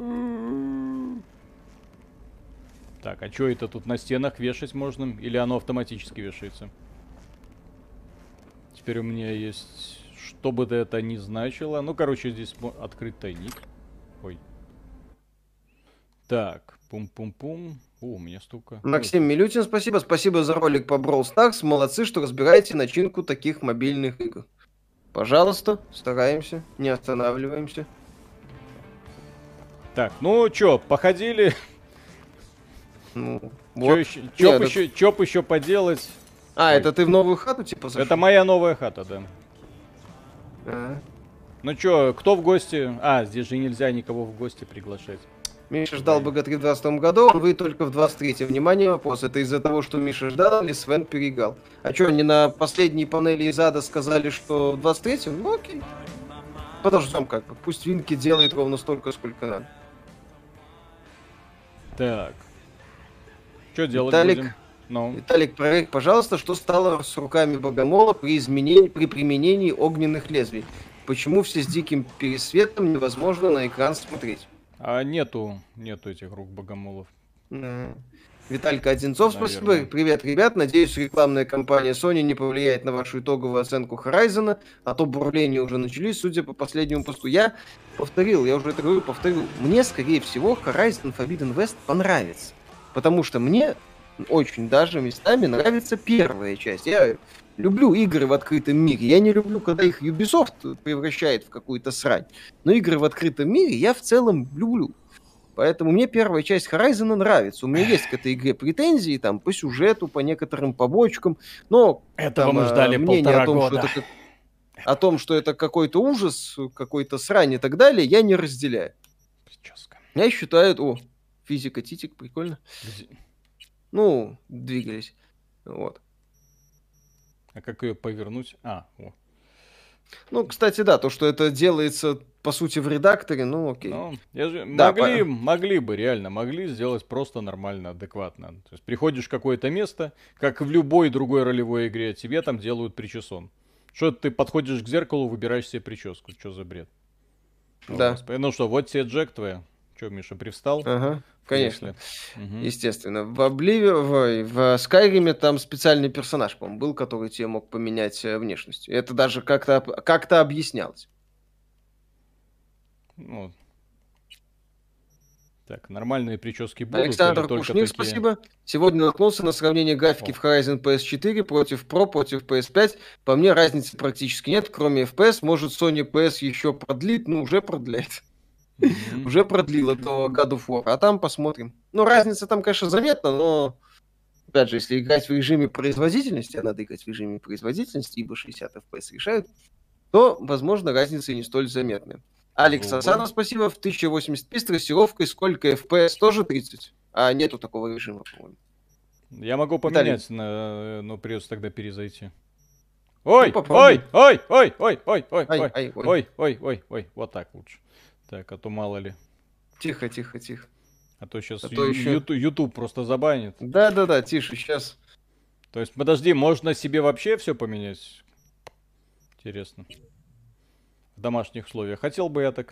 [SPEAKER 1] Так, а что это тут на стенах вешать можно? Или оно автоматически вешается? Теперь у меня есть... Что бы это ни значило. Ну, короче, здесь открыть тайник. Ой. Так, пум-пум-пум. О, у меня столько.
[SPEAKER 2] Максим Милютин, спасибо. Спасибо за ролик по Brawl Stars. Молодцы, что разбираете начинку таких мобильных игр. Пожалуйста, стараемся, не останавливаемся.
[SPEAKER 1] Так, ну чё, походили...
[SPEAKER 2] Ну,
[SPEAKER 1] чё
[SPEAKER 2] вот.
[SPEAKER 1] еще, чоп, Нет, еще, это... чоп еще поделать.
[SPEAKER 2] А, Ой. Это ты в новую хату типа зашел?
[SPEAKER 1] Это моя новая хата, да.
[SPEAKER 2] А.
[SPEAKER 1] Ну чё, кто в гости? А, здесь же нельзя никого в гости приглашать.
[SPEAKER 2] Миша ждал бэ гэ три в двадцатом году, вы только в двадцать третьем. Внимание, вопрос. Это из-за того, что Миша ждал, или Свен переиграл? А чё, они на последней панели из ада сказали, что в двадцать третьем? Ну окей. Подождем как бы. Пусть Винки делает ровно столько, сколько надо.
[SPEAKER 1] Так. Что делать
[SPEAKER 2] Виталик,
[SPEAKER 1] будем? No.
[SPEAKER 2] Виталик, проверь, пожалуйста, что стало с руками Богомола при, изменении, при применении огненных лезвий? Почему все с диким пересветом невозможно на экран смотреть?
[SPEAKER 1] А нету, нету этих рук Богомолов.
[SPEAKER 2] Mm. Виталька Одинцов, спасибо. Привет, ребят. Надеюсь, рекламная кампания Sony не повлияет на вашу итоговую оценку Horizon, а то бурления уже начались, судя по последнему посту. Я повторил, я уже это говорю, повторил. Мне, скорее всего, Horizon Forbidden West понравится. Потому что мне очень даже местами нравится первая часть. Я люблю игры в открытом мире. Я не люблю, когда их Ubisoft превращает в какую-то срань. Но игры в открытом мире я в целом люблю. Поэтому мне первая часть Horizon нравится. У меня есть к этой игре претензии там по сюжету, по некоторым побочкам, но
[SPEAKER 1] Этого
[SPEAKER 2] там,
[SPEAKER 1] мы ждали
[SPEAKER 2] э, мнение
[SPEAKER 1] полтора
[SPEAKER 2] о том,
[SPEAKER 1] года.
[SPEAKER 2] что это, как- о том, что это какой-то ужас, какой-то срань и так далее, я не разделяю.
[SPEAKER 1] Прическа.
[SPEAKER 2] Я считаю, о, физика титик, прикольно.
[SPEAKER 1] Где-
[SPEAKER 2] Ну, двигались. Вот.
[SPEAKER 1] А как ее повернуть? А, о.
[SPEAKER 2] Ну, кстати, да, то, что это делается, по сути, в редакторе, ну, окей.
[SPEAKER 1] Ну, я же...
[SPEAKER 2] Да,
[SPEAKER 1] могли,
[SPEAKER 2] по-
[SPEAKER 1] могли бы, реально, могли сделать просто нормально, адекватно. То есть приходишь в какое-то место, как в любой другой ролевой игре, тебе там делают причесон. Что ты подходишь к зеркалу, выбираешь себе прическу. Что за бред? О,
[SPEAKER 2] Да.
[SPEAKER 1] Господи. Ну что, вот тебе Джек твоя. Че, Миша, привстал?
[SPEAKER 2] Ага,
[SPEAKER 1] в
[SPEAKER 2] конечно.
[SPEAKER 1] кресле? Мгм.
[SPEAKER 2] Естественно. В Обливе, в, в Скайриме там специальный персонаж, по-моему, был, который тебе мог поменять э, внешность. Это даже как-то об- как-то объяснялось.
[SPEAKER 1] Ну. Так, нормальные прически будут
[SPEAKER 2] Александр
[SPEAKER 1] или только
[SPEAKER 2] Кушнир,
[SPEAKER 1] такие?
[SPEAKER 2] спасибо. Сегодня наткнулся на сравнение графики
[SPEAKER 1] О.
[SPEAKER 2] в Horizon пи эс четыре против Pro, против пи эс пять. По мне разницы практически нет, кроме эф пи эс. Может, Sony пи эс еще продлит? Ну, уже продляет.
[SPEAKER 1] Мгм.
[SPEAKER 2] Уже продлила до God of War. А там посмотрим. Ну, разница там, конечно, заметна, но... Опять же, если играть в режиме производительности, а надо играть в режиме производительности, ибо шестьдесят эф пи эс решают, то, возможно, разница и не столь заметная. Алекс
[SPEAKER 1] Зубы.
[SPEAKER 2] Асанов, спасибо. В тысяча восемьдесят пи с трассировкой сколько эф пи эс? Тоже тридцать? А нету такого режима, по-моему.
[SPEAKER 1] Я могу
[SPEAKER 2] Виталий.
[SPEAKER 1] поменять, на... но придется тогда перезайти. Ой, ой,
[SPEAKER 2] попробуй.
[SPEAKER 1] ой, ой, ой, ой, ой,
[SPEAKER 2] Ай,
[SPEAKER 1] ой,
[SPEAKER 2] ай, ой.
[SPEAKER 1] ой, ой, ой, ой, вот так лучше. Так, а то мало ли.
[SPEAKER 2] Тихо, тихо, тихо.
[SPEAKER 1] А то сейчас
[SPEAKER 2] А то ещё-
[SPEAKER 1] YouTube просто забанит.
[SPEAKER 2] Да-да-да, тише, сейчас.
[SPEAKER 1] То есть, подожди, можно себе вообще все поменять? Интересно. В домашних условиях. Хотел бы я так.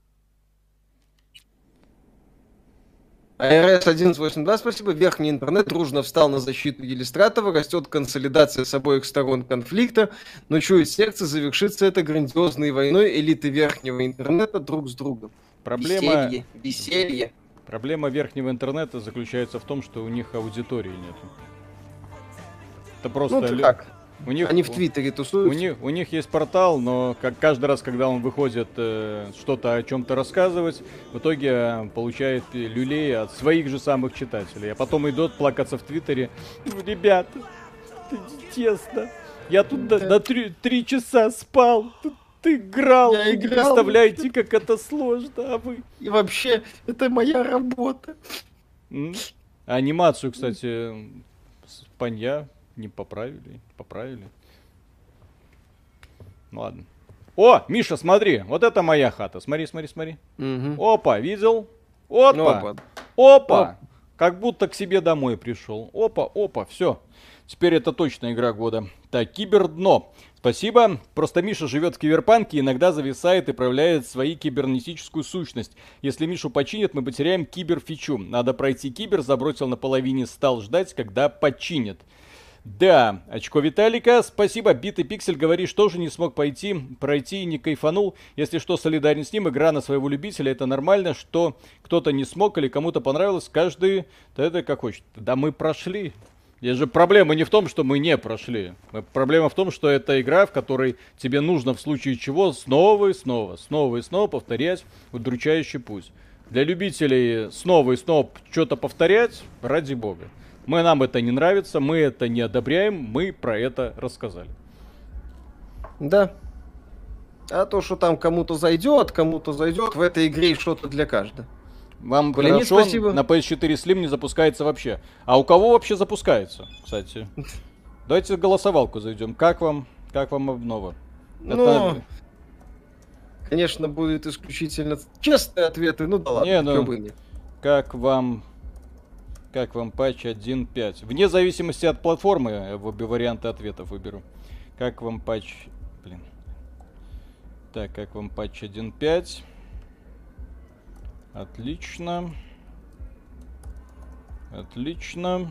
[SPEAKER 2] эй ар эс одиннадцать восемьдесят два, спасибо. Верхний интернет дружно встал на защиту Елистратова. Растет консолидация с обоих сторон конфликта. Но чует сердце, завершится это грандиозной войной элиты верхнего интернета друг с другом.
[SPEAKER 1] Проблема,
[SPEAKER 2] Веселье, веселье.
[SPEAKER 1] проблема верхнего интернета заключается в том, что у них аудитории нет. Это просто...
[SPEAKER 2] Ну, ты
[SPEAKER 1] лю-
[SPEAKER 2] как?
[SPEAKER 1] У них,
[SPEAKER 2] Они в Твиттере
[SPEAKER 1] У
[SPEAKER 2] тусуются.
[SPEAKER 1] них, у них есть портал, но как каждый раз, когда он выходит э, что-то о чем-то рассказывать, в итоге э, получает э, люлей от своих же самых читателей. А потом идут плакаться в Твиттере. «Ну, ребята, это честно. Я тут до- на три, три часа спал. Тут ты играл.
[SPEAKER 2] Я
[SPEAKER 1] Вы не
[SPEAKER 2] играл.
[SPEAKER 1] представляете, как это сложно, а вы...
[SPEAKER 2] И вообще, это моя работа.
[SPEAKER 1] М? А анимацию, кстати, с Панья не поправили. Поправили. Ну ладно. О, Миша, смотри, вот это моя хата. Смотри, смотри, смотри.
[SPEAKER 2] Мгм.
[SPEAKER 1] Опа, видел? Опа,
[SPEAKER 2] Опа.
[SPEAKER 1] опа. Как будто к себе домой пришел. Опа, опа, все. Теперь это точно игра года. Так, Кибердно. Спасибо. Просто Миша живет в киберпанке, иногда зависает и проявляет свою кибернетическую сущность. Если Мишу починят, мы потеряем киберфичу. Надо пройти кибер, забросил на половине, стал ждать, когда починят. Да, очко Виталика, спасибо. Битый Пиксель, говоришь, тоже не смог пойти, пройти и не кайфанул. Если что, солидарен с ним, игра на своего любителя, это нормально, что кто-то не смог или кому-то понравилось, каждый, да это как хочет. Да мы прошли. Здесь же проблема не в том, что мы не прошли. Проблема в том, что это игра, в которой тебе нужно в случае чего снова и снова, снова и снова повторять удручающий путь. Для любителей снова и снова что-то повторять, ради бога. Мы, нам это не нравится, мы это не одобряем, мы про это рассказали.
[SPEAKER 2] Да. А то, что там кому-то зайдет, кому-то зайдет, в этой игре что-то для каждого.
[SPEAKER 1] Вам
[SPEAKER 2] Леонид,
[SPEAKER 1] хорошо,
[SPEAKER 2] спасибо.
[SPEAKER 1] на пи эс четыре Slim не запускается вообще. А у кого вообще запускается, кстати? Давайте голосовалку зайдем. Как вам, как вам обнова?
[SPEAKER 2] Ну, конечно, будут исключительно честные ответы. Ну да ладно,
[SPEAKER 1] Не, ну,
[SPEAKER 2] чё бы нет.
[SPEAKER 1] Как вам... Как вам патч один точка пять? Вне зависимости от платформы, я обе варианты ответов выберу. Как вам патч... Блин. Так, как вам патч один точка пять? Отлично. Отлично.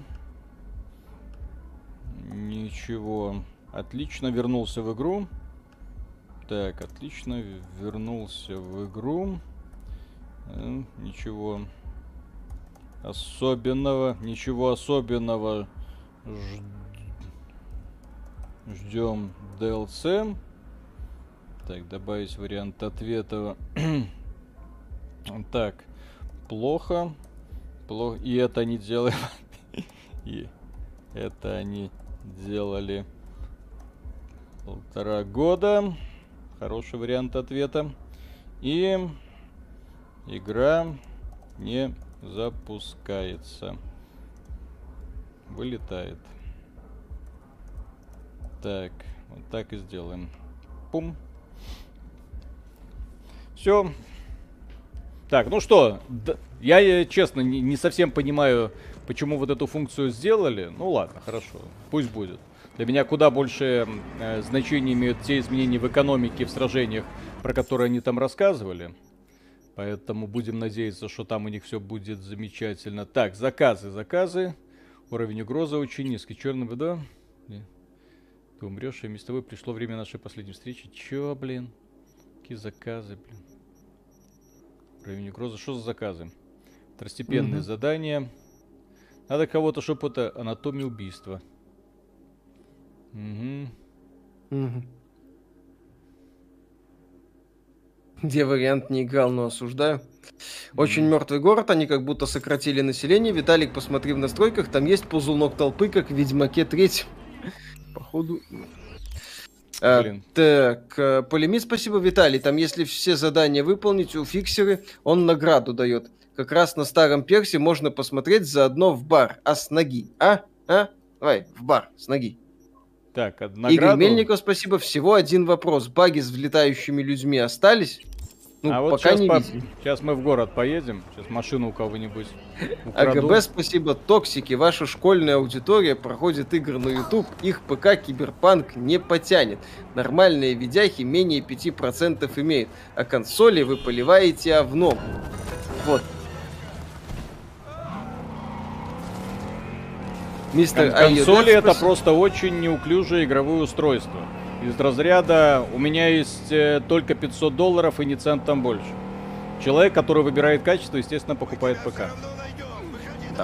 [SPEAKER 1] Ничего. Отлично, вернулся в игру. Так, отлично, вернулся в игру. Э, Ничего особенного. Ничего особенного. Ж- Ждем ди эл си. Так, добавить вариант ответа. Так. плохо. Плохо. И это они делали. И это они делали полтора года. Хороший вариант ответа. И игра не запускается. Вылетает. Так, вот так и сделаем. Пум. Все. Так, ну что, да, я, честно, не, не совсем понимаю, почему вот эту функцию сделали. Ну ладно, хорошо, пусть будет. Для меня куда больше э, значения имеют те изменения в экономике, в сражениях, про которые они там рассказывали. Поэтому будем надеяться, что там у них все будет замечательно. Так, заказы, заказы. Уровень угрозы очень низкий. Черный вода. Ты умрешь, и вместе с тобой пришло время нашей последней встречи. Чё, блин? Какие заказы, блин? Уровень угрозы. Что за заказы? Второстепенные угу. задания. Надо кого-то, чтобы это анатомия убийства. Угу.
[SPEAKER 2] Угу. Где вариант не играл, но осуждаю. Очень mm. мертвый город, они как будто сократили население. Виталик, посмотри в настройках, там есть ползунок толпы, как в Ведьмаке третьем. Походу. А, так, Полемит, спасибо, Виталий. Там, если все задания выполнить у фиксеры, он награду дает. Как раз на старом персе можно посмотреть заодно в бар. А с ноги? А? А? Давай, в бар, с ноги.
[SPEAKER 1] Так, награду...
[SPEAKER 2] Игорь Мельников, спасибо. Всего один вопрос. Баги с влетающими людьми остались? Ну,
[SPEAKER 1] а вот
[SPEAKER 2] пока
[SPEAKER 1] сейчас,
[SPEAKER 2] не
[SPEAKER 1] по...
[SPEAKER 2] видим.
[SPEAKER 1] Сейчас мы в город поедем. Сейчас машину у кого-нибудь украду.
[SPEAKER 2] АГБ, спасибо. Токсики. Ваша школьная аудитория проходит игр на YouTube. Их ПК Киберпанк не потянет. Нормальные видяхи менее пяти процентов имеют. А консоли вы поливаете овном. Вот. Мистер
[SPEAKER 1] Кон- консоли это просто очень неуклюжее игровое устройство. Из разряда у меня есть э, только пятьсот долларов и ни центом больше. Человек, который выбирает качество, естественно, покупает ПК.
[SPEAKER 2] Да.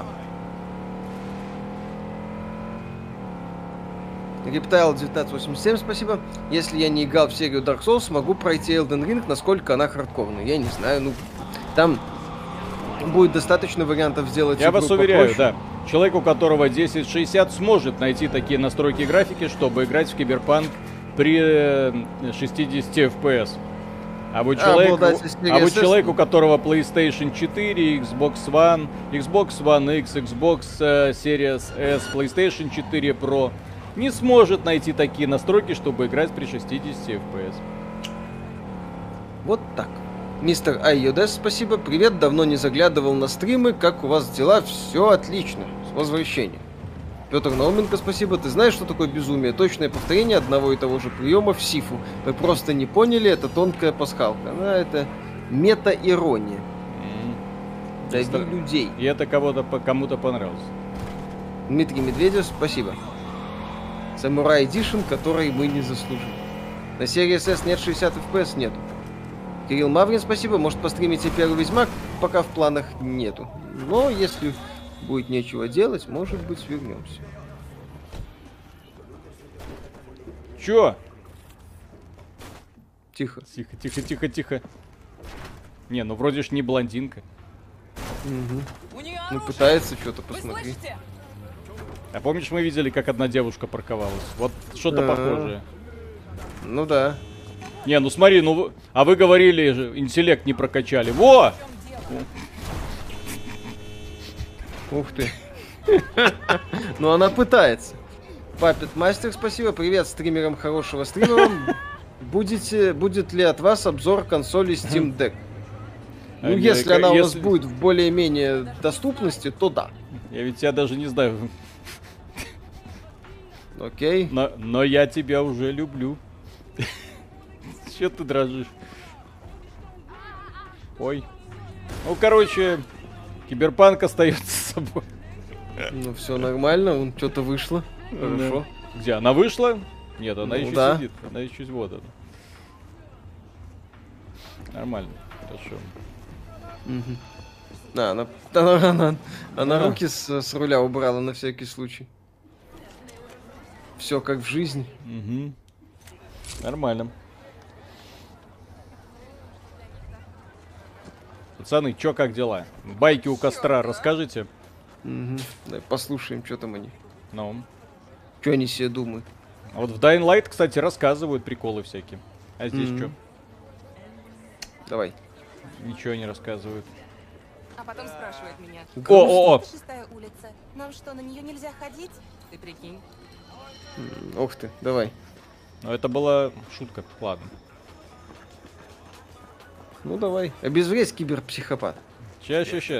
[SPEAKER 2] Рептайл девятнадцать восемьдесят семь, спасибо. Если я не играл в серию Dark Souls, смогу пройти Elden Ring, насколько она хардкорная. Я не знаю, ну... Там будет достаточно вариантов сделать
[SPEAKER 1] Я
[SPEAKER 2] игру
[SPEAKER 1] вас уверяю,
[SPEAKER 2] попроще.
[SPEAKER 1] да. Человек, у которого десять шестьдесят, сможет найти такие настройки графики, чтобы играть в Киберпанк при шестидесяти эф пи эс. А вот человек, а вот человек, у которого PlayStation четыре, Xbox One, Xbox One X, Xbox Series S, PlayStation четыре Pro, не сможет найти такие настройки, чтобы играть при шестидесяти эф пи эс.
[SPEAKER 2] Вот так. Мистер Айодес, спасибо. Привет, давно не заглядывал на стримы. Как у вас дела? Все отлично. С возвращением. Петр Науменко, спасибо. Ты знаешь, что такое безумие? Точное повторение одного и того же приема в Сифу. Вы просто не поняли, это тонкая пасхалка. Ну, это мета-ирония. Mm-hmm. Дави Стар... людей.
[SPEAKER 1] И это кого-то, кому-то понравилось.
[SPEAKER 2] Дмитрий Медведев, спасибо. Самурай Эдишн, который мы не заслужили. На серии эс эс нет шестьдесят эф пи эс, нету. Кирилл Маврин, спасибо. Может, постримите первый Ведьмак? Пока в планах нету. Но если будет нечего делать, может быть, вернемся.
[SPEAKER 1] Чё?
[SPEAKER 2] Тихо.
[SPEAKER 1] Тихо, тихо, тихо, тихо. Не, ну вроде ж не блондинка.
[SPEAKER 2] Угу. Ну, пытается что-то, посмотри.
[SPEAKER 1] А помнишь, мы видели, как одна девушка парковалась? Вот что-то
[SPEAKER 2] А-а-а.
[SPEAKER 1] похожее.
[SPEAKER 2] Ну да.
[SPEAKER 1] Не, ну смотри, ну... А вы говорили же, интеллект не прокачали. Во!
[SPEAKER 2] Ух ты. Ну она пытается. Папет Мастер, спасибо. Привет стримерам, хорошего стрима вам. Будете, будет ли от вас обзор консоли Steam Deck? Ну,
[SPEAKER 1] а
[SPEAKER 2] если
[SPEAKER 1] я,
[SPEAKER 2] она
[SPEAKER 1] если...
[SPEAKER 2] у вас будет в более-менее доступности, то да.
[SPEAKER 1] Я ведь тебя даже не знаю.
[SPEAKER 2] Окей.
[SPEAKER 1] Но, но я тебя уже люблю. Че ты дрожишь? Ой. Ну, короче, Киберпанк остается с собой.
[SPEAKER 2] Ну, все нормально, он что-то вышло. Хорошо.
[SPEAKER 1] Да. Где? Она вышла? Нет, она
[SPEAKER 2] ну,
[SPEAKER 1] еще
[SPEAKER 2] да.
[SPEAKER 1] сидит. Она еще вот она. Нормально. Хорошо.
[SPEAKER 2] Угу. Да, она, она, она, она а. руки с, с руля убрала на всякий случай. Все как в жизни.
[SPEAKER 1] Угу. Нормально. Пацаны, чё, как дела? Байки у костра расскажите.
[SPEAKER 2] Угу. Давай послушаем, что там они.
[SPEAKER 1] Ну.
[SPEAKER 2] Что они себе думают.
[SPEAKER 1] А вот в Dying Light, кстати, рассказывают приколы всякие. А здесь
[SPEAKER 2] Мгм.
[SPEAKER 1] что?
[SPEAKER 2] Давай.
[SPEAKER 1] Ничего не рассказывают.
[SPEAKER 4] А потом спрашивает меня.
[SPEAKER 1] О, о, о!
[SPEAKER 4] Это шестая улица. Нам что, на нее нельзя ходить? Ты прикинь.
[SPEAKER 2] М, Ух ты, давай.
[SPEAKER 1] Ну, это была шутка, ладно.
[SPEAKER 2] Ну давай. Обезвредь киберпсихопат.
[SPEAKER 1] Ща, ща, ща.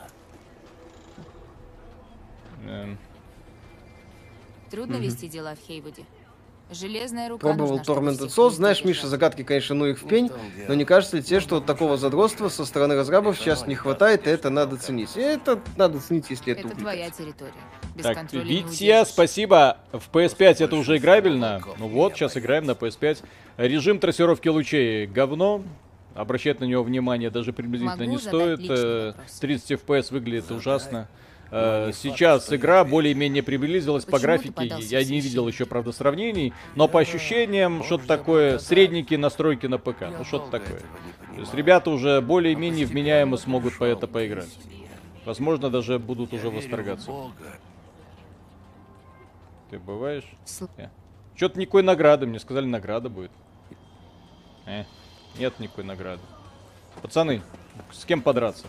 [SPEAKER 1] Эм,
[SPEAKER 4] Трудно
[SPEAKER 2] Мгм.
[SPEAKER 4] вести дела в Хейвуде. Железная рука
[SPEAKER 2] Пробовал
[SPEAKER 4] нужна, чтобы
[SPEAKER 2] Tormented
[SPEAKER 4] всех
[SPEAKER 2] Souls.
[SPEAKER 4] везде
[SPEAKER 2] Знаешь, Миша,
[SPEAKER 4] держать.
[SPEAKER 2] загадки, конечно, ну их в пень, но не кажется ли тебе, что вот такого задротства со стороны разрабов сейчас не хватает, и это надо ценить? И это надо ценить, если это
[SPEAKER 4] Это
[SPEAKER 2] увлекает.
[SPEAKER 4] твоя территория. Без
[SPEAKER 1] Так,
[SPEAKER 4] контроля не
[SPEAKER 1] Витя,
[SPEAKER 4] удержишь.
[SPEAKER 1] спасибо. В пи эс пять это уже играбельно. Ну вот, сейчас играем на пи эс пять. Режим трассировки лучей говно. Обращать на него внимание даже приблизительно
[SPEAKER 4] Могу
[SPEAKER 1] не
[SPEAKER 4] задать
[SPEAKER 1] стоит.
[SPEAKER 4] личный
[SPEAKER 1] Э,
[SPEAKER 4] вопрос?
[SPEAKER 1] тридцать эф пи эс выглядит ужасно. Э, Сейчас игра более-менее приблизилась по
[SPEAKER 4] Почему ты
[SPEAKER 1] графике.
[SPEAKER 4] подался
[SPEAKER 1] Я
[SPEAKER 4] в
[SPEAKER 1] не видел
[SPEAKER 4] священники?
[SPEAKER 1] еще, правда, сравнений. Но по ощущениям, что-то такое, средненькие настройки на ПК. Ну, что-то такое. То есть ребята уже более-менее вменяемо смогут по это поиграть. Возможно, даже будут уже восторгаться. Ты бываешь?
[SPEAKER 4] Сл-
[SPEAKER 1] Что-то никакой награды. Мне сказали, награда будет. Э, нет никакой награды. Пацаны, с кем подраться?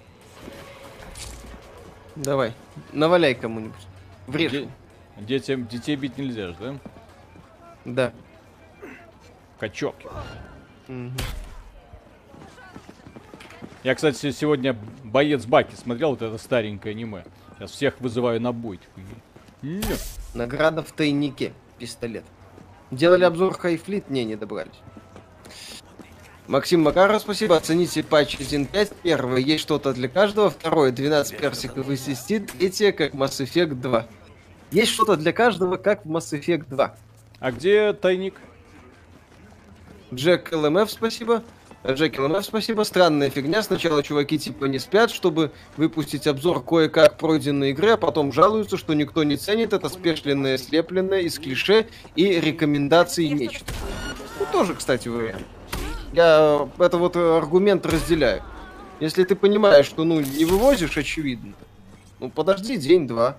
[SPEAKER 2] Давай. Наваляй кому-нибудь. Врежь.
[SPEAKER 1] Де- детям, детей бить нельзя же, да?
[SPEAKER 2] Да.
[SPEAKER 1] Качок.
[SPEAKER 2] Мгм.
[SPEAKER 1] Я, кстати, сегодня «Боец Баки» смотрел, вот это старенькое аниме. Сейчас всех вызываю на бой. Нет.
[SPEAKER 2] Награда в тайнике. Пистолет. Делали обзор Хайфлит? Не, не добрались. Максим Макаров, спасибо. Оцените патч один точка пять. Первое, есть что-то для каждого. Второе, двенадцать персиков из десяти. Третье, как Mass Effect два. Есть что-то для каждого, как в Mass Effect два.
[SPEAKER 1] А где тайник?
[SPEAKER 2] Джек ЛМФ, спасибо. Джек ЛМФ, спасибо. Странная фигня. Сначала чуваки типа не спят, чтобы выпустить обзор кое-как пройденной игры, а потом жалуются, что никто не ценит это спешленное, слепленное из клише и рекомендаций нечто. Ну, тоже, кстати, вариант. Я это вот аргумент разделяю. Если ты понимаешь, что, ну, не вывозишь, очевидно, ну, подожди день-два.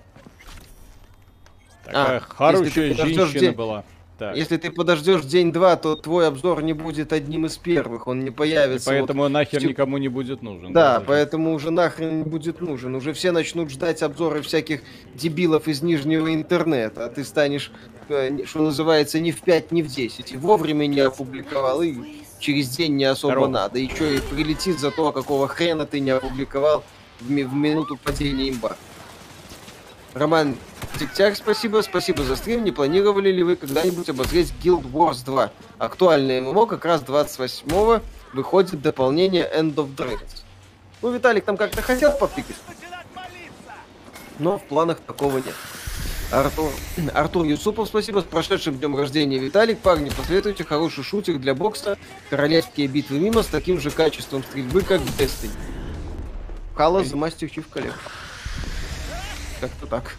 [SPEAKER 1] Такая
[SPEAKER 2] А,
[SPEAKER 1] хорошая
[SPEAKER 2] если ты подождешь
[SPEAKER 1] женщина
[SPEAKER 2] день-
[SPEAKER 1] была. Так.
[SPEAKER 2] Если ты подождешь день-два, то твой обзор не будет одним из первых, он не
[SPEAKER 1] И
[SPEAKER 2] появится. вот
[SPEAKER 1] поэтому нахер
[SPEAKER 2] тип-
[SPEAKER 1] никому не будет нужен.
[SPEAKER 2] Да,
[SPEAKER 1] даже.
[SPEAKER 2] поэтому уже нахрен не будет нужен. Уже все начнут ждать обзоры всяких дебилов из нижнего интернета, а ты станешь, э, не- что называется, ни в пять, ни в десять. И вовремя не опубликовал, и через день не особо
[SPEAKER 1] Здорово.
[SPEAKER 2] надо. И что, и прилетит за то, какого хрена ты не опубликовал в, ми- в минуту падения имба. Роман Тиктяк, спасибо. Спасибо за стрим. Не планировали ли вы когда-нибудь обозреть Guild Wars два? Актуальное ММО как раз двадцать восьмого выходит дополнение End of Dragons. Ну, Виталик там как-то хотел попикать, но в планах такого нет. Артур, Артур Юсупов, спасибо. С прошедшим днем рождения, Виталик. Парни, посоветуйте хороший шутер для бокса. Королевские битвы мимо с таким же качеством стрельбы, как в Destiny. Halo The Master Chief Collection. Как-то так.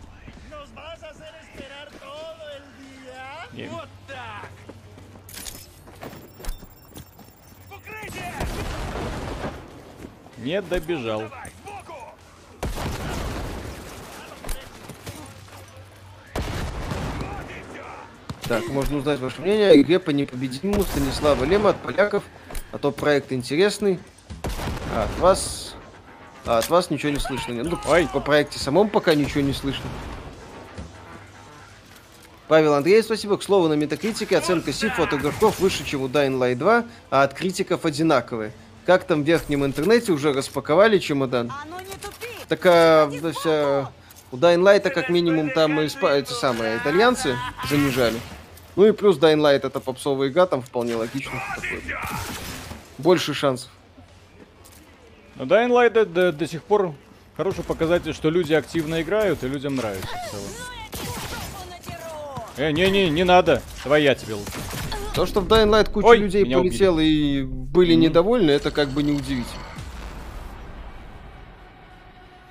[SPEAKER 1] Не. Не добежал.
[SPEAKER 2] Так, можно узнать ваше мнение о игре по непобедимому Станислава Лема от поляков. А то проект интересный. А от вас... А от вас ничего не слышно. Нет, ну,
[SPEAKER 1] Ой.
[SPEAKER 2] по проекте самому пока ничего не слышно. Павел Андреев, спасибо. К слову, на Метакритике оценка Сифу от игроков выше, чем у Dying Light два, а от критиков одинаковые. Как там в верхнем интернете уже распаковали чемодан? Так а, да вся... у Dying Light как минимум там и спа- эти самые итальянцы занижали. Ну и плюс Dying Light это попсовая игра, там вполне логично. Такое. Больше шансов.
[SPEAKER 1] Но Dying Light до, до- до сих пор хороший показатель, что люди активно играют и людям нравится в целом. Э, не-не, не надо. Давай я тебе лучше.
[SPEAKER 2] То, что в Dying Light куча
[SPEAKER 1] Ой,
[SPEAKER 2] людей
[SPEAKER 1] меня
[SPEAKER 2] полетела и были
[SPEAKER 1] Мгм.
[SPEAKER 2] недовольны, это как бы неудивительно.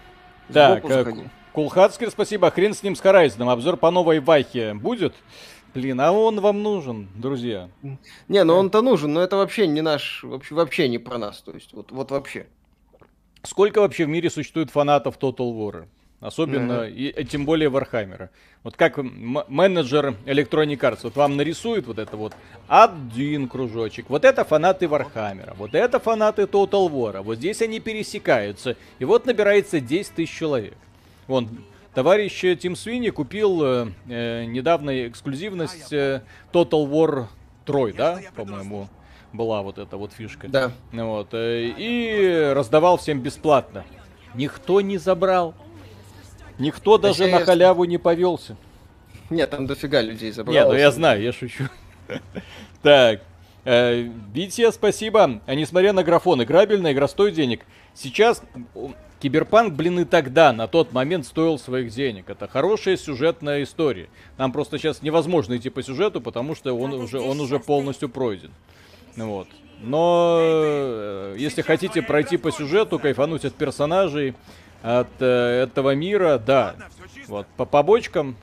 [SPEAKER 1] Так,
[SPEAKER 2] Сбоку
[SPEAKER 1] э,
[SPEAKER 2] заходи.
[SPEAKER 1] Кулхацкер, спасибо. Хрен с ним, с Horizon. Обзор по новой Вахе будет? Блин, а он вам нужен, друзья.
[SPEAKER 2] Не, ну он-то нужен, но это вообще не наш, вообще, вообще не про нас, то есть вот, вот вообще.
[SPEAKER 1] Сколько вообще в мире существует фанатов Total War? Особенно,
[SPEAKER 2] Ага.
[SPEAKER 1] и, и тем более Вархаммера. Вот как м- менеджер Electronic Arts, вот вам нарисует вот это вот один кружочек. Вот это фанаты Вархаммера, вот это фанаты Total War. Вот здесь они пересекаются. И вот набирается десять тысяч человек. Вон, товарищ Тим Свини купил э, э, недавно эксклюзивность э, Total War три, да, по-моему, была вот эта вот фишка.
[SPEAKER 2] Да.
[SPEAKER 1] Ну вот, э, и раздавал всем бесплатно. Никто не забрал. Никто даже на
[SPEAKER 2] Интересно.
[SPEAKER 1] халяву не повелся.
[SPEAKER 2] Нет, там дофига людей забралось.
[SPEAKER 1] Нет, ну я знаю, я шучу. Так, э, Витя, спасибо. А несмотря на графон, играбельная игра стоит денег. Сейчас м, Киберпанк, блин, и тогда, на тот момент, стоил своих денег. Это хорошая сюжетная история. Нам просто сейчас невозможно идти по сюжету, потому что он уже, он уже полностью пройден. Ну вот. Но э, если хотите пройти по сюжету, кайфануть от персонажей, от э, этого мира, да. Вот, по побочкам.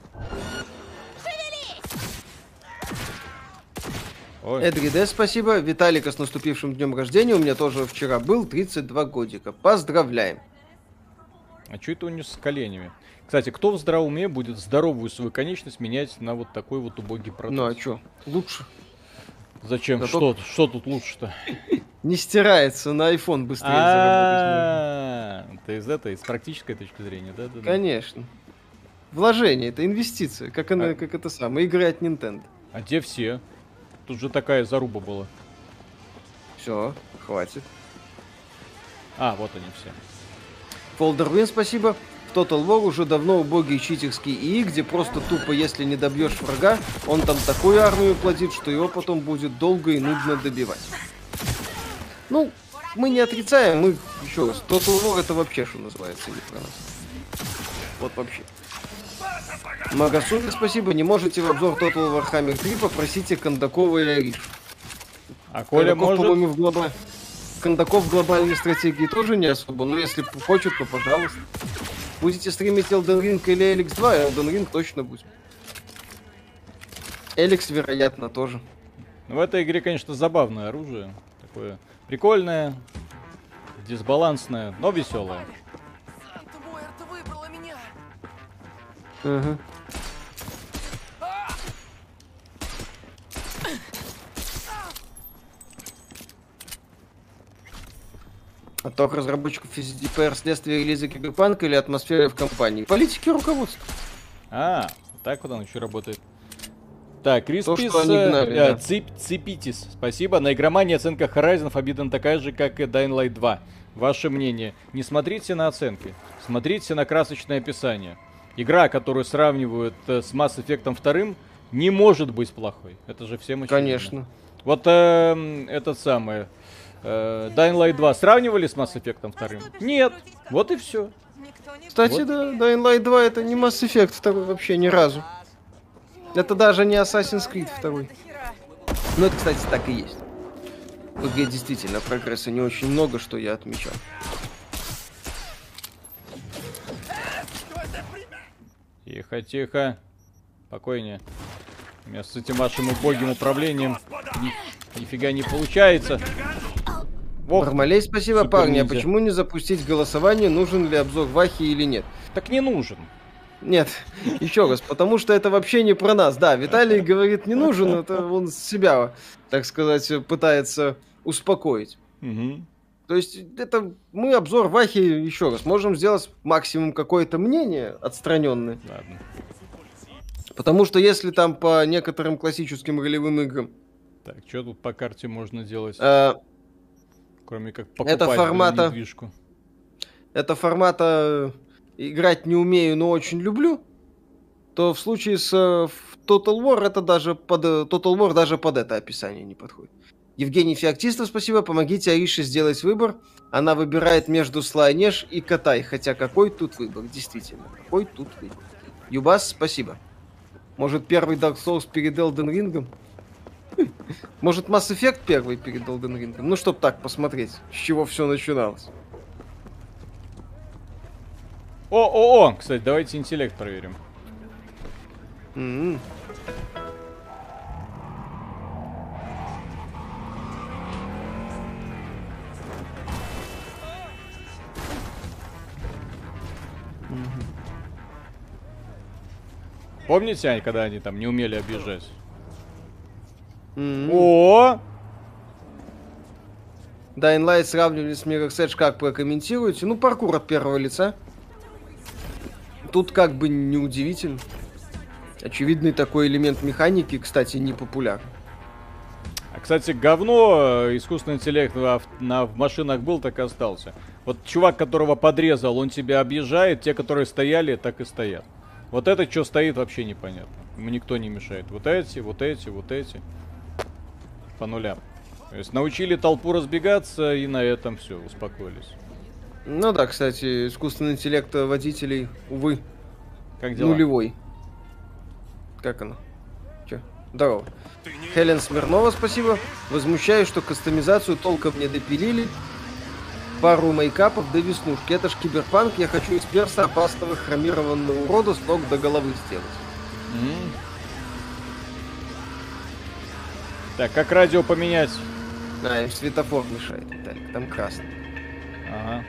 [SPEAKER 1] Ой.
[SPEAKER 2] Эдри Д, спасибо. Виталика с наступившим днем рождения. У меня тоже вчера был тридцать два годика. Поздравляем.
[SPEAKER 1] А что это у него с коленями? Кстати, кто в здравом уме будет здоровую свою конечность менять на вот такой вот убогий протез?
[SPEAKER 2] Ну а чё? Лучше.
[SPEAKER 1] Зачем?
[SPEAKER 2] Да
[SPEAKER 1] Что, что тут лучше-то?
[SPEAKER 2] Не стирается, на iPhone быстрее заработать можно.
[SPEAKER 1] А, это из этой, с практической точки зрения, да? да, да.
[SPEAKER 2] Конечно. Вложение, это инвестиция, как, она,
[SPEAKER 1] А.
[SPEAKER 2] как это самое, игры от Nintendo.
[SPEAKER 1] А где все? Тут же такая заруба была.
[SPEAKER 2] Все, хватит.
[SPEAKER 1] А, вот они все.
[SPEAKER 2] Фолдервин, спасибо. В Total War уже давно убогие читерские ИИ, где просто тупо, если не добьешь врага, он там такую армию плодит, что его потом будет долго и нудно добивать. Ну, мы не отрицаем, мы, еще раз, Total War это вообще, что называется, не про нас. Вот вообще. Магасуми, спасибо. Не можете в обзор Total Warhammer три, попросите Кондакова и Ариш.
[SPEAKER 1] А Коля
[SPEAKER 2] Кондаков,
[SPEAKER 1] может?
[SPEAKER 2] по-моему, в глоба... Кондаков в глобальной стратегии тоже не особо, но если хочет, то пожалуйста. Будете стримить Elden Ring или Эликс два, Elden Ring точно будет. Эликс, вероятно, тоже.
[SPEAKER 1] Ну, в этой игре, конечно, забавное оружие. Такое прикольное, дисбалансное, но веселое.
[SPEAKER 4] Санта-Муэрта выбрала меня.
[SPEAKER 2] Ага. Отток разработчиков из ди пи ар следствие релиза Киберпанка или атмосфера в компании? Политики руководства.
[SPEAKER 1] А, вот так вот он еще работает. Так, Криспис,
[SPEAKER 2] что они гнали,
[SPEAKER 1] э,
[SPEAKER 2] да.
[SPEAKER 1] Цип, Ципитис, спасибо. На игромании оценка Horizon Forbidden такая же, как и Dying Light два. Ваше мнение? Не смотрите на оценки, смотрите на красочное описание. Игра, которую сравнивают э, с Mass Effect два, не может быть плохой. Это же всем очевидно.
[SPEAKER 2] Конечно.
[SPEAKER 1] Вот э, этот самый э, Dying Light два сравнивали с Mass Effect два? Нет. Вот и все.
[SPEAKER 4] Никто не...
[SPEAKER 2] Кстати,
[SPEAKER 1] Вот.
[SPEAKER 2] да, Dying Light два это не Mass Effect два вообще ни разу. Это даже не Assassin's Creed два. Ну это, кстати, так и есть. В игре действительно прогресса не очень много, что я отмечал.
[SPEAKER 1] Тихо, тихо. Спокойнее. У меня с этим вашим убогим управлением ни- нифига не получается. Ох,
[SPEAKER 2] Бармалей, спасибо,
[SPEAKER 1] супер
[SPEAKER 2] парни. А
[SPEAKER 1] ниндзя.
[SPEAKER 2] почему не запустить голосование, нужен ли обзор Вахи или нет?
[SPEAKER 1] так не нужен.
[SPEAKER 2] Нет, еще раз, потому что это вообще не про нас. Да, Виталий говорит, не нужен, это он себя, так сказать, пытается успокоить.
[SPEAKER 1] Мгм.
[SPEAKER 2] То есть это мы обзор Вахи, еще раз, можем сделать максимум какое-то мнение отстраненное.
[SPEAKER 1] Ладно.
[SPEAKER 2] Потому что если там по некоторым классическим ролевым играм
[SPEAKER 1] Так, что тут по карте можно делать,
[SPEAKER 2] э,
[SPEAKER 1] кроме как покупать
[SPEAKER 2] это
[SPEAKER 1] блин,
[SPEAKER 2] формата-
[SPEAKER 1] недвижку?
[SPEAKER 2] это формата играть не умею, но очень люблю, то в случае с э, в Total War это даже под э, Total War даже под это описание не подходит. Евгений Феоктистов, спасибо. Помогите Арише сделать выбор. Она выбирает между Слайнеш и Катай. Хотя какой тут выбор? Действительно, какой тут выбор? Юбас, спасибо. Может, первый Dark Souls перед Elden Ring? Может, Mass Effect первый перед Elden Ring? Ну, чтоб так посмотреть, с чего все начиналось.
[SPEAKER 1] О, о, о! Кстати, давайте интеллект проверим.
[SPEAKER 2] М-м.
[SPEAKER 1] Помните, они, когда они там не умели объезжать?
[SPEAKER 2] Мгм.
[SPEAKER 1] О!
[SPEAKER 2] Dying Light сравнивали с Mirror's Edge, как прокомментируете? Ну, паркур от первого лица. Тут как бы неудивительно. Очевидный такой элемент механики, кстати, не популярен.
[SPEAKER 1] А, кстати, говно, э, искусственный интеллект в, ав- на, в машинах был, так и остался. Вот чувак, которого подрезал, он тебя объезжает, те, которые стояли, так и стоят. Вот это, что стоит, вообще непонятно. Ему никто не мешает. Вот эти, вот эти, вот эти. По нулям. То есть научили толпу разбегаться, и на этом все, успокоились.
[SPEAKER 2] Ну да, кстати, искусственный интеллект водителей, увы,
[SPEAKER 1] Как дела?
[SPEAKER 2] нулевой. Как оно? Че? Здорово. Хелен Смирнова, спасибо. Возмущаюсь, что кастомизацию толком не допилили. Пару мейкапов до веснушки. Это ж киберпанк, я хочу из перса опасного хромированного урода с ног до головы сделать.
[SPEAKER 1] М. Так, как радио поменять?
[SPEAKER 2] А, им светофор мешает, Виталик, там красный.
[SPEAKER 1] Ага.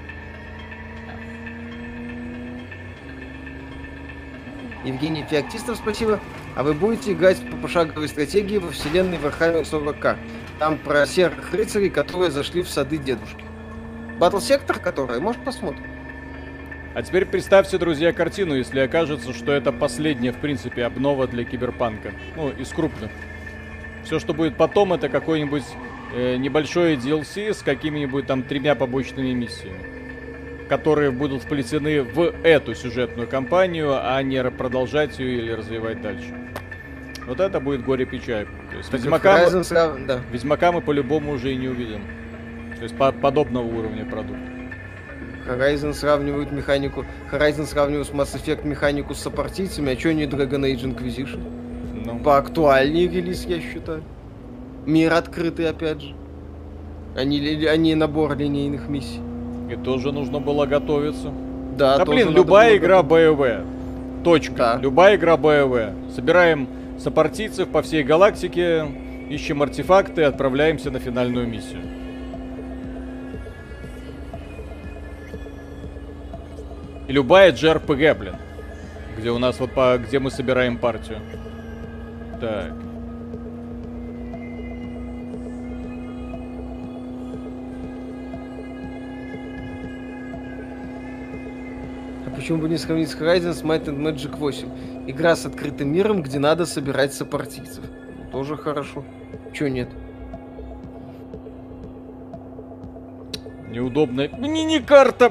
[SPEAKER 2] Евгений Феоктистов, спасибо. А вы будете играть по пошаговой стратегии во вселенной Warhammer сорок ка? Там про серых рыцарей, которые зашли в сады дедушки. Батл сектор, который, может, посмотрим.
[SPEAKER 1] А теперь представьте, друзья, картину, если окажется, что это последняя, в принципе, обнова для киберпанка. Ну, из крупных. Все, что будет потом, это какой-нибудь э, небольшой ди эл си с какими-нибудь там тремя побочными миссиями, которые будут вплетены в эту сюжетную кампанию, а не продолжать ее или развивать дальше. Вот это будет горе-печаль. То есть Ведьмака,
[SPEAKER 2] Horizon срав- да.
[SPEAKER 1] Ведьмака мы по-любому уже и не увидим. То есть по подобного уровня продукта.
[SPEAKER 2] Horizon сравнивают механику. Horizon сравнивают с Mass Effect механику с сопартийцами, а чё не Dragon Age Inquisition?
[SPEAKER 1] Ну,
[SPEAKER 2] Поактуальнее релиз, я считаю. Мир открытый, опять же. А не, ли- а не набор линейных миссий.
[SPEAKER 1] и тоже нужно было готовиться.
[SPEAKER 2] Да,
[SPEAKER 1] Да
[SPEAKER 2] тоже
[SPEAKER 1] блин,
[SPEAKER 2] надо
[SPEAKER 1] любая
[SPEAKER 2] было
[SPEAKER 1] игра
[SPEAKER 2] готов-
[SPEAKER 1] БОВ. Точка.
[SPEAKER 2] Да.
[SPEAKER 1] Любая игра БОВ. Собираем сопартийцев по всей галактике, ищем артефакты, отправляемся на финальную миссию. И любая джей ар пи джи, блин. Где у нас вот по... где мы собираем партию. Так.
[SPEAKER 2] А почему бы не сравнить с Horizon с Might and Magic восемь? Игра с открытым миром, где надо собирать сопартийцев. Тоже хорошо. Чё нет?
[SPEAKER 1] Неудобная мини-карта.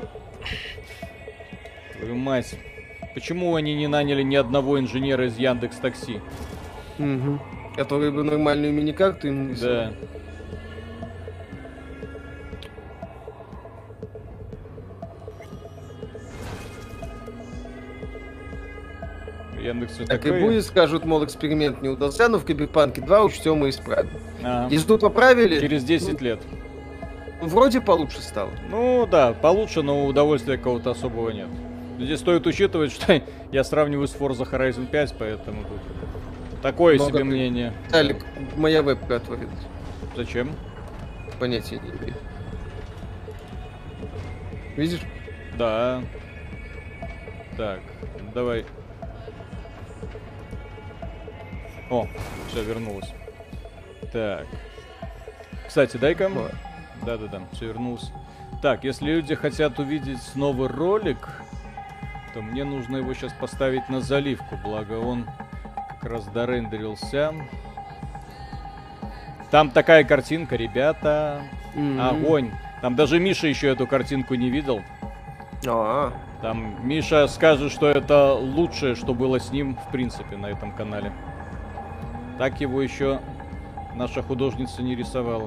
[SPEAKER 1] Твою мать. Почему они не наняли ни одного инженера из Яндекс Такси?
[SPEAKER 2] Угу. Который бы нормальную мини-карту им высылал.
[SPEAKER 1] Да. Яндекс всё
[SPEAKER 2] Так
[SPEAKER 1] такое.
[SPEAKER 2] и будет, скажут, мол, эксперимент не удался, но в Киберпанке два учтем и исправим.
[SPEAKER 1] А,
[SPEAKER 2] Езду поправили,
[SPEAKER 1] через десять лет.
[SPEAKER 2] ну, вроде получше стало.
[SPEAKER 1] Ну да, получше, но удовольствия какого-то особого нет. Здесь стоит учитывать, что я сравниваю с Forza Horizon пять, поэтому тут такое
[SPEAKER 2] Много
[SPEAKER 1] себе
[SPEAKER 2] ты-
[SPEAKER 1] мнение.
[SPEAKER 2] Талик, моя вебка отворилась.
[SPEAKER 1] Зачем?
[SPEAKER 2] Понятия не имею. Видишь?
[SPEAKER 1] Да. Так, давай. О, все, вернулось. Так. Кстати, дай-ка.
[SPEAKER 2] Вот.
[SPEAKER 1] Да-да-да, все вернулось. Так, если люди хотят увидеть новый ролик, то мне нужно его сейчас поставить на заливку, благо он как раз дорендерился. Там такая картинка, ребята.
[SPEAKER 2] М.
[SPEAKER 1] Огонь. Там даже Миша еще эту картинку не видел.
[SPEAKER 2] А,
[SPEAKER 1] Там Миша скажет, что это лучшее, что было с ним, в принципе, на этом канале. Так его еще наша художница не рисовала.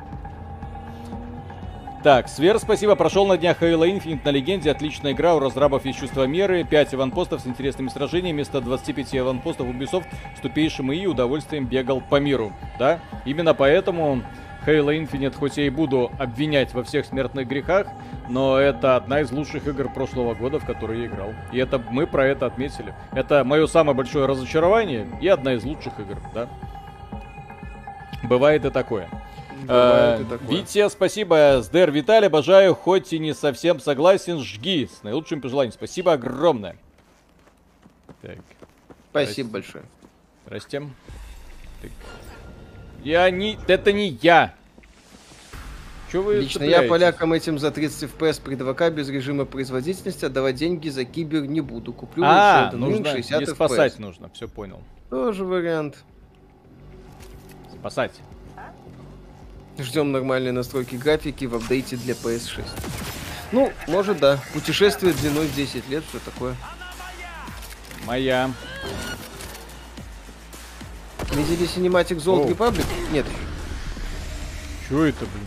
[SPEAKER 1] Так, Свер, спасибо. Прошел на днях Halo Infinite на легенде. Отличная игра, у разрабов есть чувство меры. пять аванпостов с интересными сражениями. Вместо двадцати пяти аванпостов Ubisoft с тупейшим ИИ удовольствием бегал по миру. Да? Именно поэтому Halo Infinite, хоть я и буду обвинять во всех смертных грехах, но это одна из лучших игр прошлого года, в которые я играл. И это мы про это отметили. Это мое самое большое разочарование и одна из лучших игр, да? Бывает и такое.
[SPEAKER 2] Бывает
[SPEAKER 1] Э,
[SPEAKER 2] и такое.
[SPEAKER 1] Витя, спасибо. Сдер Виталий, обожаю, хоть и не совсем согласен, жги. С наилучшим пожеланием. Спасибо огромное. Так,
[SPEAKER 2] Спасибо большое.
[SPEAKER 1] здрасте. Так. Я не... Это не я. Чё вы
[SPEAKER 2] Лично я
[SPEAKER 1] цепляетесь?
[SPEAKER 2] полякам этим за тридцать эф пи эс при два ка без режима производительности отдавать деньги за кибер не буду. Куплю
[SPEAKER 1] А,
[SPEAKER 2] Elden Ring
[SPEAKER 1] нужно,
[SPEAKER 2] шестьдесят
[SPEAKER 1] не
[SPEAKER 2] эф пи эс.
[SPEAKER 1] спасать нужно, все понял.
[SPEAKER 2] Тоже вариант.
[SPEAKER 1] Спасать.
[SPEAKER 2] Ждем нормальной настройки графики в апдейте для пи эс шесть. Ну, может, да. Путешествие длиной в десять лет, все такое.
[SPEAKER 1] Моя.
[SPEAKER 2] Видели Cinematic Zone
[SPEAKER 1] Оу.
[SPEAKER 2] Republic? Нет.
[SPEAKER 1] Чё это, блин?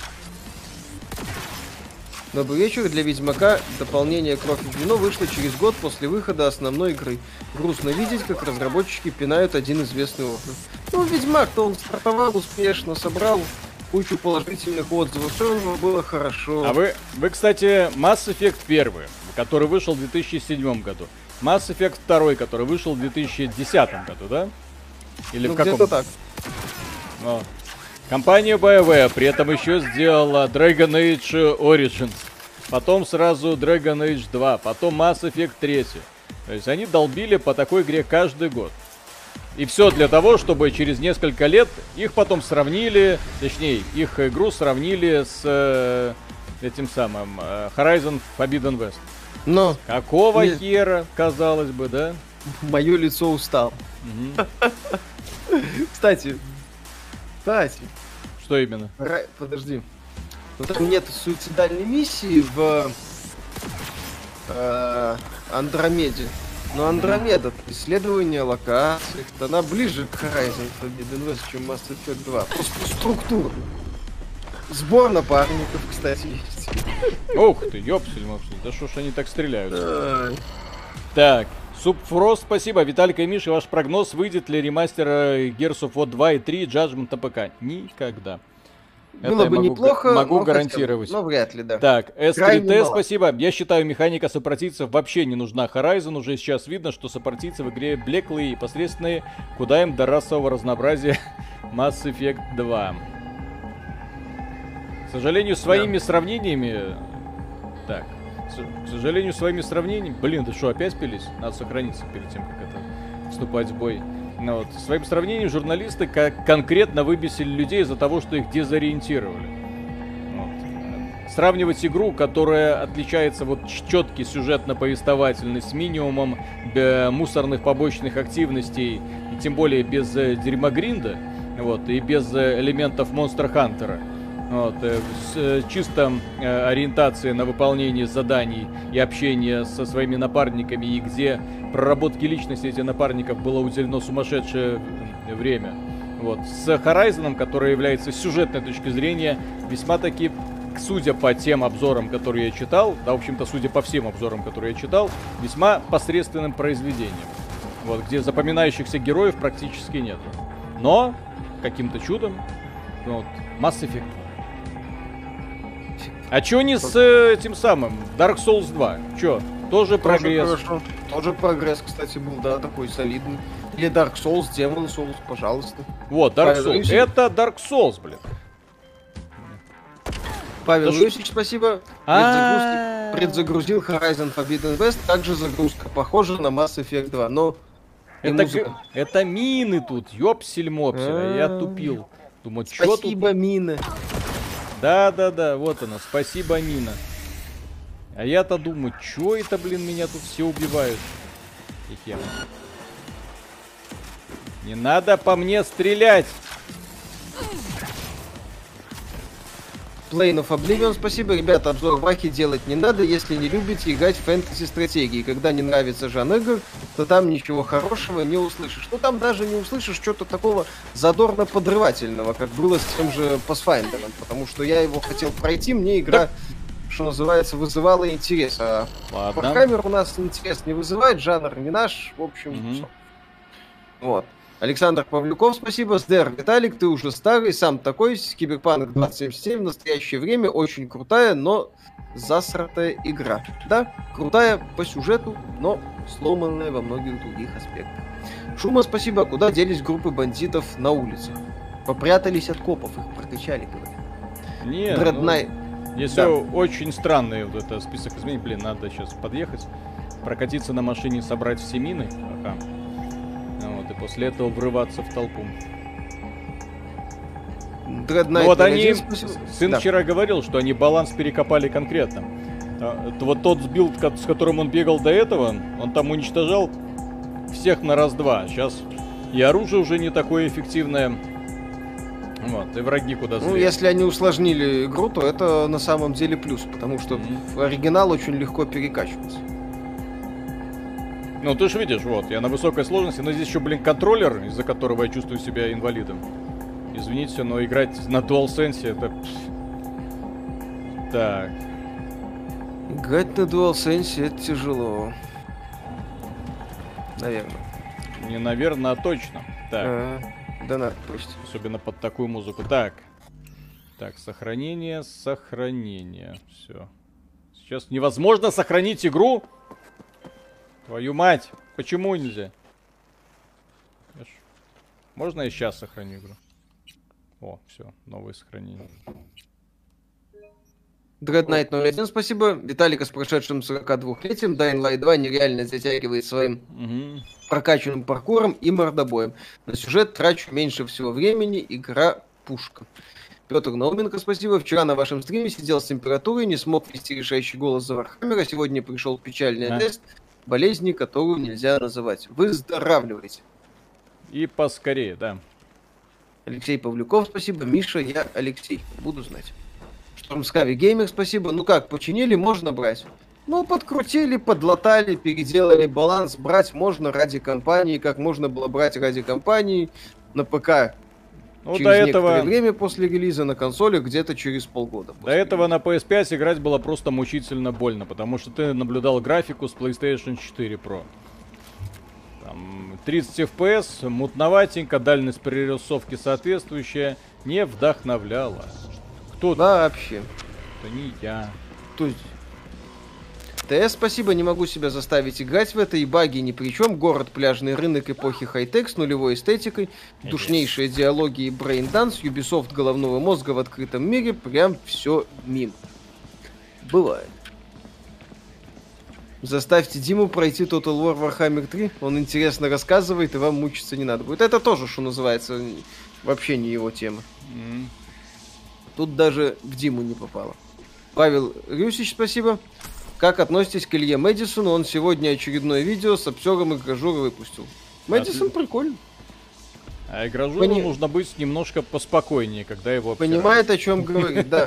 [SPEAKER 2] Добрый вечер. Для Ведьмака дополнение «Кровь и вино» вышло через год после выхода основной игры. Грустно видеть, как разработчики пинают один известный орган. Ну, Ведьмак-то он стартовал успешно, собрал кучу положительных отзывов, все у него было хорошо.
[SPEAKER 1] А вы, вы, кстати, Mass Effect один, который вышел в две тысячи седьмом году. Mass Effect два, который вышел в две тысячи десятом году, да? Или
[SPEAKER 2] Ну,
[SPEAKER 1] в каком?
[SPEAKER 2] где-то так.
[SPEAKER 1] Ну. Компания би о ви при этом еще сделала Dragon Age Origins. Потом сразу Dragon Age два. Потом Mass Effect три. То есть они долбили по такой игре каждый год. И все для того, чтобы через несколько лет их потом сравнили, точнее, их игру сравнили с э, этим самым э, Horizon Forbidden West.
[SPEAKER 2] Но
[SPEAKER 1] Какого
[SPEAKER 2] Нет.
[SPEAKER 1] хера, казалось бы, да?
[SPEAKER 2] мое лицо устало.
[SPEAKER 1] Мгм.
[SPEAKER 2] Кстати, кстати,
[SPEAKER 1] Что именно?
[SPEAKER 2] Ра- подожди. Ну там нет суицидальной миссии в э, Андромеде. Но Андромеда, исследование локаций, она ближе к Horizon Forbidden West, чем Mass Effect два. Просто структурно. Сбор напарников, кстати, есть.
[SPEAKER 1] Ух ты, ёпсель-мопсель, да что ж они так стреляют?
[SPEAKER 2] Ай.
[SPEAKER 1] Так, Субфрост, спасибо. Виталик и Миша, ваш прогноз, выйдет ли ремастер э, Gears of War два и три Judgment на ПК? Никогда. Это
[SPEAKER 2] Было
[SPEAKER 1] я
[SPEAKER 2] бы
[SPEAKER 1] могу,
[SPEAKER 2] неплохо,
[SPEAKER 1] могу
[SPEAKER 2] но
[SPEAKER 1] гарантировать.
[SPEAKER 2] хотя бы, но вряд ли, да.
[SPEAKER 1] Так, эс три
[SPEAKER 2] Крайне
[SPEAKER 1] тэ,
[SPEAKER 2] мало.
[SPEAKER 1] спасибо. Я считаю, механика сопротивцев вообще не нужна Horizon. Уже сейчас видно, что сопротивцы в игре блеклые и посредственные. Куда им до расового разнообразия Mass Effect два. К сожалению, своими сравнениями... Так, с- к сожалению, своими сравнениями... Блин, да что, опять пились? Надо сохраниться перед тем, как это вступать в бой. Ну, вот. Своим сравнением журналисты как конкретно выбесили людей из-за того, что их дезориентировали. Вот. Сравнивать игру, которая отличается вот четкий сюжетно-повествовательный с минимумом э, мусорных побочных активностей, и тем более без э, дерьмогринда, вот, и без э, элементов Monster Hunter. Вот, э, с э, чисто э, ориентацией на выполнение заданий и общение со своими напарниками, и где проработке личности этих напарников было уделено сумасшедшее время. Вот. С Horizon, который является с сюжетной точки зрения весьма-таки, судя по тем обзорам, которые я читал, да, в общем-то, судя по всем обзорам, которые я читал, весьма посредственным произведением. Вот, где запоминающихся героев практически нет. Но, каким-то чудом, вот, Mass Effect. А чё не с э, этим самым Dark Souls два? Чё? Тоже прогресс.
[SPEAKER 2] Тоже хорошо. Тоже прогресс, кстати, был, да, такой солидный. Или Dark Souls, Demon Souls, пожалуйста.
[SPEAKER 1] Вот, Dark
[SPEAKER 2] Павел
[SPEAKER 1] Souls.
[SPEAKER 2] Юсич.
[SPEAKER 1] Это Dark Souls, блин.
[SPEAKER 2] Павел
[SPEAKER 1] Да
[SPEAKER 2] Юсич, спасибо.
[SPEAKER 1] А.
[SPEAKER 2] Предзагрузил Horizon Forbidden West. Также загрузка похожа на Mass Effect два, но и
[SPEAKER 1] Это,
[SPEAKER 2] музыка.
[SPEAKER 1] г- это мины тут, ёпсель-мопсель, а я
[SPEAKER 2] А. тупил.
[SPEAKER 1] Думаю, чё тут?
[SPEAKER 2] Спасибо, Мина.
[SPEAKER 1] Да-да-да, вот она, спасибо, Мина. А я-то думаю, чё это, блин, меня тут все убивают? Хе-хе. Не надо по мне стрелять!
[SPEAKER 2] Plane of Oblivion, спасибо. Ребята, обзор Вахи делать не надо, если не любите играть в фэнтези-стратегии. Когда не нравится жанр игр, то там ничего хорошего не услышишь. Ну там даже не услышишь что-то такого задорно-подрывательного, как было с тем же Pathfinder. Потому что я его хотел пройти, мне игра, что называется, вызывала интерес. А
[SPEAKER 1] Ладно.
[SPEAKER 2] Warhammer у нас интерес не вызывает, жанр не наш, в общем,
[SPEAKER 1] Мгм.
[SPEAKER 2] всё. Вот. Александр Павлюков, спасибо. Сдер, Виталик, ты уже старый, сам такой. Киберпанк двадцать семьдесят семь в настоящее время очень крутая, но засратая игра. Да, крутая по сюжету, но сломанная во многих других аспектах. Шума, спасибо. Куда делись группы бандитов на улице? Попрятались от копов, их прокачали, говорят.
[SPEAKER 1] Нет,
[SPEAKER 2] Дреднайт.
[SPEAKER 1] ну, здесь
[SPEAKER 2] Да.
[SPEAKER 1] очень странный вот это список изменений. Блин, надо сейчас подъехать, прокатиться на машине, собрать все мины. Ага. Вот, и после этого врываться в толпу.
[SPEAKER 2] Dread
[SPEAKER 1] Ну
[SPEAKER 2] Knight
[SPEAKER 1] вот они,
[SPEAKER 2] один, спасибо.
[SPEAKER 1] сын
[SPEAKER 2] Да.
[SPEAKER 1] вчера говорил, что они баланс перекопали конкретно. А, это вот тот билд, ко- с которым он бегал до этого, он там уничтожал всех на раз-два. Сейчас и оружие уже не такое эффективное. Вот, и враги куда
[SPEAKER 2] Ну,
[SPEAKER 1] злее.
[SPEAKER 2] если они усложнили игру, то это на самом деле плюс, потому что
[SPEAKER 1] Мгм.
[SPEAKER 2] оригинал очень легко перекачивался.
[SPEAKER 1] Ну, ты же видишь, вот, я на высокой сложности, но здесь еще, блин, контроллер, из-за которого я чувствую себя инвалидом. Извините, но играть на DualSense это... Так,
[SPEAKER 2] Играть на DualSense это тяжело. Наверное.
[SPEAKER 1] не наверное, а точно. Так,
[SPEAKER 2] А, да надо, почти.
[SPEAKER 1] особенно под такую музыку. Так, так, сохранение, сохранение, все. Сейчас невозможно сохранить игру? Твою мать, почему нельзя? Я ж- Можно я сейчас сохраню игру? О, все, новое сохранение.
[SPEAKER 2] Dread Knight ноль один, спасибо. Виталика с прошедшим сорокадвухлетием. Dying Light два нереально затягивает своим
[SPEAKER 1] Угу.
[SPEAKER 2] прокачанным паркуром и мордобоем. На сюжет трачу меньше всего времени, игра пушка. Петр Науменко, спасибо. Вчера на вашем стриме сидел с температурой, не смог вести решающий голос за Вархаммера. Сегодня пришел печальный
[SPEAKER 1] А.
[SPEAKER 2] тест болезни, которую нельзя называть. Выздоравливайте.
[SPEAKER 1] И поскорее, да.
[SPEAKER 2] Алексей Павлюков, спасибо. Миша, я Алексей. Буду знать. Штормскави Геймер, спасибо. Ну как, починили, можно брать. Ну, подкрутили, подлатали, переделали баланс. Брать можно ради компании, как можно было брать ради компании на ПК
[SPEAKER 1] Ну,
[SPEAKER 2] через
[SPEAKER 1] до
[SPEAKER 2] некоторое
[SPEAKER 1] этого,
[SPEAKER 2] время после релиза, на консоли где-то через полгода.
[SPEAKER 1] до
[SPEAKER 2] после
[SPEAKER 1] этого на пи эс пять играть было просто мучительно больно, потому что ты наблюдал графику с PlayStation четыре Pro. Там тридцать эф пи эс, мутноватенько, дальность прорисовки соответствующая, не вдохновляла. Кто
[SPEAKER 2] релиза. Вообще.
[SPEAKER 1] это? Не я.
[SPEAKER 2] То есть... ТС, спасибо, не могу себя заставить играть в это, и баги ни при чем. Город, пляжный рынок эпохи хай-тек с нулевой эстетикой, душнейшие диалоги и брейнданс, Ubisoft головного мозга в открытом мире, прям все мимо. Бывает. Заставьте Диму пройти Total War Warhammer три, он интересно рассказывает, и вам мучиться не надо будет. Это тоже, что называется, вообще не его тема.
[SPEAKER 1] М.
[SPEAKER 2] Тут даже в Диму не попало. Павел Рюсич, спасибо. Как относитесь к Илье Мэдисону? Он сегодня очередное видео с обсером игражура выпустил. Мэдисон
[SPEAKER 1] Отлично.
[SPEAKER 2] прикольно.
[SPEAKER 1] А игражуру
[SPEAKER 2] Пони-
[SPEAKER 1] нужно быть немножко поспокойнее, когда его обсирают.
[SPEAKER 2] Понимает, о чем говорит, да.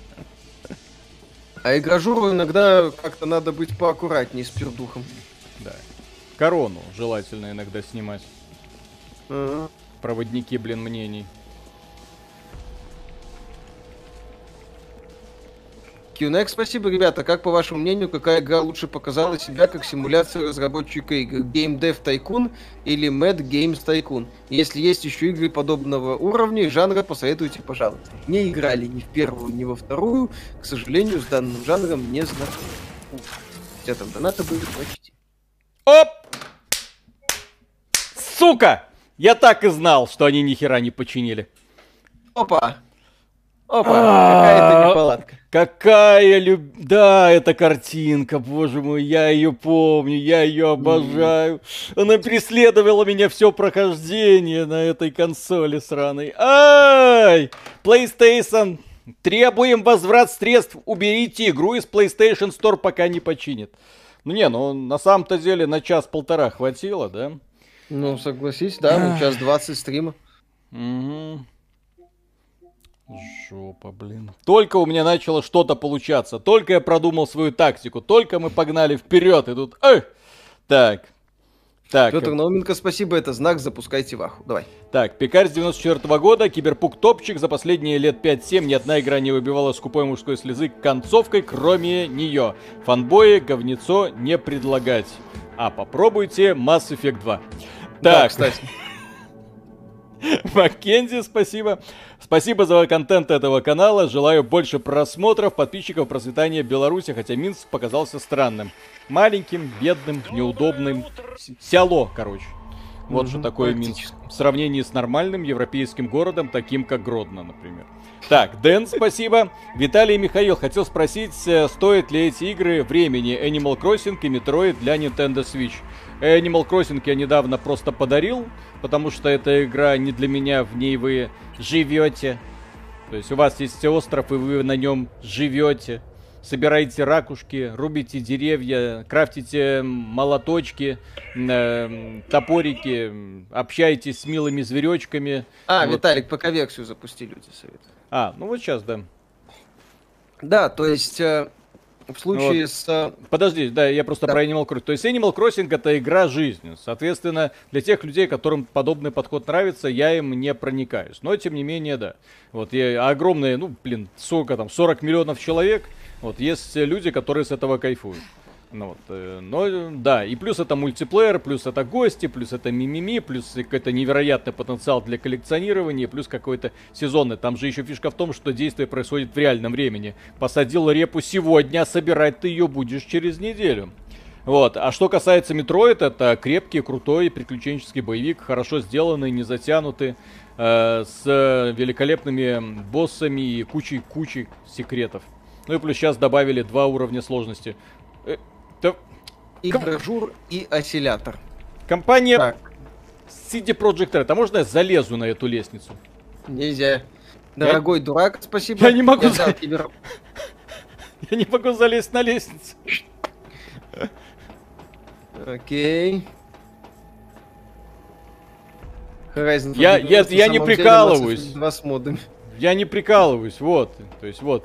[SPEAKER 2] А игражуру иногда как-то надо быть поаккуратнее с пердухом.
[SPEAKER 1] Да. Корону желательно иногда снимать.
[SPEAKER 2] Ага.
[SPEAKER 1] Проводники, блин, мнений.
[SPEAKER 2] Кьюнекс, спасибо, ребята. Как по вашему мнению, какая игра лучше показала себя как симуляция разработчика игр? Game Dev Tycoon или Mad Games Tycoon? Если есть еще игры подобного уровня и жанра, посоветуйте, пожалуйста. Не играли ни в первую, ни во вторую. К сожалению, с данным жанром не знакомы. Хотя там донаты были почти.
[SPEAKER 1] Оп! Сука! Я так и знал, что они ни хера не починили.
[SPEAKER 2] Опа! Опа! Какая-то неполадка.
[SPEAKER 1] Какая люб... Да, эта картинка, боже мой, я ее помню, я ее обожаю. Она преследовала меня все прохождение на этой консоли сраной. Ай! PlayStation, требуем возврат средств, уберите игру из PlayStation Store, пока не починит. Ну не, ну на самом-то деле на час-полтора хватило, да?
[SPEAKER 2] Ну, согласись, да, ну, час двадцать стрима.
[SPEAKER 1] Угу. Жопа, блин. Только у меня начало что-то получаться. Только я продумал свою тактику. Только мы погнали вперед. И тут... Эх! Так. Так.
[SPEAKER 2] Петр Науменко, спасибо, это знак, запускайте ваху. Давай.
[SPEAKER 1] Так, Пикарь с девяносто четвёртого года, Киберпук топчик. За последние лет пять-семь ни одна игра не выбивала скупой мужской слезы концовкой, кроме нее. Фанбои говнецо не предлагать. А попробуйте Mass Effect два.
[SPEAKER 2] Да,
[SPEAKER 1] Так,
[SPEAKER 2] кстати.
[SPEAKER 1] Маккензи, спасибо. Спасибо за контент этого канала. Желаю больше просмотров, подписчиков, процветания Беларуси, хотя Минск показался странным. Маленьким, бедным, неудобным. С- Село, короче. Вот
[SPEAKER 2] Мгм,
[SPEAKER 1] что такое Минск.
[SPEAKER 2] практически.
[SPEAKER 1] В сравнении с нормальным европейским городом, таким как Гродно, например. Так, Дэн, спасибо. Виталий и Михаил, хотел спросить, э, стоят ли эти игры времени Animal Crossing и Metroid для Nintendo Switch? Animal Crossing я недавно просто подарил, потому что эта игра не для меня, в ней вы живете. То есть у вас есть остров, и вы на нем живете. Собираете ракушки, рубите деревья, крафтите молоточки, э, топорики, общаетесь с милыми зверечками.
[SPEAKER 2] А,
[SPEAKER 1] Вот.
[SPEAKER 2] Виталик, пока версию запусти, люди советуют.
[SPEAKER 1] А, ну вот сейчас, да.
[SPEAKER 2] Да, то есть э, в случае
[SPEAKER 1] Вот.
[SPEAKER 2] с... э,
[SPEAKER 1] Подожди, да, я просто
[SPEAKER 2] Да.
[SPEAKER 1] про Animal Crossing. То есть Animal Crossing это игра жизни. Соответственно, для тех людей, которым подобный подход нравится, я им не проникаюсь. Но, тем не менее, да. Вот я огромные, ну, блин, сколько там, сорок миллионов человек. Вот есть люди, которые с этого кайфуют. Ну, вот, э, но, э, да, и плюс это мультиплеер, плюс это гости, плюс это мимими, плюс какой-то невероятный потенциал для коллекционирования, плюс какой-то сезонный. Там же еще фишка в том, что действие происходит в реальном времени. Посадил репу сегодня, собирать ты ее будешь через неделю. Вот, а что касается Metroid, это крепкий, крутой приключенческий боевик, хорошо сделанный, не затянутый, э, с великолепными боссами и кучей-кучей секретов. Ну и плюс сейчас добавили два уровня сложности. Э, да,
[SPEAKER 2] И
[SPEAKER 1] Ком-
[SPEAKER 2] гражур, и осциллятор.
[SPEAKER 1] компания
[SPEAKER 2] Так,
[SPEAKER 1] си ди Projekt Red, а можно я залезу на эту лестницу?
[SPEAKER 2] нельзя. Дорогой дурак, спасибо.
[SPEAKER 1] Я не могу
[SPEAKER 2] взял
[SPEAKER 1] за-
[SPEAKER 2] кибер-
[SPEAKER 1] Я не могу залезть на лестницу.
[SPEAKER 2] Окей. Horizon
[SPEAKER 1] Я-
[SPEAKER 2] Forbidden
[SPEAKER 1] я-
[SPEAKER 2] West на
[SPEAKER 1] я не
[SPEAKER 2] самом деле
[SPEAKER 1] прикалываюсь.
[SPEAKER 2] Mass Effect два с модами.
[SPEAKER 1] Я не прикалываюсь, вот. То есть вот.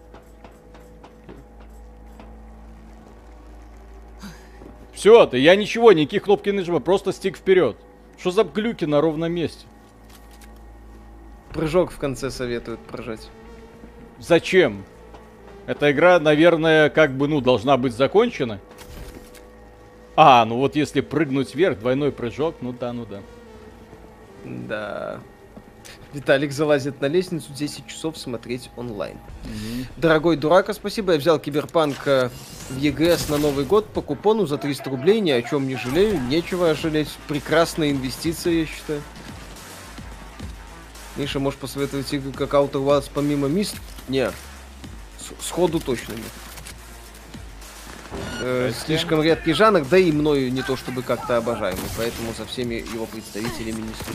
[SPEAKER 1] Все, то я ничего, никаких кнопки не нажимаю, просто стик вперед. Что за глюки на ровном месте?
[SPEAKER 2] Прыжок в конце советуют прожать.
[SPEAKER 1] Зачем? Эта игра, наверное, как бы, ну, должна быть закончена. А, ну вот если прыгнуть вверх, двойной прыжок, ну да, ну да.
[SPEAKER 2] Да. Виталик залазит на лестницу, десять часов смотреть онлайн. Дорогой дурака, спасибо. Я взял Киберпанк э, в ЕГС на Новый год по купону за триста рублей. Ни о чем не жалею. Нечего жалеть. Прекрасная инвестиция, я считаю. Миша, можешь посоветовать игры как Outer Wilds помимо Мист? Не. С- Сходу точно нет. Э,
[SPEAKER 1] Здрасте.
[SPEAKER 2] слишком редкий жанр, да и мною не то чтобы как-то обожаемый, поэтому со всеми его представителями не слежу.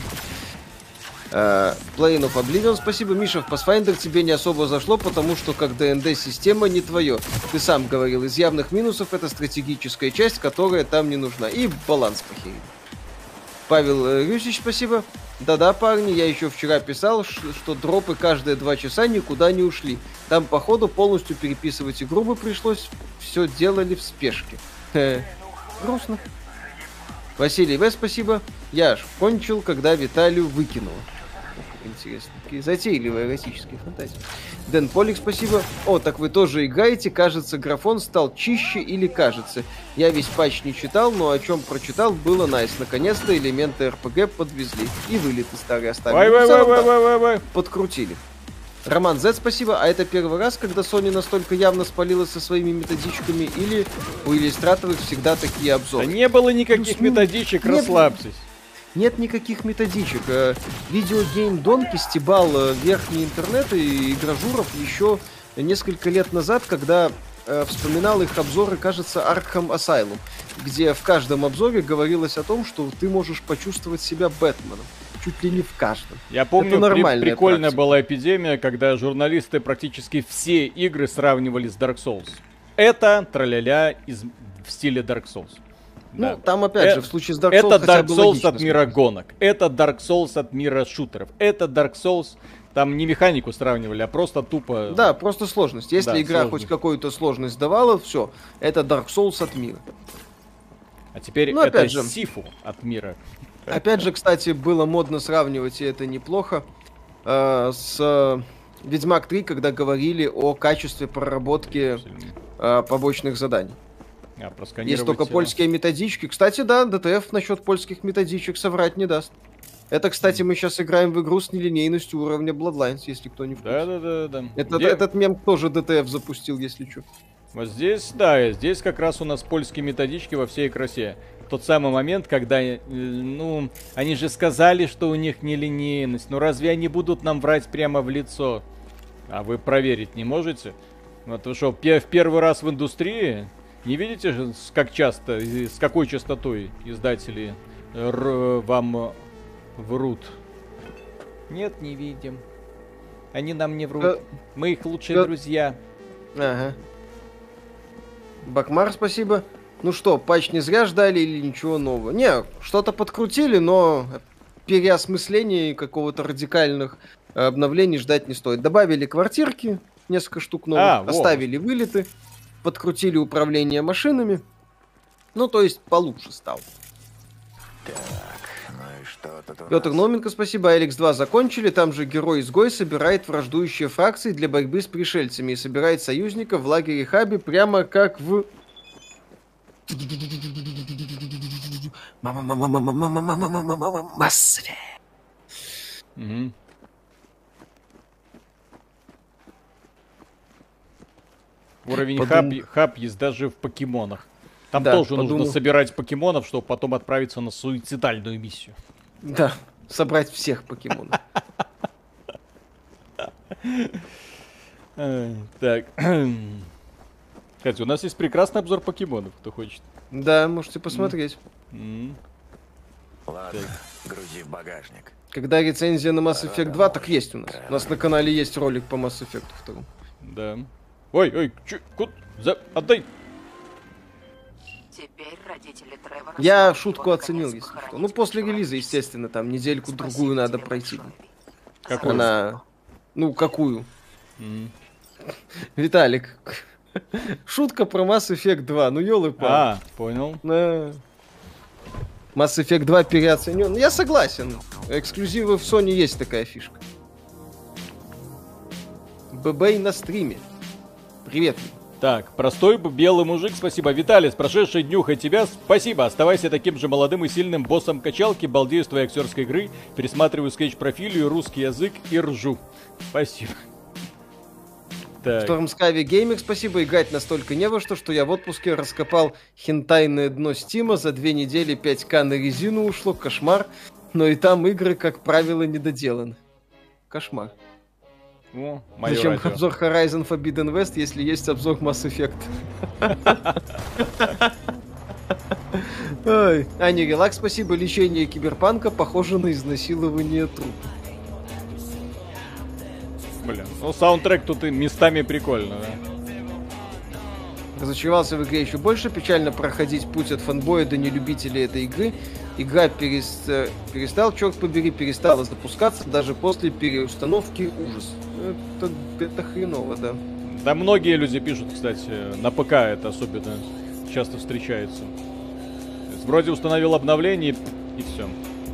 [SPEAKER 2] Uh, Plane of Oblivion, спасибо, Миша, в Pathfinder тебе не особо зашло, потому что как ДНД-система не твое. Ты сам говорил, из явных минусов это стратегическая часть, которая там не нужна. И баланс похерен. Павел э, Рюсич, спасибо. Да-да, парни, я еще вчера писал, ш- что дропы каждые два часа никуда не ушли. Там, походу, полностью переписывать игру бы пришлось. Все делали в спешке. Хе, грустно. Василий В, спасибо. Я аж кончил, когда Виталию выкинула. Интересно. Такие затейливые эротические фантазии. Дэн Полик, спасибо. О, так вы тоже играете. Кажется, графон стал чище или кажется. Я весь патч не читал, но о чем прочитал, было найс. Наконец-то элементы эр пи джи подвезли. И вылеты старые оставили.
[SPEAKER 1] Вай,
[SPEAKER 2] Ну, в
[SPEAKER 1] вай, вай,
[SPEAKER 2] целом,
[SPEAKER 1] вай,
[SPEAKER 2] да,
[SPEAKER 1] вай, вай, вай.
[SPEAKER 2] подкрутили. Роман Z, спасибо. А это первый раз, когда Sony настолько явно спалилась со своими методичками, или у иллюстраторов всегда такие
[SPEAKER 1] Да
[SPEAKER 2] обзоры?
[SPEAKER 1] не было никаких
[SPEAKER 2] Плюс-минус.
[SPEAKER 1] методичек,
[SPEAKER 2] Нет.
[SPEAKER 1] расслабьтесь.
[SPEAKER 2] Нет никаких методичек. Э, Видеогейм Донки стебал э, верхний интернет и игражуров еще несколько лет назад, когда э, вспоминал их обзоры, кажется, Arkham Asylum, где в каждом обзоре говорилось о том, что ты можешь почувствовать себя Бэтменом. Чуть ли не в каждом.
[SPEAKER 1] Я помню,
[SPEAKER 2] Это
[SPEAKER 1] при-
[SPEAKER 2] нормальная
[SPEAKER 1] прикольная
[SPEAKER 2] практика.
[SPEAKER 1] была эпидемия, когда журналисты практически все игры сравнивали с Dark Souls. Это траля-ля из в стиле Dark Souls.
[SPEAKER 2] Ну,
[SPEAKER 1] Да.
[SPEAKER 2] там опять
[SPEAKER 1] Э,
[SPEAKER 2] же, в случае с Dark Souls
[SPEAKER 1] Это
[SPEAKER 2] хотя
[SPEAKER 1] Dark
[SPEAKER 2] бы
[SPEAKER 1] Souls
[SPEAKER 2] логично
[SPEAKER 1] от мира
[SPEAKER 2] смотреть.
[SPEAKER 1] гонок. Это Dark Souls от мира шутеров. Это Dark Souls, там не механику сравнивали, а просто тупо...
[SPEAKER 2] Да, просто сложность. Если
[SPEAKER 1] Да,
[SPEAKER 2] игра
[SPEAKER 1] сложность.
[SPEAKER 2] хоть какую-то сложность давала, все, это Dark Souls от мира.
[SPEAKER 1] А теперь
[SPEAKER 2] Ну,
[SPEAKER 1] это
[SPEAKER 2] опять же.
[SPEAKER 1] Сифу от мира.
[SPEAKER 2] Опять же, кстати, было модно сравнивать, и это неплохо, э, с э, Ведьмак три, когда говорили о качестве проработки э, побочных заданий.
[SPEAKER 1] А, просканировать
[SPEAKER 2] Есть только
[SPEAKER 1] тело.
[SPEAKER 2] польские методички. Кстати, да, ДТФ насчет польских методичек соврать не даст. Это, кстати, мы сейчас играем в игру с нелинейностью уровня Bloodlines, если кто не в курсе.
[SPEAKER 1] Да-да-да.
[SPEAKER 2] Это,
[SPEAKER 1] Где-
[SPEAKER 2] Этот мем тоже ДТФ запустил, если что.
[SPEAKER 1] Вот здесь, да, здесь как раз у нас польские методички во всей красе. Тот самый момент, когда, э, ну, они же сказали, что у них нелинейность. Ну разве они будут нам врать прямо в лицо? А вы проверить не можете? Вот вы что, в первый раз в индустрии? Не видите же, с- как часто, и с какой частотой издатели р- вам врут? Нет, не видим. Они нам не врут.
[SPEAKER 2] Э,
[SPEAKER 1] Мы их лучшие
[SPEAKER 2] э,
[SPEAKER 1] друзья.
[SPEAKER 2] Ага. Бакмар, спасибо. Ну что, патч не зря ждали или ничего нового? Не, что-то подкрутили, но переосмысления и какого-то радикальных э, обновлений ждать не стоит. Добавили квартирки, несколько штук новых,
[SPEAKER 1] А, во.
[SPEAKER 2] оставили вылеты, подкрутили управление машинами. Ну, то есть получше стало.
[SPEAKER 5] Ну и что тут у
[SPEAKER 2] Петр
[SPEAKER 5] нас?
[SPEAKER 2] Науменко, спасибо. Алекс два закончили. Там же герой-изгой собирает враждующие фракции для борьбы с пришельцами и собирает союзников в лагере Хаби прямо как в... Массове.
[SPEAKER 1] Мгм. Уровень
[SPEAKER 2] Подум-
[SPEAKER 1] хаб, хаб есть даже в покемонах. Там
[SPEAKER 2] Да,
[SPEAKER 1] тоже
[SPEAKER 2] подумал.
[SPEAKER 1] нужно собирать покемонов, чтобы потом отправиться на суицидальную миссию.
[SPEAKER 2] Да, собрать всех покемонов.
[SPEAKER 1] Э, Так. Кстати, у нас есть прекрасный обзор покемонов, кто хочет.
[SPEAKER 2] Да, можете посмотреть.
[SPEAKER 1] М,
[SPEAKER 5] Ладно, грузи в багажник.
[SPEAKER 2] Когда рецензия на Mass Effect два, так есть у нас. У нас на канале есть ролик по Mass Effect два.
[SPEAKER 1] Да. Ой, ой, чё, кут, за, отдай.
[SPEAKER 4] Теперь родители Тревора
[SPEAKER 2] Я
[SPEAKER 4] смогут
[SPEAKER 2] шутку
[SPEAKER 4] его
[SPEAKER 2] оценил,
[SPEAKER 4] наконец
[SPEAKER 2] если что.
[SPEAKER 4] похоронить
[SPEAKER 2] Ну, после
[SPEAKER 4] в
[SPEAKER 2] релиза,
[SPEAKER 4] человечестве.
[SPEAKER 2] естественно, там недельку-другую
[SPEAKER 4] Спасибо
[SPEAKER 2] надо
[SPEAKER 4] тебе
[SPEAKER 2] пройти.
[SPEAKER 4] большое.
[SPEAKER 1] Какую?
[SPEAKER 2] Она... Ну, какую?
[SPEAKER 1] М.
[SPEAKER 2] Виталик. Шутка про Mass Effect два. Ну, ёлы
[SPEAKER 1] А, понял.
[SPEAKER 2] На... Mass Effect два переоценен. Я согласен. Эксклюзивы в Sony есть такая фишка. ББ на стриме. Привет.
[SPEAKER 1] Так, простой б- белый мужик, спасибо. Виталий, с прошедшей днюхой тебя, спасибо. Оставайся таким же молодым и сильным боссом качалки, балдею с твоей актерской игры, пересматриваю скетч-профилю, русский язык и ржу. Спасибо. Так,
[SPEAKER 2] Стормскави Геймер, спасибо. Играть настолько не во что, что я в отпуске раскопал хентайное дно Стима. За две недели пять ка на резину ушло. Кошмар. Но и там игры, как правило, недоделаны. Кошмар.
[SPEAKER 1] о, моё
[SPEAKER 2] Зачем
[SPEAKER 1] радио.
[SPEAKER 2] обзор Horizon Forbidden West, если есть обзор Mass Effect? Ой. Аня, релакс, спасибо. Лечение киберпанка похоже на изнасилование трупа.
[SPEAKER 1] Блин, ну саундтрек тут и местами прикольно, да?
[SPEAKER 2] Разочаровался в игре еще больше. Печально проходить путь от фанбоя до нелюбителей этой игры. Игра перес... э, перестал, черт побери, перестала запускаться даже после переустановки. Ужас. Это, это хреново, да.
[SPEAKER 1] Да многие люди пишут, кстати, на ПК это особенно часто встречается. То есть вроде установил обновление и все.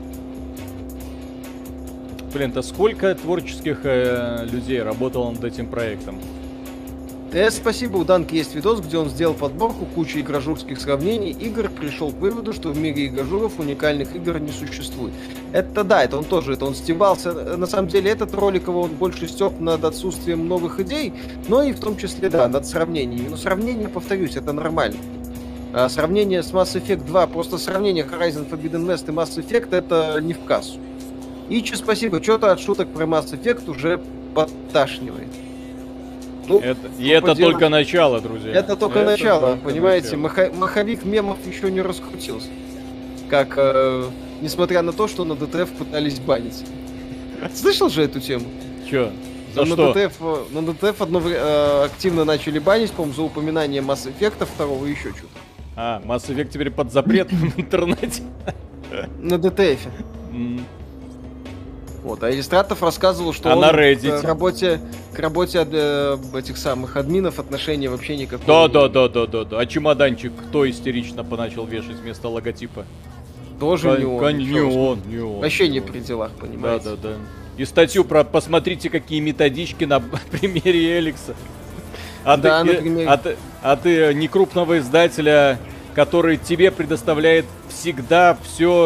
[SPEAKER 1] Блин, то сколько творческих э, людей работало над этим проектом?
[SPEAKER 2] ТС, спасибо, у Данки есть видос, где он сделал подборку кучи игражурских сравнений игр, пришел к выводу, что в мире игражуров уникальных игр не существует. Это да, это он тоже, это он стебался. На самом деле этот ролик его он больше стёб над отсутствием новых идей, но и в том числе, да, над сравнениями. Но сравнение, повторюсь, это нормально. А сравнение с Mass Effect два, просто сравнение Horizon Forbidden West и Mass Effect это не в кассу. Ичи, спасибо, что-то от шуток про Mass Effect уже подташнивает. Ну,
[SPEAKER 1] Это, и это
[SPEAKER 2] поделать?
[SPEAKER 1] только начало, друзья.
[SPEAKER 2] Это только начало,
[SPEAKER 1] только
[SPEAKER 2] понимаете,
[SPEAKER 1] начало.
[SPEAKER 2] маха- маховик мемов еще не раскрутился. Как, э, несмотря на то, что на ДТФ пытались банить. Слышал же эту тему?
[SPEAKER 1] Чё? За
[SPEAKER 2] на
[SPEAKER 1] что?
[SPEAKER 2] ДТФ, э, на ДТФ одно вре- э, активно начали банить, по-моему, за упоминание Mass Effect второго и еще что-то.
[SPEAKER 1] А, Mass Effect теперь под запретом в интернете.
[SPEAKER 2] На ДТФ.
[SPEAKER 1] М.
[SPEAKER 2] Вот, а Иллюстратов рассказывал, что
[SPEAKER 1] А
[SPEAKER 2] он
[SPEAKER 1] на Reddit?
[SPEAKER 2] к работе, к работе э, этих самых админов отношения вообще никакого
[SPEAKER 1] Да,
[SPEAKER 2] не
[SPEAKER 1] да,
[SPEAKER 2] имеет.
[SPEAKER 1] да, да, да, да. А чемоданчик кто истерично поначал вешать вместо логотипа?
[SPEAKER 2] Тоже не он.
[SPEAKER 1] Кон- не
[SPEAKER 2] ничего себе.
[SPEAKER 1] он, не он.
[SPEAKER 2] Вообще не
[SPEAKER 1] он.
[SPEAKER 2] при делах,
[SPEAKER 1] Да,
[SPEAKER 2] понимаете?
[SPEAKER 1] да, да. И статью про посмотрите, какие методички на примере Эликса. А
[SPEAKER 2] Да,
[SPEAKER 1] ты,
[SPEAKER 2] на
[SPEAKER 1] э,
[SPEAKER 2] примере.
[SPEAKER 1] а ты, а ты не крупного издателя, который тебе предоставляет всегда все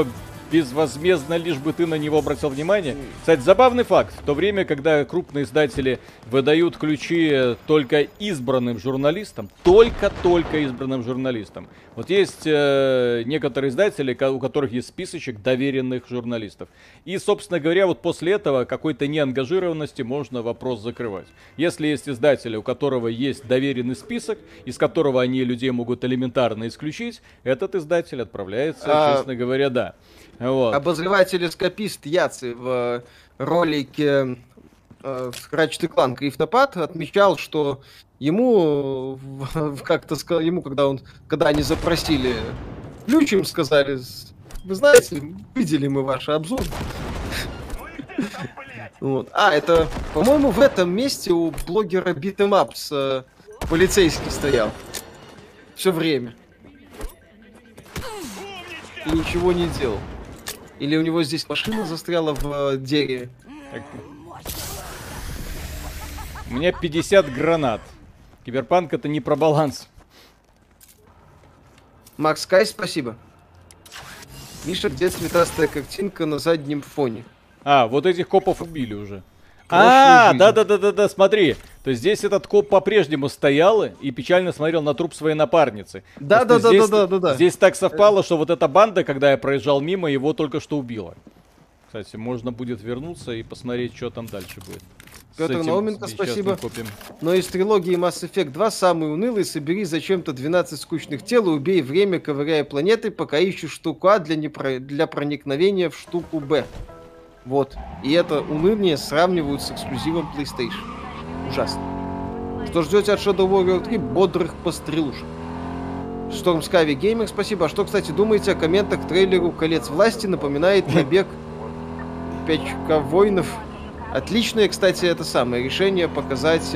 [SPEAKER 1] безвозмездно, лишь бы ты на него обратил внимание. Кстати, забавный факт. В то время, когда крупные издатели выдают ключи только избранным журналистам, только-только избранным журналистам. Вот есть э, некоторые издатели, у которых есть списочек доверенных журналистов. И, собственно говоря, вот после этого какой-то неангажированности можно вопрос закрывать. Если есть издатель, у которого есть доверенный список, из которого они людей могут элементарно исключить, этот издатель отправляется, а... честно говоря, да. Вот.
[SPEAKER 2] Обозреватель-эскапист Яци в ролике э, Ratchet и Clank Рифтопад отмечал, что ему как-то сказал, ему, когда он, когда они запросили ключ, им сказали: вы знаете, видели мы ваш обзор. Вот. А, это, по-моему, в этом месте у блогера Beat'em Ups полицейский стоял. Все время. И ничего не делал. Или у него здесь машина застряла в э, дереве.
[SPEAKER 1] Так. У меня пятьдесят гранат. Киберпанк — это не про баланс.
[SPEAKER 2] Макс Кай, спасибо. Миша, где цветастая картинка на заднем фоне?
[SPEAKER 1] А, вот этих копов убили уже. А, да-да-да-да-да, смотри. То есть здесь этот коп по-прежнему стоял и печально смотрел на труп своей напарницы.
[SPEAKER 2] Да-да-да-да-да-да.
[SPEAKER 1] Здесь так совпало, что вот эта банда, когда я проезжал мимо, его только что убила. Кстати, можно будет вернуться и посмотреть, что там дальше будет.
[SPEAKER 2] Петр Науменко, спасибо. Копием. Но из трилогии Mass Effect два самый унылый: собери зачем-то двенадцать скучных тел и убей время, ковыряя планеты, пока ищешь штуку А для, непро... для проникновения в штуку Б. Вот. И это уныние сравнивают с эксклюзивом PlayStation. Ужасно. Что ждете от Shadow Warrior три? Бодрых пострелушек. Storm Sky Gamer, спасибо. А что, кстати, думаете о комментах к трейлеру «Колец власти»? Напоминает набег пятчка воинов. Отличное, кстати, это самое решение показать...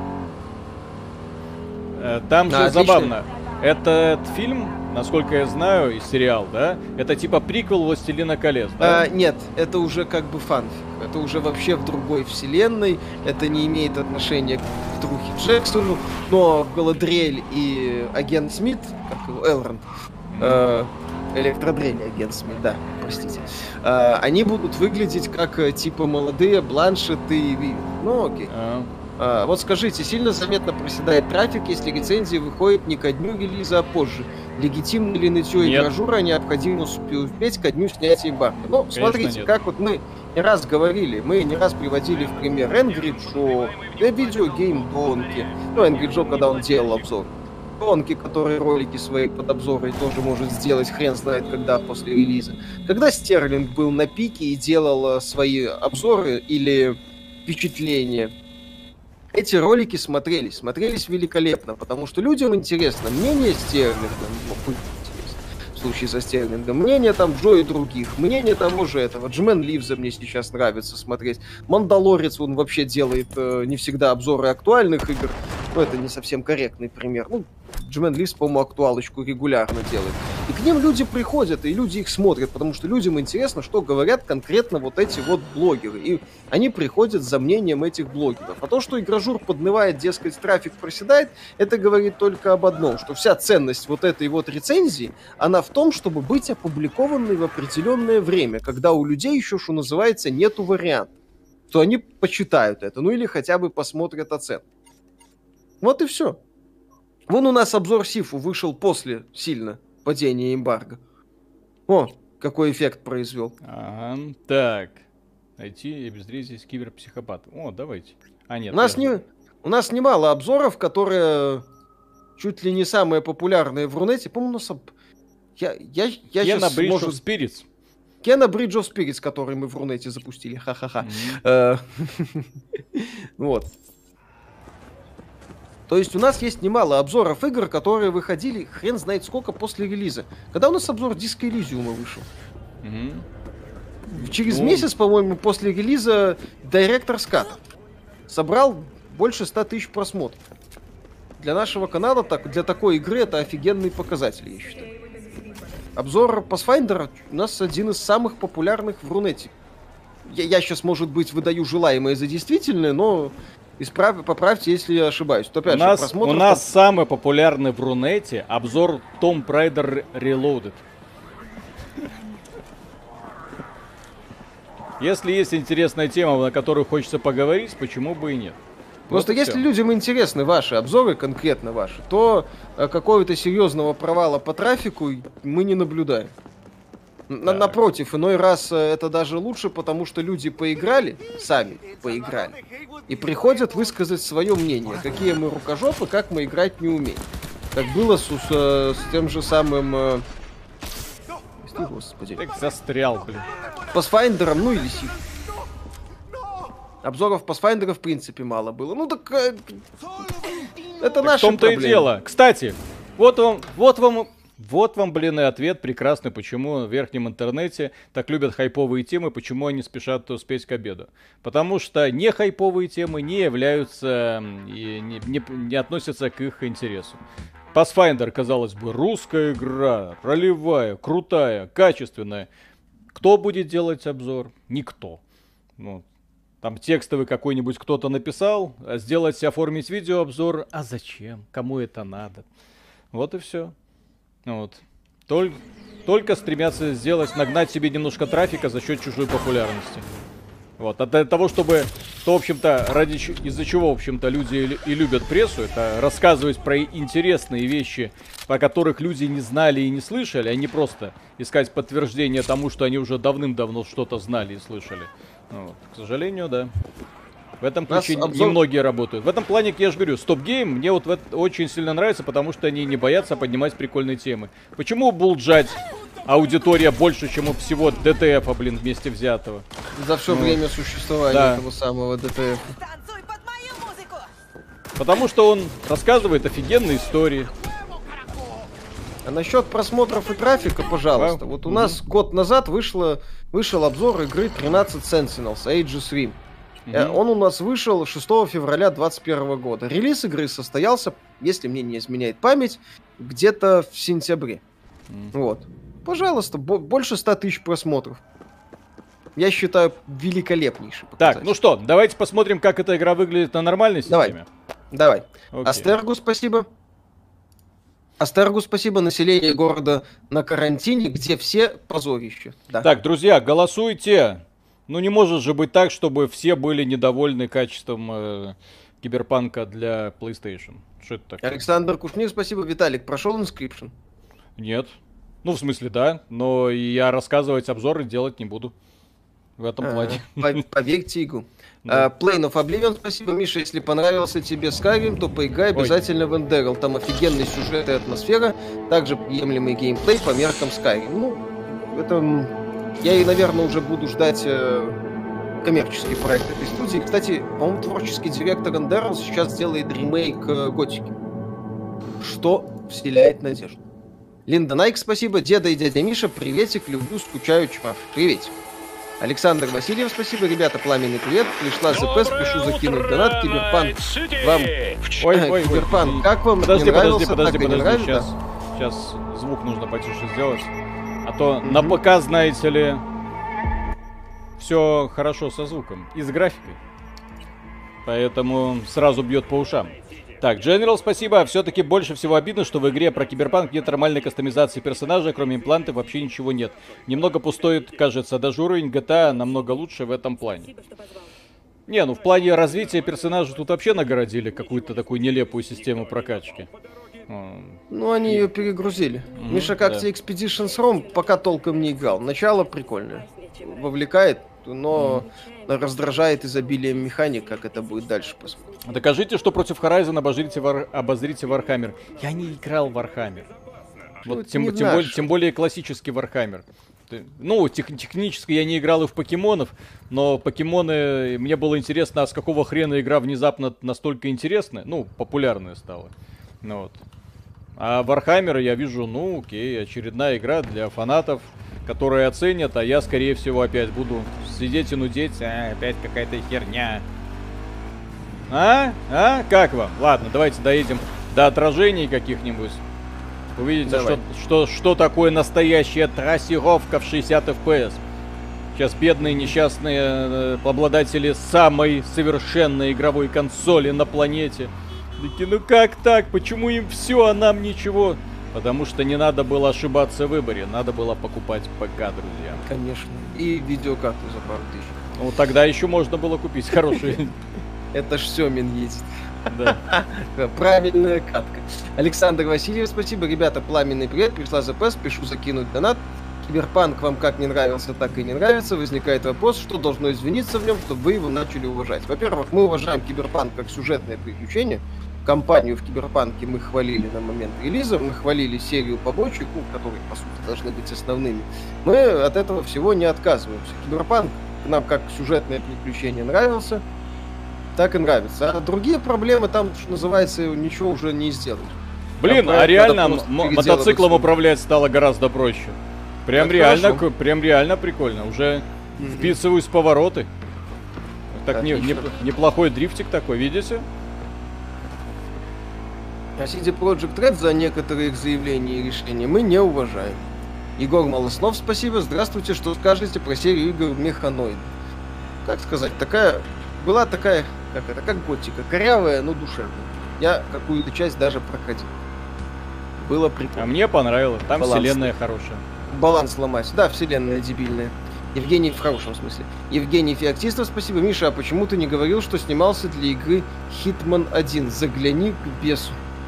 [SPEAKER 1] Там же а, забавно. Этот фильм, насколько я знаю, и сериал, да, это типа приквел «Властелина колец», да?
[SPEAKER 2] А, нет, это уже как бы фанфик. Это уже вообще в другой вселенной. Это не имеет отношения к Трухе Джексону. Но Галадриэль и агент Смит, как его, Элронд, э, Электродрель и агент Смит, да, простите, э, они будут выглядеть как типа молодые Бланшет и Вивен. Ну, окей. А. А, вот скажите, сильно заметно проседает трафик, если рецензии выходят не ко дню релиза, а позже? Легитимно ли нытье и гражура необходимо успеть ко дню снятия эмбарго? Ну, конечно, смотрите, нет. Как вот мы не раз говорили, мы не раз приводили в пример Angry Joe, да, видеогейм Донки, ну, Angry Joe, когда он делал обзор. Донки, который ролики свои под обзоры тоже может сделать хрен знает когда после релиза. Когда Стерлинг был на пике и делал свои обзоры или впечатления, эти ролики смотрелись, смотрелись великолепно, потому что людям интересно мнение Стерлинга, ну, в случае со Стерлингом, мнение там Джо и других, мнение того же этого, Джмен Ливза мне сейчас нравится смотреть, Мандалорец, он вообще делает э, не всегда обзоры актуальных игр, но это не совсем корректный пример, ну, Джмен Ливз, по-моему, актуалочку регулярно делает. И к ним люди приходят, и люди их смотрят, потому что людям интересно, что говорят конкретно вот эти вот блогеры. И они приходят за мнением этих блогеров. А то, что игражур поднывает, дескать, трафик проседает, это говорит только об одном, что вся ценность вот этой вот рецензии, она в том, чтобы быть опубликованной в определенное время, когда у людей еще, что называется, нету вариантов. То они почитают это, ну или хотя бы посмотрят оценку. Вот и все. Вон у нас обзор Сифу вышел после сильно падения эмбарго. О, какой эффект произвел.
[SPEAKER 1] Ага, так. Найти и обезвредить киберпсихопата. О, давайте. А, нет.
[SPEAKER 2] У нас, не, у нас немало обзоров, которые чуть ли не самые популярные в Рунете. По-моему, у нас... Я, я, я
[SPEAKER 1] Кена
[SPEAKER 2] сейчас,
[SPEAKER 1] Bridge
[SPEAKER 2] может...
[SPEAKER 1] of Spirits.
[SPEAKER 2] Кена Bridge of Spirits, который мы в Рунете запустили. Ха-ха-ха. Вот. То есть у нас есть немало обзоров игр, которые выходили хрен знает сколько после релиза. Когда у нас обзор Disco Elysium вышел? Mm-hmm. Через ну... месяц, по-моему, после релиза Director's Cut собрал больше ста тысяч просмотров. Для нашего канала, так, для такой игры, это офигенный показатель, я считаю. Обзор Pathfinder у нас один из самых популярных в Рунете. Я, я сейчас, может быть, выдаю желаемое за действительное, но... Исправ... Поправьте, если я ошибаюсь. То, опять
[SPEAKER 1] у нас,
[SPEAKER 2] же,
[SPEAKER 1] у нас там... самый популярный в Рунете обзор Tomb Raider Reloaded. Если есть интересная тема, на которую хочется поговорить, почему бы и нет?
[SPEAKER 2] Просто
[SPEAKER 1] Вот и
[SPEAKER 2] если
[SPEAKER 1] всё.
[SPEAKER 2] людям интересны ваши обзоры, конкретно ваши, то э, какого-то серьезного провала по трафику мы не наблюдаем. На-
[SPEAKER 1] Так.
[SPEAKER 2] Напротив, иной раз э, это даже лучше, потому что люди поиграли, сами поиграли, и приходят высказать свое мнение, какие мы рукожопы, как мы играть не умеем. Как было с, с, э, с тем же самым... э, Прости, господи.
[SPEAKER 1] Так застрял, блин.
[SPEAKER 2] Pathfinder'ом, ну или Сиф. Обзоров Pathfinder в принципе мало было. Ну так... э, это
[SPEAKER 1] Так в
[SPEAKER 2] наши
[SPEAKER 1] том-то и
[SPEAKER 2] проблемы.
[SPEAKER 1] дело. Кстати, вот вам, вот вам, вот вам, блин, и ответ прекрасный, почему в верхнем интернете так любят хайповые темы, почему они спешат успеть к обеду. Потому что не хайповые темы не являются и не, не, не относятся к их интересу. Pathfinder, казалось бы, русская игра, ролевая, крутая, качественная. Кто будет делать обзор? Никто. Ну, там текстовый какой-нибудь кто-то написал, а сделать, оформить видеообзор, а зачем? Кому это надо? Вот и все. Вот. Толь- Только стремятся сделать, нагнать себе немножко трафика за счет чужой популярности. Вот. А для того, чтобы, то, в общем-то, ради ч- из-за чего, в общем-то, люди и, лю- и любят прессу, это рассказывать про интересные вещи, о которых люди не знали и не слышали, а не просто искать подтверждение тому, что они уже давным-давно что-то знали и слышали. Вот. К сожалению, да. В этом
[SPEAKER 2] Нас
[SPEAKER 1] ключе
[SPEAKER 2] обзор-
[SPEAKER 1] немногие работают. В этом плане, я же говорю, Stop Game мне вот в это очень сильно нравится, потому что они не боятся поднимать прикольные темы. Почему булджать аудитория больше, чем у всего ДТФа, блин, вместе взятого?
[SPEAKER 2] За все
[SPEAKER 1] Ну,
[SPEAKER 2] время существования
[SPEAKER 1] да.
[SPEAKER 2] этого самого ДТФ.
[SPEAKER 3] Танцуй под мою музыку!
[SPEAKER 1] Потому что он рассказывает офигенные истории.
[SPEAKER 2] А насчет просмотров и трафика, пожалуйста.
[SPEAKER 1] Да.
[SPEAKER 2] Вот у
[SPEAKER 1] Мгм.
[SPEAKER 2] нас год назад вышло, вышел обзор игры тринадцать Sentinels Aegis Rim. Э,
[SPEAKER 1] Мгм.
[SPEAKER 2] Он у нас вышел шестого февраля двадцать первого года. Релиз игры состоялся, если мне не изменяет память, где-то в сентябре.
[SPEAKER 1] Мгм.
[SPEAKER 2] Вот. Пожалуйста, бо- больше ста тысяч просмотров. Я считаю, великолепнейший показатель.
[SPEAKER 1] Так, ну что, давайте посмотрим, как эта игра выглядит на нормальной
[SPEAKER 2] Давай.
[SPEAKER 1] системе.
[SPEAKER 2] Давай.
[SPEAKER 1] Окей.
[SPEAKER 2] Астергу спасибо. Астергу спасибо. Население города на карантине, где все позорище. Да.
[SPEAKER 1] Так, друзья, голосуйте. Ну не может же быть так, чтобы все были недовольны качеством э, киберпанка для PlayStation. Что это такое?
[SPEAKER 2] Александр Кушнир, спасибо. Виталик, прошел Inscription?
[SPEAKER 1] Нет. Ну, в смысле, да, но я рассказывать обзоры делать не буду. В этом плане.
[SPEAKER 2] А, по- Поверьте игру.
[SPEAKER 1] Да.
[SPEAKER 2] А, Plane of Oblivion, спасибо. Миша, если понравился тебе Skyrim, то поиграй
[SPEAKER 1] Ой.
[SPEAKER 2] обязательно в Enderal. Там офигенный сюжет и атмосфера, также приемлемый геймплей по меркам Skyrim. Ну, это... м, я и, наверное, уже буду ждать э, коммерческий проект этой студии. Кстати, по-моему, творческий директор Enderal сейчас делает ремейк э, Готики, что вселяет надежду. Линда Найк, спасибо. Деда и дядя Миша, приветик, люблю, скучаю, чмав. Приветик. Александр Васильев, спасибо. Ребята, пламенный привет. Пришла ЗП, спешу закинуть донат. Киберпанк вам...
[SPEAKER 1] Ой, ой,
[SPEAKER 2] Киберпанк,
[SPEAKER 1] ой.
[SPEAKER 2] как вам?
[SPEAKER 1] Подожди,
[SPEAKER 2] Не
[SPEAKER 1] подожди,
[SPEAKER 2] нравился?
[SPEAKER 1] подожди,
[SPEAKER 2] Так и не
[SPEAKER 1] подожди.
[SPEAKER 2] нравится?
[SPEAKER 1] Сейчас, сейчас звук нужно потише сделать. А то
[SPEAKER 2] Мгм.
[SPEAKER 1] на ПК, знаете ли, все хорошо со звуком и с графикой. Поэтому сразу бьет по ушам. Так, General, спасибо. Все-таки больше всего обидно, что в игре про киберпанк нет нормальной кастомизации персонажа, кроме имплантов вообще ничего нет. Немного пустует, кажется, даже уровень джи ти эй намного лучше в этом плане. Не, ну в плане развития персонажа тут вообще нагородили какую-то такую нелепую систему прокачки. М,
[SPEAKER 2] Ну, они ее перегрузили.
[SPEAKER 1] Мгм,
[SPEAKER 2] Миша, как
[SPEAKER 1] да.
[SPEAKER 2] тебе Expeditions Rom? Пока толком не играл. Начало прикольное. Вовлекает, но раздражает изобилием механик, как это будет дальше посмотрим.
[SPEAKER 1] Докажите, что против Horizon обозрите, Вар... обозрите Warhammer. Я не играл в Warhammer.
[SPEAKER 2] Ну,
[SPEAKER 1] Вот
[SPEAKER 2] это
[SPEAKER 1] тем,
[SPEAKER 2] не
[SPEAKER 1] тем,
[SPEAKER 2] наш.
[SPEAKER 1] более, тем более классический Warhammer. Ты- Ну, тех- технически я не играл и в покемонов, но покемоны... Мне было интересно, а с какого хрена игра внезапно настолько интересная, ну, популярная стала. Ну, вот. А Warhammer я вижу, ну, окей, очередная игра для фанатов, которые оценят, а я, скорее всего, опять буду сидеть и нудеть, а, опять какая-то херня. А? А? Как вам? Ладно, давайте доедем до отражений каких-нибудь. Увидите,
[SPEAKER 2] Давай.
[SPEAKER 1] что, что, что такое настоящая трассировка в шестьдесят эф пи эс. Сейчас бедные несчастные э, обладатели самой совершенной игровой консоли на планете. Такие, ну как так? Почему им все, а нам ничего? Потому что не надо было ошибаться в выборе, надо было покупать ПК, друзья.
[SPEAKER 2] Конечно. И видеокарту за пару тысяч.
[SPEAKER 1] Ну, тогда еще можно было купить хорошие.
[SPEAKER 2] Это ж Семин ездит.
[SPEAKER 1] Да.
[SPEAKER 2] Правильная катка. Александр Васильев, спасибо. Ребята, пламенный привет. Пришла ЗП, спешу закинуть донат. Киберпанк вам как не нравился, так и не нравится. Возникает вопрос, что должно извиниться в нем, чтобы вы его начали уважать. Во-первых, мы уважаем Киберпанк как сюжетное приключение. Компанию в Киберпанке мы хвалили на момент релиза, мы хвалили серию побочек, ну, которые, по сути, должны быть основными. Мы от этого всего не отказываемся. Киберпанк нам как сюжетное приключение нравился, так и нравится. А другие проблемы там, что называется, ничего уже не сделаешь.
[SPEAKER 1] Блин, а реально мотоциклом управлять стало гораздо проще. Прям это реально, хорошо. Прям реально прикольно. Уже mm-hmm. вписываюсь в повороты. Так не, не, неплохой дрифтик такой, видите?
[SPEAKER 2] А си ди Projekt Red за некоторые их заявления и решения мы не уважаем. Егор Малоснов, спасибо. Здравствуйте, что скажете про серию игр Механоид? Как сказать, такая... Была такая, как это, как готика. Корявая, но душевная. Я какую-то часть даже проходил. Было прикольно.
[SPEAKER 1] А мне понравилось. Там
[SPEAKER 2] баланс,
[SPEAKER 1] вселенная хорошая.
[SPEAKER 2] Баланс ломать. Да, вселенная дебильная. Евгений, в хорошем смысле. Евгений Феоктистов, спасибо. Миша, а почему ты не говорил, что снимался для игры Hitman один? Загляни к бесу.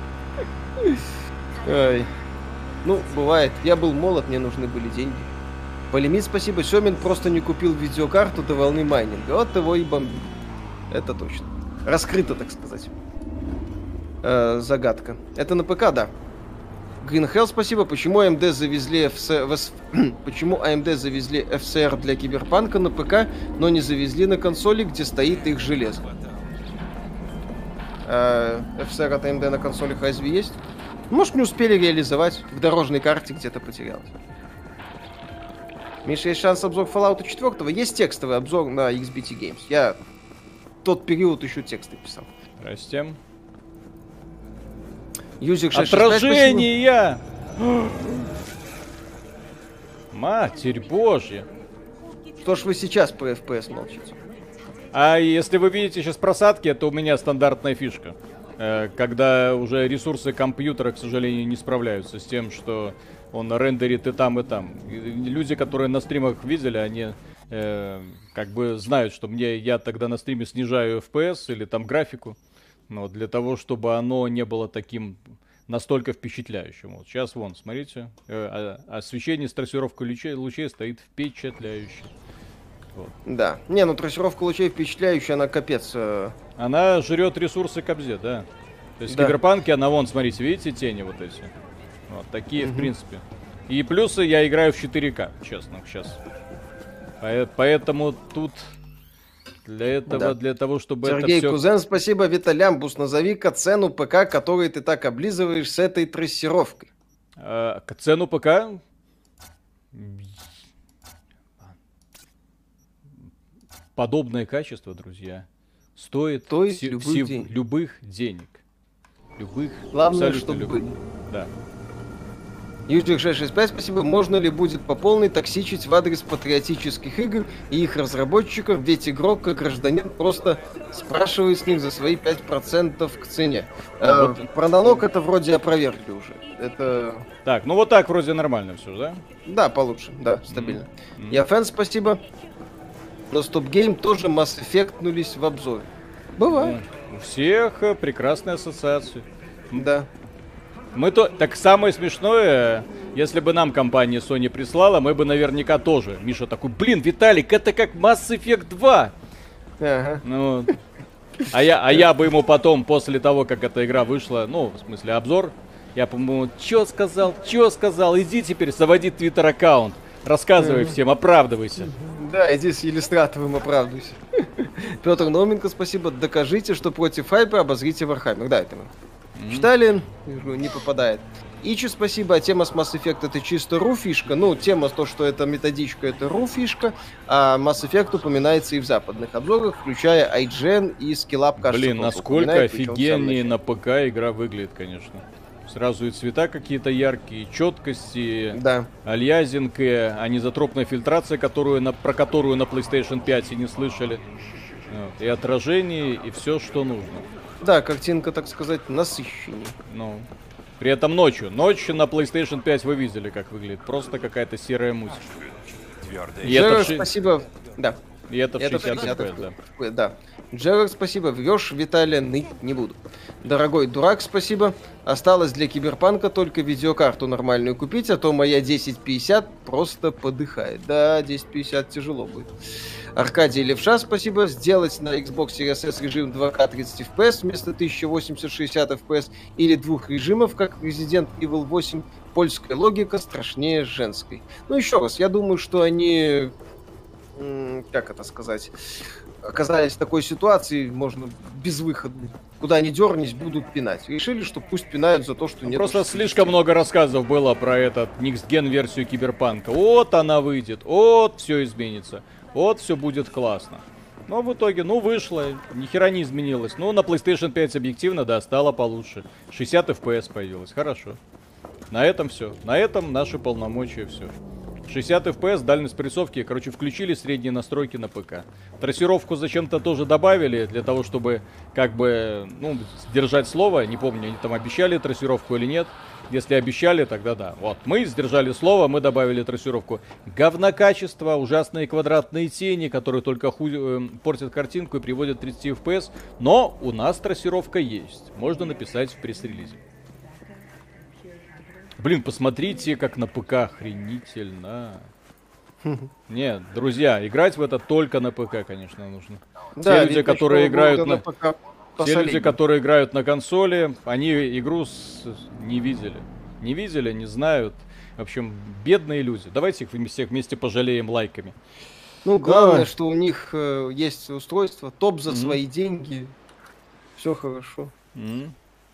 [SPEAKER 2] Ай. Ну, бывает. Я был молод, мне нужны были деньги. Полимит, спасибо. Семин просто не купил видеокарту до волны майнинга. Вот его и бомбил. Это точно. Раскрыто, так сказать. Э, загадка. Это на ПК, да. Green Hell, спасибо. Почему эй эм ди завезли эф эс эр... Почему эй эм ди завезли эф эс эр для Киберпанка на ПК, но не завезли на консоли, где стоит их железо? Э, эф эс эр от эй эм ди на консолях разве есть? Может, не успели реализовать. В дорожной карте где-то потерялось. Миша, есть шанс обзор Fallout четыре? Есть текстовый обзор на икс би ти Games. Я тот период еще тексты писал.
[SPEAKER 1] Здрасте.
[SPEAKER 2] Юзик
[SPEAKER 1] Отражение! Матерь Божья.
[SPEAKER 2] Что ж вы сейчас по эф пи эс молчите?
[SPEAKER 1] А если вы видите сейчас просадки, это у меня стандартная фишка. Когда уже ресурсы компьютера, к сожалению, не справляются с тем, что он рендерит и там, и там. И люди, которые на стримах видели, они э, как бы знают, что мне я тогда на стриме снижаю эф пи эс или там графику, но для того, чтобы оно не было таким настолько впечатляющим. Вот сейчас вон, смотрите, э, освещение с трассировкой лучей, лучей стоит впечатляюще. Вот.
[SPEAKER 2] Да. Не, ну трассировка лучей впечатляющая, она капец. Э...
[SPEAKER 1] Она жрет ресурсы Кобзе, да. То есть да. В Киберпанке она вон, смотрите, видите тени вот эти. Вот такие, mm-hmm. в принципе. И плюсы я играю в четыре ка, честно, сейчас. Поэтому тут для этого, да. для того, чтобы
[SPEAKER 2] Сергей
[SPEAKER 1] это все...
[SPEAKER 2] Кузен, спасибо. Виталямбус, назови-ка цену ПК, который ты так облизываешь с этой трассировкой.
[SPEAKER 1] А, цену ПК? Подобное качество, друзья, стоит,
[SPEAKER 2] стоит
[SPEAKER 1] вси-
[SPEAKER 2] любых,
[SPEAKER 1] вси-
[SPEAKER 2] денег.
[SPEAKER 1] любых денег. Любых,
[SPEAKER 2] главное,
[SPEAKER 1] абсолютно
[SPEAKER 2] чтобы
[SPEAKER 1] любых.
[SPEAKER 2] были.
[SPEAKER 1] Да.
[SPEAKER 2] Юджик шесть шесть пять, спасибо. Можно ли будет по полной токсичить в адрес патриотических игр и их разработчиков, ведь игрок, как гражданин, просто спрашивает с них за свои пять процентов к цене. А, вот. Про налог это вроде опровергли уже. Это...
[SPEAKER 1] Так, ну вот так вроде нормально все, да?
[SPEAKER 2] Да, получше, да, стабильно.
[SPEAKER 1] Mm-hmm.
[SPEAKER 2] Я фэн, спасибо. Но Stop Game тоже Mass Effectнулись в обзоре. Бывает.
[SPEAKER 1] У всех прекрасные ассоциации.
[SPEAKER 2] Да.
[SPEAKER 1] Мы то... Так самое смешное, если бы нам компания Sony прислала, мы бы наверняка тоже. Миша такой, блин, Виталик, это как Mass Effect два.
[SPEAKER 2] Ага.
[SPEAKER 1] Ну, а я, а я бы ему потом, после того, как эта игра вышла, ну, в смысле, обзор, я, по-моему, чё сказал, чё сказал, иди теперь заводи твиттер-аккаунт, рассказывай mm-hmm. всем, оправдывайся.
[SPEAKER 2] Да, иди с иллюстратором оправдывайся. Петр Науменко, спасибо. Докажите, что против хайпа обозрите Warhammer. Да, это мы mm-hmm. читали, не попадает. Ичи, спасибо. А тема с Mass Effect это чисто ру-фишка. Ну, тема то, что это методичка, это ру-фишка. А Mass Effect упоминается и в западных обзорах, включая ай джи эн и Skillup, кажется.
[SPEAKER 1] Блин, насколько офигеннее на ПК игра выглядит, конечно. Сразу и цвета какие-то яркие, и четкости,
[SPEAKER 2] да.
[SPEAKER 1] альязинг, анизотропная фильтрация, которую на, про которую на PlayStation пять и не слышали. Вот. И отражение, и все, что нужно.
[SPEAKER 2] Да, картинка, так сказать, насыщеннее.
[SPEAKER 1] Ну. При этом ночью. Ночью на PlayStation пять вы видели, как выглядит. Просто какая-то серая муть. И
[SPEAKER 2] Джерард,
[SPEAKER 1] это в ши-
[SPEAKER 2] спасибо. Да.
[SPEAKER 1] И это в
[SPEAKER 2] Это
[SPEAKER 1] шестьдесят
[SPEAKER 2] шестьдесят
[SPEAKER 1] эф пи эс, да.
[SPEAKER 2] Да. Джерард, спасибо. Врешь, Виталия, ныть не буду. Дорогой дурак, спасибо. Осталось для Киберпанка только видеокарту нормальную купить, а то моя десять пятьдесят просто подыхает. Да, десять пятьдесят тяжело будет. Аркадий Левша, спасибо. Сделать на Xbox Series S режим два ка тридцать эф пи эс вместо тысяча восемьдесят шестьдесят эф пи эс или двух режимов, как Resident Evil восемь. Польская логика страшнее женской. Ну, еще раз, я думаю, что они... Как это сказать? Оказались в такой ситуации, можно безвыходной. Куда ни дернись, будут пинать. Решили, что пусть пинают за то, что нет.
[SPEAKER 1] Просто слишком много рассказов было про этот Next Gen версию Киберпанка. Вот она выйдет, вот все изменится, вот все будет классно. Но в итоге, ну, вышло, ни хера не изменилось. Ну, на PlayStation пять объективно, да, стало получше. шестьдесят эф пи эс появилось, хорошо. На этом все. На этом наши полномочия все. шестьдесят эф пи эс, дальность прицовки, короче, включили средние настройки на ПК. Трассировку зачем-то тоже добавили, для того, чтобы, как бы, ну, сдержать слово. Не помню, они там обещали трассировку или нет. Если обещали, тогда да. Вот, мы сдержали слово, мы добавили трассировку. Говнокачество, ужасные квадратные тени, которые только ху... э, портят картинку и приводят к тридцати эф пи эс. Но у нас трассировка есть. Можно написать в пресс-релизе. Блин, посмотрите, как на ПК охренительно. Нет, друзья, играть в это только на ПК, конечно, нужно.
[SPEAKER 2] Да,
[SPEAKER 1] те люди, которые играют на...
[SPEAKER 2] ПК
[SPEAKER 1] Те люди, которые играют на консоли, они игру с... не видели. Не видели, не знают. В общем, бедные люди. Давайте их всех вместе пожалеем лайками.
[SPEAKER 2] Ну, главное,
[SPEAKER 1] Да.
[SPEAKER 2] что у них э, есть устройство, топ за
[SPEAKER 1] Мгм.
[SPEAKER 2] свои деньги. Все хорошо.
[SPEAKER 1] М.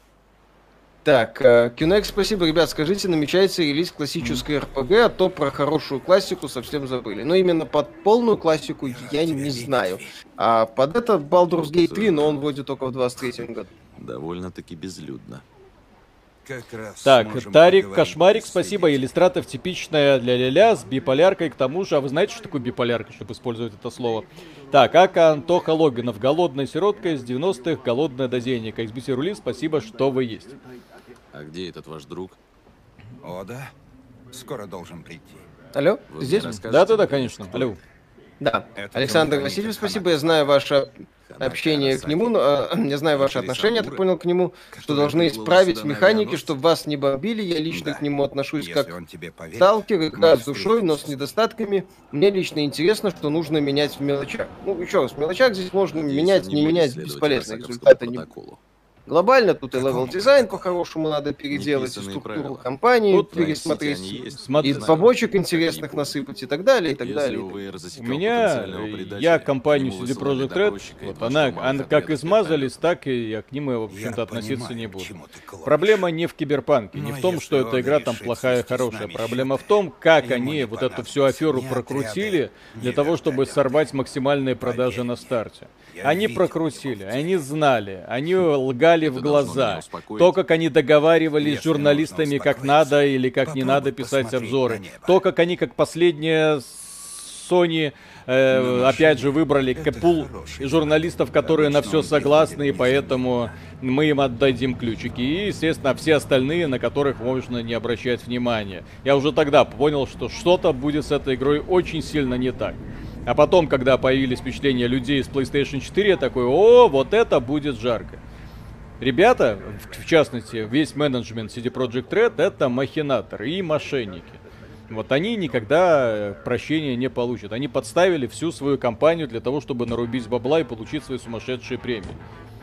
[SPEAKER 2] Так, э, Кюнекс, спасибо. Ребят, скажите, намечается релиз классической эр пи джи, а то про хорошую классику совсем забыли. Но именно под полную классику я не знаю. А под это Baldur's Gate три, но он вроде только в двадцать третьем году.
[SPEAKER 6] Довольно-таки безлюдно.
[SPEAKER 7] Как раз
[SPEAKER 1] Так,
[SPEAKER 7] сможем
[SPEAKER 1] Тарик
[SPEAKER 7] поговорить
[SPEAKER 1] Кошмарик,
[SPEAKER 7] без
[SPEAKER 1] спасибо.
[SPEAKER 7] свидетелей.
[SPEAKER 1] Иллюстратов типичная для ля-ля с биполяркой к тому же. А вы знаете, что такое биполярка, чтобы использовать это слово? Так, Ака Антоха Логинов. Голодная сиротка из девяностых, голодная до денег. икс би си Рули, спасибо, что вы есть.
[SPEAKER 6] А где этот ваш друг?
[SPEAKER 7] О, да. Скоро должен прийти.
[SPEAKER 2] Алло,
[SPEAKER 6] Вы
[SPEAKER 2] ты здесь?
[SPEAKER 6] мне расскажете,
[SPEAKER 1] Да-да-да,
[SPEAKER 6] где
[SPEAKER 1] конечно.
[SPEAKER 6] кто
[SPEAKER 1] Алло.
[SPEAKER 6] это?
[SPEAKER 2] Да.
[SPEAKER 7] Это
[SPEAKER 2] Александр
[SPEAKER 7] Джон
[SPEAKER 2] Васильев,
[SPEAKER 7] Ханак.
[SPEAKER 2] спасибо. Я знаю ваше общение к нему, но, э, я знаю ваше
[SPEAKER 6] Через
[SPEAKER 2] отношение, я так
[SPEAKER 6] Амура,
[SPEAKER 2] понял, к нему, что
[SPEAKER 6] который
[SPEAKER 2] должны
[SPEAKER 6] приплыл
[SPEAKER 2] исправить
[SPEAKER 6] сюда на
[SPEAKER 2] механики,
[SPEAKER 6] авианосце.
[SPEAKER 2] чтобы вас не бомбили. Я лично
[SPEAKER 7] Да.
[SPEAKER 2] к нему отношусь
[SPEAKER 7] Если
[SPEAKER 2] как
[SPEAKER 7] он тебе поверит,
[SPEAKER 2] сталкер, игра
[SPEAKER 7] мы
[SPEAKER 2] с душой, но с
[SPEAKER 7] встретимся.
[SPEAKER 2] недостатками. Мне лично интересно, что нужно менять в мелочах. Ну, еще раз, в мелочах здесь можно
[SPEAKER 6] Надеюсь,
[SPEAKER 2] менять,
[SPEAKER 6] они
[SPEAKER 2] не
[SPEAKER 6] будут
[SPEAKER 2] менять,
[SPEAKER 6] следовать
[SPEAKER 2] бесполезно.
[SPEAKER 6] Корсаковскому
[SPEAKER 2] Результата не
[SPEAKER 6] протоколу.
[SPEAKER 2] глобально. Тут и
[SPEAKER 7] Какому
[SPEAKER 2] левел дизайн
[SPEAKER 7] протоколу?
[SPEAKER 2] по-хорошему надо переделать, и
[SPEAKER 6] Неписанные
[SPEAKER 2] структуру
[SPEAKER 6] правила.
[SPEAKER 2] компании
[SPEAKER 1] Тут
[SPEAKER 2] пересмотреть,
[SPEAKER 6] Они есть.
[SPEAKER 1] Смотри,
[SPEAKER 2] и
[SPEAKER 1] знаю,
[SPEAKER 2] побочек
[SPEAKER 6] как
[SPEAKER 2] интересных
[SPEAKER 6] они
[SPEAKER 2] насыпать и так далее, и так
[SPEAKER 6] Если
[SPEAKER 2] далее.
[SPEAKER 6] УВР
[SPEAKER 1] У
[SPEAKER 6] засекал
[SPEAKER 1] меня,
[SPEAKER 6] потенциального
[SPEAKER 1] э,
[SPEAKER 6] предателя,
[SPEAKER 1] я компанию
[SPEAKER 6] ему
[SPEAKER 1] си ди
[SPEAKER 6] высылали
[SPEAKER 1] Projekt Red,
[SPEAKER 6] допросчика и
[SPEAKER 1] вот
[SPEAKER 6] два
[SPEAKER 1] она,
[SPEAKER 6] штурмовых
[SPEAKER 1] она как
[SPEAKER 6] отряда
[SPEAKER 1] измазались,
[SPEAKER 6] спецназа.
[SPEAKER 1] так и я к ним, в общем-то,
[SPEAKER 7] Я
[SPEAKER 1] относиться
[SPEAKER 7] понимаю,
[SPEAKER 1] не
[SPEAKER 7] к
[SPEAKER 1] буду.
[SPEAKER 7] чему ты клонишь.
[SPEAKER 1] Проблема не в Киберпанке, не
[SPEAKER 7] Но
[SPEAKER 1] в том,
[SPEAKER 7] если
[SPEAKER 1] что эта
[SPEAKER 7] он
[SPEAKER 1] игра там
[SPEAKER 7] решит
[SPEAKER 1] плохая,
[SPEAKER 7] свести с
[SPEAKER 1] хорошая.
[SPEAKER 7] нами
[SPEAKER 1] Проблема в
[SPEAKER 7] счеты,
[SPEAKER 1] том, как
[SPEAKER 7] ему
[SPEAKER 1] они
[SPEAKER 7] не
[SPEAKER 1] вот эту всю
[SPEAKER 7] понадобятся
[SPEAKER 1] аферу
[SPEAKER 7] ни
[SPEAKER 1] прокрутили
[SPEAKER 7] отряды,
[SPEAKER 1] для
[SPEAKER 7] ни
[SPEAKER 1] того, чтобы
[SPEAKER 7] вертолеты.
[SPEAKER 1] сорвать максимальные продажи
[SPEAKER 7] Поверь
[SPEAKER 1] на
[SPEAKER 7] мне,
[SPEAKER 1] старте.
[SPEAKER 7] я
[SPEAKER 1] Они
[SPEAKER 7] видел
[SPEAKER 1] прокрутили,
[SPEAKER 7] его в
[SPEAKER 1] они
[SPEAKER 7] деле.
[SPEAKER 1] знали, они лгали
[SPEAKER 6] Это
[SPEAKER 1] в
[SPEAKER 6] должно меня
[SPEAKER 1] глаза.
[SPEAKER 6] успокоить.
[SPEAKER 1] То, как они договаривались с
[SPEAKER 7] Если
[SPEAKER 1] журналистами,
[SPEAKER 7] нужно
[SPEAKER 1] как
[SPEAKER 7] успокоиться,
[SPEAKER 1] надо или как не
[SPEAKER 7] попробуй
[SPEAKER 1] надо писать
[SPEAKER 7] посмотреть
[SPEAKER 1] обзоры.
[SPEAKER 7] на небо.
[SPEAKER 1] То, как они, как последняя Sony, э,
[SPEAKER 7] На
[SPEAKER 1] опять же,
[SPEAKER 7] машине.
[SPEAKER 1] выбрали
[SPEAKER 7] Это
[SPEAKER 1] пул
[SPEAKER 7] хороший
[SPEAKER 1] журналистов, которые на
[SPEAKER 7] Обычно
[SPEAKER 1] все
[SPEAKER 7] он
[SPEAKER 1] согласны, и
[SPEAKER 7] ездит
[SPEAKER 1] поэтому
[SPEAKER 7] незаметно.
[SPEAKER 1] мы им отдадим ключики. И, естественно, все остальные, на которых можно не обращать внимания. Я уже тогда понял, что что-то будет с этой игрой очень сильно не так. А потом, когда появились впечатления людей с PlayStation четыре, я такой: о, вот это будет жарко. Ребята, в, в частности, весь менеджмент си ди Projekt Red — это махинаторы и мошенники. Вот они никогда прощения не получат. Они подставили всю свою компанию для того, чтобы нарубить бабла и получить свои сумасшедшие премии.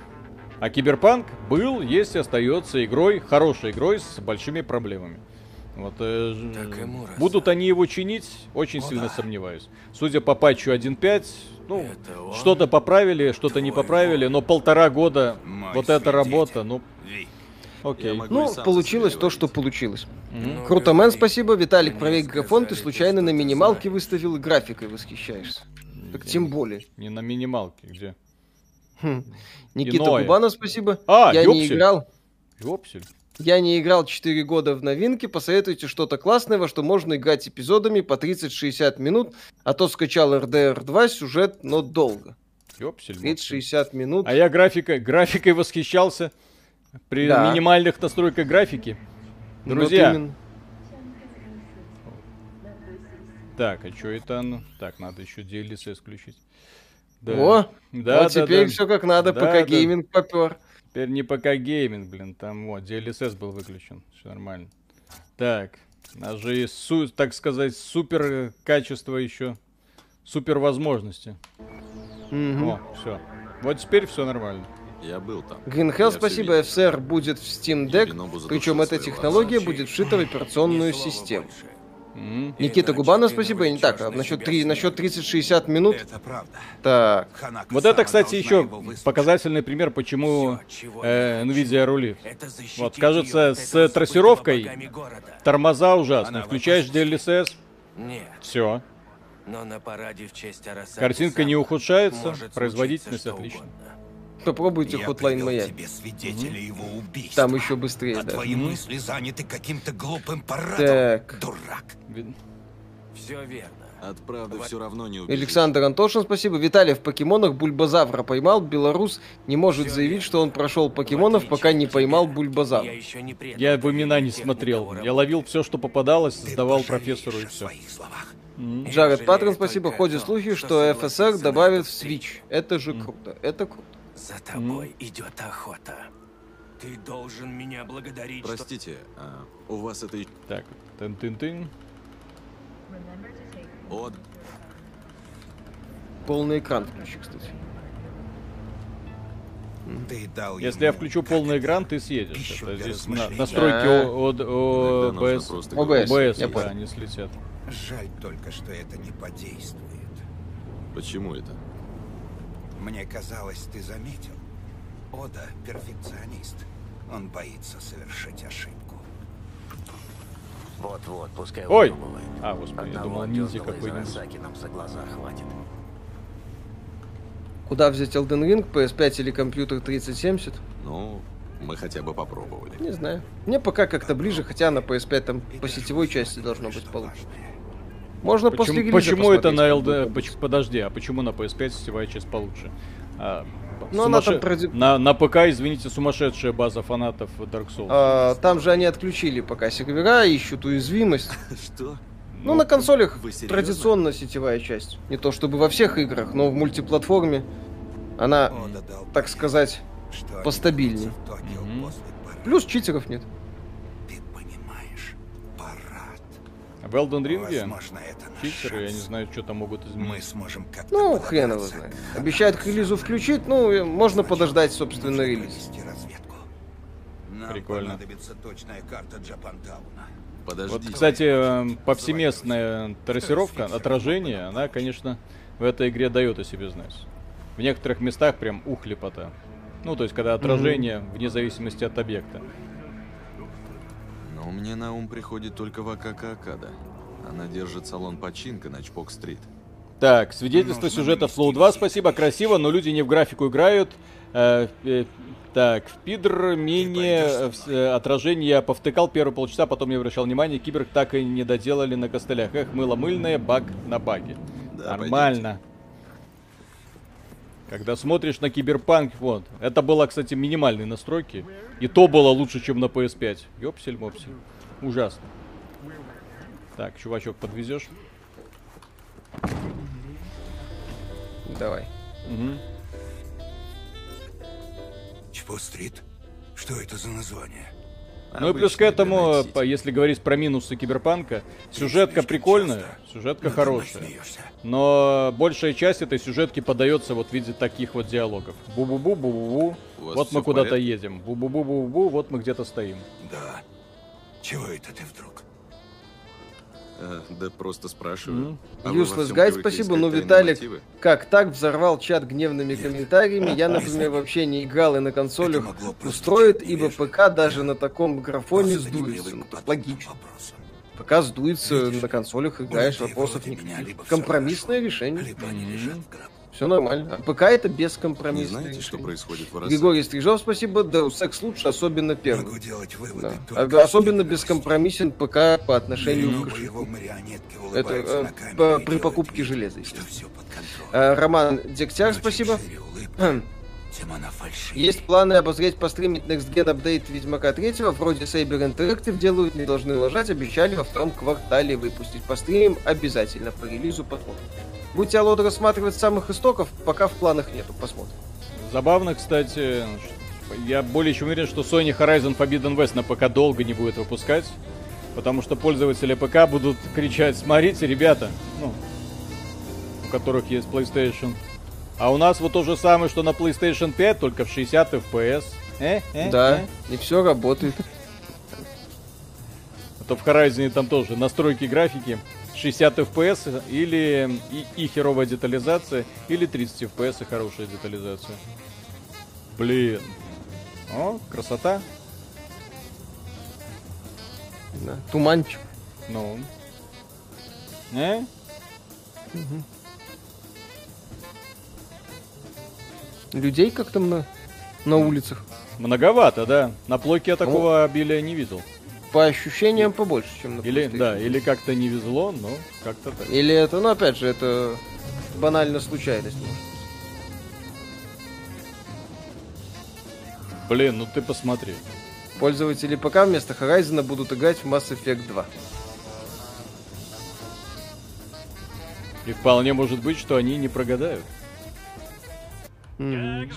[SPEAKER 1] А Киберпанк был, есть и остается игрой, хорошей игрой с большими проблемами. Вот, э, ж-
[SPEAKER 5] Так ему раз.
[SPEAKER 1] будут они его чинить, очень
[SPEAKER 5] О,
[SPEAKER 1] сильно
[SPEAKER 5] да.
[SPEAKER 1] сомневаюсь. Судя по патчу один точка пять, ну,
[SPEAKER 5] Это он?
[SPEAKER 1] что-то поправили, что-то не
[SPEAKER 5] Твой
[SPEAKER 1] поправили, но полтора года
[SPEAKER 7] Мой
[SPEAKER 1] вот эта
[SPEAKER 7] свидетель.
[SPEAKER 1] работа, ну,
[SPEAKER 7] Ви.
[SPEAKER 1] окей.
[SPEAKER 6] Я могу и
[SPEAKER 2] Ну,
[SPEAKER 6] сам
[SPEAKER 2] получилось
[SPEAKER 6] за
[SPEAKER 2] то,
[SPEAKER 6] себя
[SPEAKER 2] что
[SPEAKER 6] говорить.
[SPEAKER 2] получилось.
[SPEAKER 1] Мгм.
[SPEAKER 5] Ну,
[SPEAKER 2] Круто, мэн,
[SPEAKER 5] говори.
[SPEAKER 2] спасибо. Виталик,
[SPEAKER 5] Мне
[SPEAKER 2] проверь графон, ты
[SPEAKER 5] сказали,
[SPEAKER 2] случайно
[SPEAKER 5] ты
[SPEAKER 2] на
[SPEAKER 5] что-то
[SPEAKER 2] минималке
[SPEAKER 5] знаешь.
[SPEAKER 2] выставил и графикой восхищаешься. Так
[SPEAKER 1] Я
[SPEAKER 2] тем
[SPEAKER 1] не-
[SPEAKER 2] более.
[SPEAKER 1] Не на минималке, где?
[SPEAKER 2] Хм. Никита
[SPEAKER 1] Иное.
[SPEAKER 2] Кубанов, спасибо.
[SPEAKER 1] А,
[SPEAKER 2] Я не
[SPEAKER 1] ёпсель.
[SPEAKER 2] играл.
[SPEAKER 1] Ёпсель.
[SPEAKER 2] Я не играл четыре года в новинки. Посоветуйте что-то классное, во что можно играть эпизодами по тридцать-шестьдесят минут, а то скачал эр дэ эр два, сюжет, но долго.
[SPEAKER 1] Ёпсель. мопсель.
[SPEAKER 2] тридцать-шестьдесят минут.
[SPEAKER 1] А я графикой, графикой восхищался. При
[SPEAKER 2] Да.
[SPEAKER 1] минимальных настройках графики.
[SPEAKER 2] Вот
[SPEAKER 1] Друзья.
[SPEAKER 2] именно.
[SPEAKER 1] Так, а что это оно? Так, надо еще ди эл эс включить. Да.
[SPEAKER 2] О,
[SPEAKER 1] да,
[SPEAKER 2] вот
[SPEAKER 1] да,
[SPEAKER 2] теперь
[SPEAKER 1] да.
[SPEAKER 2] все как надо,
[SPEAKER 1] Да,
[SPEAKER 2] пока
[SPEAKER 1] да.
[SPEAKER 2] гейминг попер.
[SPEAKER 1] Теперь не ПК гейминг, блин, там вот, ди эл эс был выключен, все нормально. Так, у нас же есть, су- так сказать, супер качество еще, супер возможности.
[SPEAKER 2] Мгм.
[SPEAKER 1] О, все. Вот теперь все нормально.
[SPEAKER 6] Я был там.
[SPEAKER 2] Green Hell,
[SPEAKER 6] Я всё
[SPEAKER 2] спасибо,
[SPEAKER 6] видел.
[SPEAKER 2] эф эс эр будет в Steam Deck,
[SPEAKER 6] Юбинобу задушил
[SPEAKER 2] причем эта
[SPEAKER 6] своего
[SPEAKER 2] технология
[SPEAKER 6] отца.
[SPEAKER 2] будет вшита в операционную
[SPEAKER 5] Ни слова
[SPEAKER 2] систему.
[SPEAKER 5] больше.
[SPEAKER 1] М.
[SPEAKER 2] Никита
[SPEAKER 5] Иначе
[SPEAKER 2] Губанов,
[SPEAKER 5] ты
[SPEAKER 2] спасибо, и не так, а
[SPEAKER 5] навлечешь на
[SPEAKER 2] насчет,
[SPEAKER 5] себя
[SPEAKER 2] три, насчет
[SPEAKER 5] смерть.
[SPEAKER 2] тридцать-шестьдесят минут,
[SPEAKER 7] Это правда.
[SPEAKER 2] так,
[SPEAKER 7] Ханако
[SPEAKER 1] Вот это,
[SPEAKER 7] сама
[SPEAKER 1] кстати,
[SPEAKER 7] должна
[SPEAKER 1] еще
[SPEAKER 7] его выслушать.
[SPEAKER 1] показательный пример, почему
[SPEAKER 5] Всё, чего
[SPEAKER 1] э,
[SPEAKER 5] я хочу,
[SPEAKER 1] Nvidia рулит.
[SPEAKER 5] это защитить
[SPEAKER 1] Вот,
[SPEAKER 5] её
[SPEAKER 1] кажется,
[SPEAKER 5] от
[SPEAKER 1] с
[SPEAKER 5] этого
[SPEAKER 1] трассировкой
[SPEAKER 5] забытого богами города.
[SPEAKER 1] тормоза ужасные.
[SPEAKER 7] Она
[SPEAKER 1] Включаешь ди эл эс,
[SPEAKER 5] Нет,
[SPEAKER 1] все.
[SPEAKER 5] но на параде в честь Арасаки
[SPEAKER 1] Картинка не
[SPEAKER 5] Сама
[SPEAKER 1] ухудшается,
[SPEAKER 5] может
[SPEAKER 1] производительность
[SPEAKER 5] случиться что
[SPEAKER 1] отлично.
[SPEAKER 5] угодно.
[SPEAKER 2] попробуйте
[SPEAKER 7] Я
[SPEAKER 2] Hotline
[SPEAKER 7] привел
[SPEAKER 2] Miami,
[SPEAKER 7] тебе свидетелей его убийства.
[SPEAKER 2] там еще быстрее,
[SPEAKER 7] А
[SPEAKER 2] да.
[SPEAKER 7] твои мысли заняты каким-то глупым парадом,
[SPEAKER 2] Так.
[SPEAKER 7] дурак.
[SPEAKER 1] Ви-
[SPEAKER 5] Все верно.
[SPEAKER 6] От правды все равно не убежишь.
[SPEAKER 2] Александр Антошин, спасибо. Виталий в покемонах Бульбазавра поймал. Белорус не может
[SPEAKER 5] Всё
[SPEAKER 2] заявить,
[SPEAKER 5] верно.
[SPEAKER 2] что он прошел покемонов,
[SPEAKER 5] В
[SPEAKER 2] пока не
[SPEAKER 5] отличие от
[SPEAKER 2] поймал
[SPEAKER 5] тебя,
[SPEAKER 2] Бульбазавра.
[SPEAKER 5] Я еще не предал
[SPEAKER 1] Я в имена не
[SPEAKER 5] тех,
[SPEAKER 1] смотрел.
[SPEAKER 5] кого
[SPEAKER 1] Я
[SPEAKER 5] работаю.
[SPEAKER 1] ловил все, что попадалось,
[SPEAKER 7] Ты
[SPEAKER 1] сдавал
[SPEAKER 7] пожалеешь
[SPEAKER 1] профессору и
[SPEAKER 7] о
[SPEAKER 1] все.
[SPEAKER 7] своих словах.
[SPEAKER 5] Я
[SPEAKER 2] Джаред
[SPEAKER 5] жалею
[SPEAKER 2] Патрон, спасибо.
[SPEAKER 5] только о
[SPEAKER 2] Ходят
[SPEAKER 5] том,
[SPEAKER 2] слухи,
[SPEAKER 5] что
[SPEAKER 2] что эф эс эр
[SPEAKER 5] согласился на
[SPEAKER 2] добавит
[SPEAKER 5] эту
[SPEAKER 2] в Switch. Это же круто. Это круто.
[SPEAKER 5] За тобой идет охота. Ты должен меня благодарить, что...
[SPEAKER 6] Простите, а у вас это... и-
[SPEAKER 1] Так, тын-тын-тын.
[SPEAKER 6] От...
[SPEAKER 2] Полный экран включи, кстати.
[SPEAKER 7] Ты дал
[SPEAKER 1] Если я
[SPEAKER 7] ему
[SPEAKER 1] включу полный экран, ты съедешь.
[SPEAKER 7] пищу
[SPEAKER 1] Это
[SPEAKER 7] для
[SPEAKER 1] здесь на-
[SPEAKER 7] размышлений.
[SPEAKER 1] настройки
[SPEAKER 2] Да.
[SPEAKER 1] о- о-
[SPEAKER 6] Иногда
[SPEAKER 1] о-
[SPEAKER 6] нужно
[SPEAKER 1] ОБС.
[SPEAKER 6] просто
[SPEAKER 2] ОБС.
[SPEAKER 6] говорить.
[SPEAKER 1] ОБС,
[SPEAKER 2] я
[SPEAKER 1] да,
[SPEAKER 2] понял.
[SPEAKER 1] они слетят.
[SPEAKER 7] Жаль только, что это не подействует.
[SPEAKER 6] Почему это?
[SPEAKER 7] Мне казалось, ты заметил. Ода — перфекционист. Он боится совершить ошибку.
[SPEAKER 5] Вот-вот, пускай
[SPEAKER 1] Ой!
[SPEAKER 5] выдумывает.
[SPEAKER 1] А, господи, я
[SPEAKER 5] Одного
[SPEAKER 1] думал, ниндзя
[SPEAKER 5] дёрнула из
[SPEAKER 1] какой-нибудь.
[SPEAKER 5] Арасаки нам за глаза хватит.
[SPEAKER 2] Куда взять Elden Ring? пи эс пять или компьютер тридцать семьдесят?
[SPEAKER 6] Ну, мы хотя бы попробовали.
[SPEAKER 2] Не знаю. Мне пока как-то ближе, хотя на пи эс пять там по сетевой части должно быть получше. Можно после
[SPEAKER 1] Почему,
[SPEAKER 2] релиза
[SPEAKER 1] почему это на
[SPEAKER 2] посмотреть,
[SPEAKER 1] эл дэ...
[SPEAKER 2] как будет.
[SPEAKER 1] поч- Подожди, а почему на пи эс пять сетевая часть получше? А,
[SPEAKER 2] Ну, она там
[SPEAKER 1] сумасше-
[SPEAKER 2] проди-
[SPEAKER 1] на, на ПК, извините, сумасшедшая база фанатов Dark Souls.
[SPEAKER 2] А, там же они отключили пока сервера, ищут уязвимость.
[SPEAKER 6] Что?
[SPEAKER 2] Ну, на консолях
[SPEAKER 6] вы серьезно?
[SPEAKER 2] традиционно сетевая часть. Не то чтобы во всех играх, но в мультиплатформе она,
[SPEAKER 7] Ода дал
[SPEAKER 2] так
[SPEAKER 7] понять,
[SPEAKER 2] сказать,
[SPEAKER 7] что
[SPEAKER 2] постабильнее.
[SPEAKER 7] отправится в Токио
[SPEAKER 1] Мгм.
[SPEAKER 7] после парада.
[SPEAKER 2] Плюс читеров нет.
[SPEAKER 7] Ты понимаешь, парад.
[SPEAKER 1] В Elden Ring
[SPEAKER 7] Возможно, это наш
[SPEAKER 1] читеры, я не
[SPEAKER 7] шанс.
[SPEAKER 1] знаю, что там могут
[SPEAKER 7] Мы
[SPEAKER 1] изменить.
[SPEAKER 7] сможем как-то
[SPEAKER 2] Ну, хрен его
[SPEAKER 7] подобраться.
[SPEAKER 2] знает. Обещают к релизу включить, ну, и можно подождать, собственно,
[SPEAKER 7] Нужно
[SPEAKER 2] релиз.
[SPEAKER 7] провести разведку. Нам
[SPEAKER 1] Прикольно.
[SPEAKER 7] понадобится точная карта Джапантауна.
[SPEAKER 6] Подождите.
[SPEAKER 1] Вот, кстати, э, повсеместная трассировка, отражение, она, конечно, в этой игре дает о себе знать. В некоторых местах прям ухлепота. Ну, то есть, когда отражение вне зависимости от объекта.
[SPEAKER 6] Но мне на ум приходит только Вакака Акада. Она держит салон починка на Чпок-стрит.
[SPEAKER 1] Так, свидетельство
[SPEAKER 7] Нужно
[SPEAKER 1] сюжета
[SPEAKER 7] нанести
[SPEAKER 1] Flow два,
[SPEAKER 7] все
[SPEAKER 1] спасибо, красиво, но люди не в графику играют. Э, э, так, в Пидр менее
[SPEAKER 7] пойдешь со
[SPEAKER 1] э, в- э, отражение я повтыкал первые полчаса, потом не обращал внимания, Киберг так и не доделали на костылях. Эх, мыло мыльное, баг на баге.
[SPEAKER 6] Да,
[SPEAKER 1] Нормально. Когда смотришь на Киберпанк, вот, это было, кстати, минимальные настройки, и то было лучше, чем на пи эс пять. Ёпсель-мопсель. Ужасно. Так, чувачок, подвезешь?
[SPEAKER 2] Давай.
[SPEAKER 1] Угу.
[SPEAKER 7] Чпо-стрит? Что это за название?
[SPEAKER 1] Ну и плюс к этому, по- если говорить про минусы Киберпанка, сюжетка прикольная, сюжетка хорошая. Но большая часть этой сюжетки подается вот в виде таких вот диалогов. Бу-бу-бу, бу-бу-бу,
[SPEAKER 6] У вас
[SPEAKER 1] вот
[SPEAKER 6] всё
[SPEAKER 1] мы
[SPEAKER 6] в
[SPEAKER 1] куда-то
[SPEAKER 6] порядке?
[SPEAKER 1] едем. Бу-бу-бу, бу-бу-бу, вот мы где-то стоим.
[SPEAKER 7] Да. Чего это ты вдруг?
[SPEAKER 6] Э, да просто спрашиваю.
[SPEAKER 1] Мгм.
[SPEAKER 6] А вы во
[SPEAKER 2] Useless
[SPEAKER 6] всем
[SPEAKER 2] Guide,
[SPEAKER 6] привыкли
[SPEAKER 2] спасибо,
[SPEAKER 6] искать
[SPEAKER 2] но
[SPEAKER 6] тайные
[SPEAKER 2] Виталик
[SPEAKER 6] мотивы?
[SPEAKER 2] как так взорвал чат гневными комментариями. Я, например, вообще не играл и на консолях
[SPEAKER 7] Это могло просто
[SPEAKER 2] устроит,
[SPEAKER 7] быть
[SPEAKER 2] ибо
[SPEAKER 7] невежливо.
[SPEAKER 2] ПК даже на таком графоне
[SPEAKER 7] Просто не
[SPEAKER 2] сдуется.
[SPEAKER 7] привык
[SPEAKER 2] Ну,
[SPEAKER 7] к
[SPEAKER 2] так
[SPEAKER 7] подобным
[SPEAKER 2] логично.
[SPEAKER 7] вопросам.
[SPEAKER 2] ПК сдуется,
[SPEAKER 7] Видишь,
[SPEAKER 2] на консолях играешь,
[SPEAKER 7] у людей
[SPEAKER 2] вопросов
[SPEAKER 7] вроде меня
[SPEAKER 2] никаких.
[SPEAKER 7] либо всё
[SPEAKER 2] Компромиссное
[SPEAKER 7] хорошо,
[SPEAKER 2] решение.
[SPEAKER 7] Либо они лежат в гробу.
[SPEAKER 2] Все нормально. А ПК это
[SPEAKER 6] Не
[SPEAKER 2] бескомпромиссное
[SPEAKER 6] знаете, что
[SPEAKER 2] решение.
[SPEAKER 6] происходит в Арасаке?
[SPEAKER 2] Григорий Стрижов, спасибо. Deus Ex лучше, особенно первый.
[SPEAKER 7] Могу делать выводы
[SPEAKER 2] Да.
[SPEAKER 7] только
[SPEAKER 2] А- Особенно
[SPEAKER 7] из новостей.
[SPEAKER 2] бескомпромиссен ПК по отношению
[SPEAKER 7] Но
[SPEAKER 2] к
[SPEAKER 7] его марионетки
[SPEAKER 2] Это
[SPEAKER 7] улыбаются
[SPEAKER 2] э,
[SPEAKER 7] на камеру
[SPEAKER 2] по-
[SPEAKER 7] и
[SPEAKER 2] при
[SPEAKER 7] делают
[SPEAKER 2] покупке
[SPEAKER 7] вид,
[SPEAKER 2] железа,
[SPEAKER 7] что
[SPEAKER 2] естественно.
[SPEAKER 7] все под контролем.
[SPEAKER 2] Э, Роман Дегтяр,
[SPEAKER 7] Очень
[SPEAKER 2] спасибо.
[SPEAKER 7] шире улыбка. Тимона фальшивит.
[SPEAKER 2] Есть планы обозреть, постримить Next Gen апдейт Ведьмака третьего, вроде Saber Interactive делают, не должны лажать, обещали во втором квартале выпустить. Постримим обязательно, по релизу посмотрим. Будете Алоду рассматривать с самых истоков, пока в планах нету, посмотрим.
[SPEAKER 1] Забавно, кстати, я более чем уверен, что Sony Horizon Forbidden West на ПК долго не будет выпускать, потому что пользователи ПК будут кричать: смотрите, ребята, ну, у которых есть PlayStation. А у нас вот то же самое, что на PlayStation пять, только в шестьдесят эф пи эс. Э, э,
[SPEAKER 2] Да,
[SPEAKER 1] э.
[SPEAKER 2] и все работает.
[SPEAKER 1] А то в Horizon там тоже настройки графики шестьдесят эф пи эс или и, и херовая детализация, или тридцать эф пи эс и хорошая детализация. Блин. О, красота.
[SPEAKER 2] Да. Туманчик.
[SPEAKER 1] Ну. Э?
[SPEAKER 2] Угу. Людей как-то на, на улицах.
[SPEAKER 1] Многовато, да. На плойке я такого обилия не видел.
[SPEAKER 2] По ощущениям побольше, чем на
[SPEAKER 1] Или,
[SPEAKER 2] PlayStation.
[SPEAKER 1] да, или как-то не везло, но как-то так.
[SPEAKER 2] Или это, ну опять же, это банально случайность. Может.
[SPEAKER 1] Блин, ну ты посмотри.
[SPEAKER 2] Пользователи ПК вместо Horizon будут играть в Mass Effect два.
[SPEAKER 1] И вполне может быть, что они не прогадают.
[SPEAKER 2] Mm-hmm.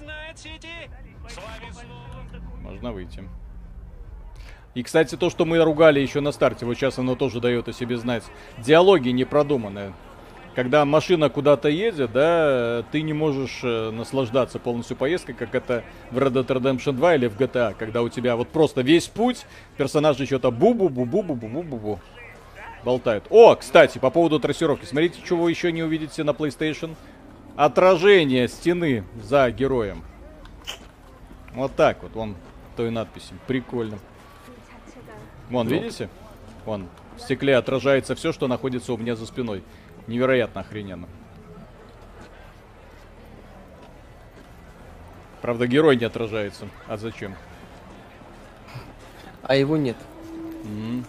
[SPEAKER 1] Можно выйти. И, кстати, то, что мы ругали еще на старте, вот сейчас оно тоже дает о себе знать. Диалоги не продуманные. Когда машина куда-то едет, да, ты не можешь э, наслаждаться полностью поездкой, как это в Red Dead Redemption два или в джи ти эй, когда у тебя вот просто весь путь, персонажи что-то бу-бу-бу-бу-бу-бу-бу-бу болтают. О, кстати, по поводу трассировки. Смотрите, чего вы еще не увидите на PlayStation. Отражение стены за героем. Вот так вот, вон той надписи. Прикольно. Вон, ну. Видите? Вон, в стекле отражается все, что находится у меня за спиной. Невероятно охрененно. Правда, герой не отражается. А зачем?
[SPEAKER 2] А его нет.
[SPEAKER 1] Mm-hmm.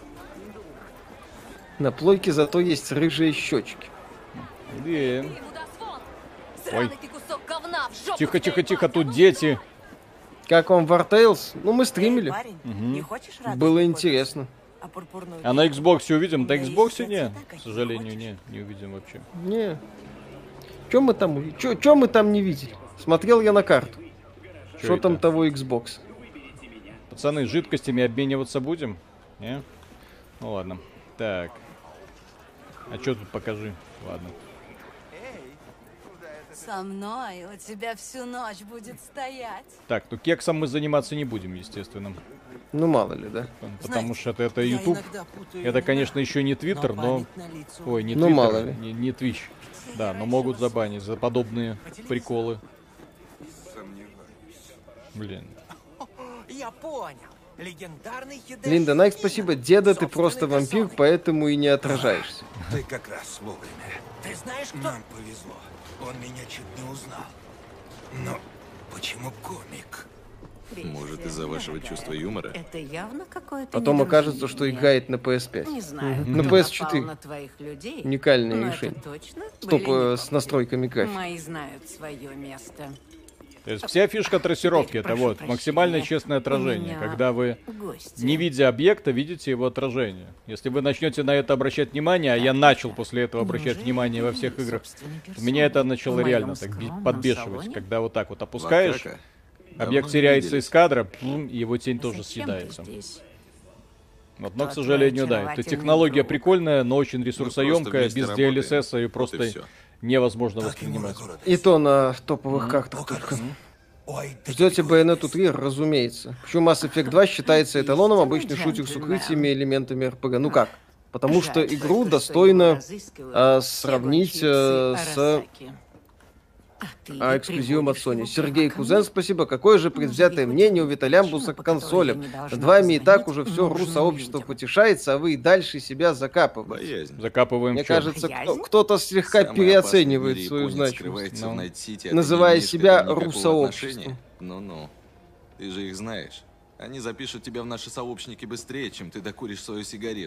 [SPEAKER 2] На плойке зато есть рыжие щечки.
[SPEAKER 1] Yeah. Ой. Тихо, тихо, тихо, тут дети.
[SPEAKER 2] Как вам War Tales? Ну, мы стримили.
[SPEAKER 3] Парень,
[SPEAKER 1] Угу.
[SPEAKER 3] не хочешь
[SPEAKER 2] Было интересно.
[SPEAKER 3] А, пурпурную...
[SPEAKER 1] А на Xbox увидим? На Xbox не. К сожалению, не. Не увидим вообще.
[SPEAKER 2] Не. Чё мы там, уви- чё, чё мы там не видели? Смотрел я на карту.
[SPEAKER 1] Чё
[SPEAKER 2] Что
[SPEAKER 1] это?
[SPEAKER 2] там того Xbox?
[SPEAKER 1] Пацаны, жидкостями обмениваться будем? Не? Ну ладно. Так. А что тут покажи? Ладно.
[SPEAKER 3] Со мной у тебя всю ночь будет стоять.
[SPEAKER 1] Так, ну кексом мы заниматься не будем, естественно.
[SPEAKER 2] Ну, мало ли, да?
[SPEAKER 1] Потому что это, это YouTube. Это, конечно, еще не Twitter, но... Ой, не
[SPEAKER 2] Ну,
[SPEAKER 1] Twitter,
[SPEAKER 2] мало ли.
[SPEAKER 1] не, не Twitch. Да, но могут забанить за подобные приколы. Блин.
[SPEAKER 5] Я понял. Легендарный Хидеоси.
[SPEAKER 2] Линда Найк, спасибо. Деда, ты просто вампир, поэтому и не отражаешься.
[SPEAKER 7] Ты как раз вовремя.
[SPEAKER 5] Ты знаешь, кто?
[SPEAKER 7] Нам повезло. Он меня чуть не узнал. Но почему комик?
[SPEAKER 6] Может, из-за вашего чувства юмора?
[SPEAKER 8] Это явно какое-то
[SPEAKER 2] Потом окажется, что
[SPEAKER 8] недоразумение.
[SPEAKER 2] играет на пи эс пять.
[SPEAKER 8] Не знаю,
[SPEAKER 2] На
[SPEAKER 8] кто
[SPEAKER 2] пи эс
[SPEAKER 8] напал
[SPEAKER 2] четыре.
[SPEAKER 8] на твоих людей,
[SPEAKER 2] Уникальное
[SPEAKER 8] но
[SPEAKER 2] решение.
[SPEAKER 8] это точно
[SPEAKER 2] Стоп,
[SPEAKER 8] были
[SPEAKER 2] э,
[SPEAKER 8] не
[SPEAKER 2] с
[SPEAKER 8] комики.
[SPEAKER 2] настройками графики.
[SPEAKER 8] Мои знают свое место.
[SPEAKER 1] То есть вся фишка трассировки — это
[SPEAKER 8] Прошу
[SPEAKER 1] вот
[SPEAKER 8] прощения.
[SPEAKER 1] максимально честное
[SPEAKER 8] У
[SPEAKER 1] отражение.
[SPEAKER 8] меня
[SPEAKER 1] Когда вы,
[SPEAKER 8] гости.
[SPEAKER 1] не видя объекта, видите его отражение. Если вы начнете на это обращать внимание, а я начал после этого обращать
[SPEAKER 8] Неужели
[SPEAKER 1] внимание во
[SPEAKER 8] ты
[SPEAKER 1] всех играх,
[SPEAKER 8] собственной
[SPEAKER 1] меня это
[SPEAKER 8] персоной
[SPEAKER 1] начало
[SPEAKER 8] в моем
[SPEAKER 1] реально так би-
[SPEAKER 8] скромном
[SPEAKER 1] подбешивать.
[SPEAKER 8] салоне?
[SPEAKER 1] Когда вот так вот опускаешь,
[SPEAKER 6] Вакака.
[SPEAKER 1] объект
[SPEAKER 6] Давно не
[SPEAKER 1] теряется
[SPEAKER 6] виделись.
[SPEAKER 1] из кадра, пум, и его тень тоже
[SPEAKER 8] Зачем
[SPEAKER 1] съедается.
[SPEAKER 8] ты здесь?
[SPEAKER 1] Вот, но, к
[SPEAKER 8] Кто
[SPEAKER 1] сожалению,
[SPEAKER 8] твой
[SPEAKER 1] да, эта
[SPEAKER 8] очаровательный
[SPEAKER 1] технология
[SPEAKER 8] друг?
[SPEAKER 1] прикольная, но очень
[SPEAKER 6] Мы просто
[SPEAKER 1] ресурсоемкая,
[SPEAKER 6] вместе
[SPEAKER 1] без ди
[SPEAKER 6] работаем.
[SPEAKER 1] эл эс эс, и
[SPEAKER 6] Вот и
[SPEAKER 1] просто
[SPEAKER 6] всё.
[SPEAKER 1] невозможно
[SPEAKER 7] Так ему на
[SPEAKER 1] воспринимать.
[SPEAKER 7] город.
[SPEAKER 2] И то на топовых картах
[SPEAKER 7] Покажи.
[SPEAKER 2] только.
[SPEAKER 7] Ой, да
[SPEAKER 2] Ждете
[SPEAKER 7] тебе
[SPEAKER 2] Байонету три, разумеется. Почему Mass Effect два считается эталоном обычный
[SPEAKER 8] Истинный
[SPEAKER 2] шутер с
[SPEAKER 8] джентльмен.
[SPEAKER 2] укрытиями и элементами эр пи ги? Ну как? Потому что
[SPEAKER 8] Жаль
[SPEAKER 2] игру
[SPEAKER 8] только,
[SPEAKER 2] достойно
[SPEAKER 8] что его разыскивают
[SPEAKER 2] а,
[SPEAKER 8] все
[SPEAKER 2] сравнить
[SPEAKER 8] гонщицы
[SPEAKER 2] а, с
[SPEAKER 8] Арасаки. А ты
[SPEAKER 2] а,
[SPEAKER 8] и
[SPEAKER 2] эксклюзивом от
[SPEAKER 8] приводишь
[SPEAKER 2] Sony.
[SPEAKER 8] его
[SPEAKER 2] Сергей
[SPEAKER 8] ко
[SPEAKER 2] Кузен,
[SPEAKER 8] мне?
[SPEAKER 2] спасибо. Какое же предвзятое мнение у Виталямбуса к консолям. Над вами и так уже все ру-сообщество потешается, а вы и дальше себя закапываете.
[SPEAKER 6] Боязнь.
[SPEAKER 1] Закапываем
[SPEAKER 2] Мне
[SPEAKER 1] чё?
[SPEAKER 2] кажется, кто-
[SPEAKER 8] Боязнь?
[SPEAKER 2] кто-то слегка
[SPEAKER 6] Самый
[SPEAKER 2] переоценивает
[SPEAKER 6] опасный в мире
[SPEAKER 2] свою
[SPEAKER 6] японец
[SPEAKER 2] значимость.
[SPEAKER 6] скрывается
[SPEAKER 1] Ну.
[SPEAKER 6] в Найт-Сити, а ты
[SPEAKER 2] Называя
[SPEAKER 6] не имеешь к
[SPEAKER 2] себя
[SPEAKER 6] этому никакого
[SPEAKER 2] ру-сообществом.
[SPEAKER 6] отношения? Ну-ну. Ты же их знаешь. Они запишут тебя в наши сообщники быстрее, чем ты докуришь свою сигарету.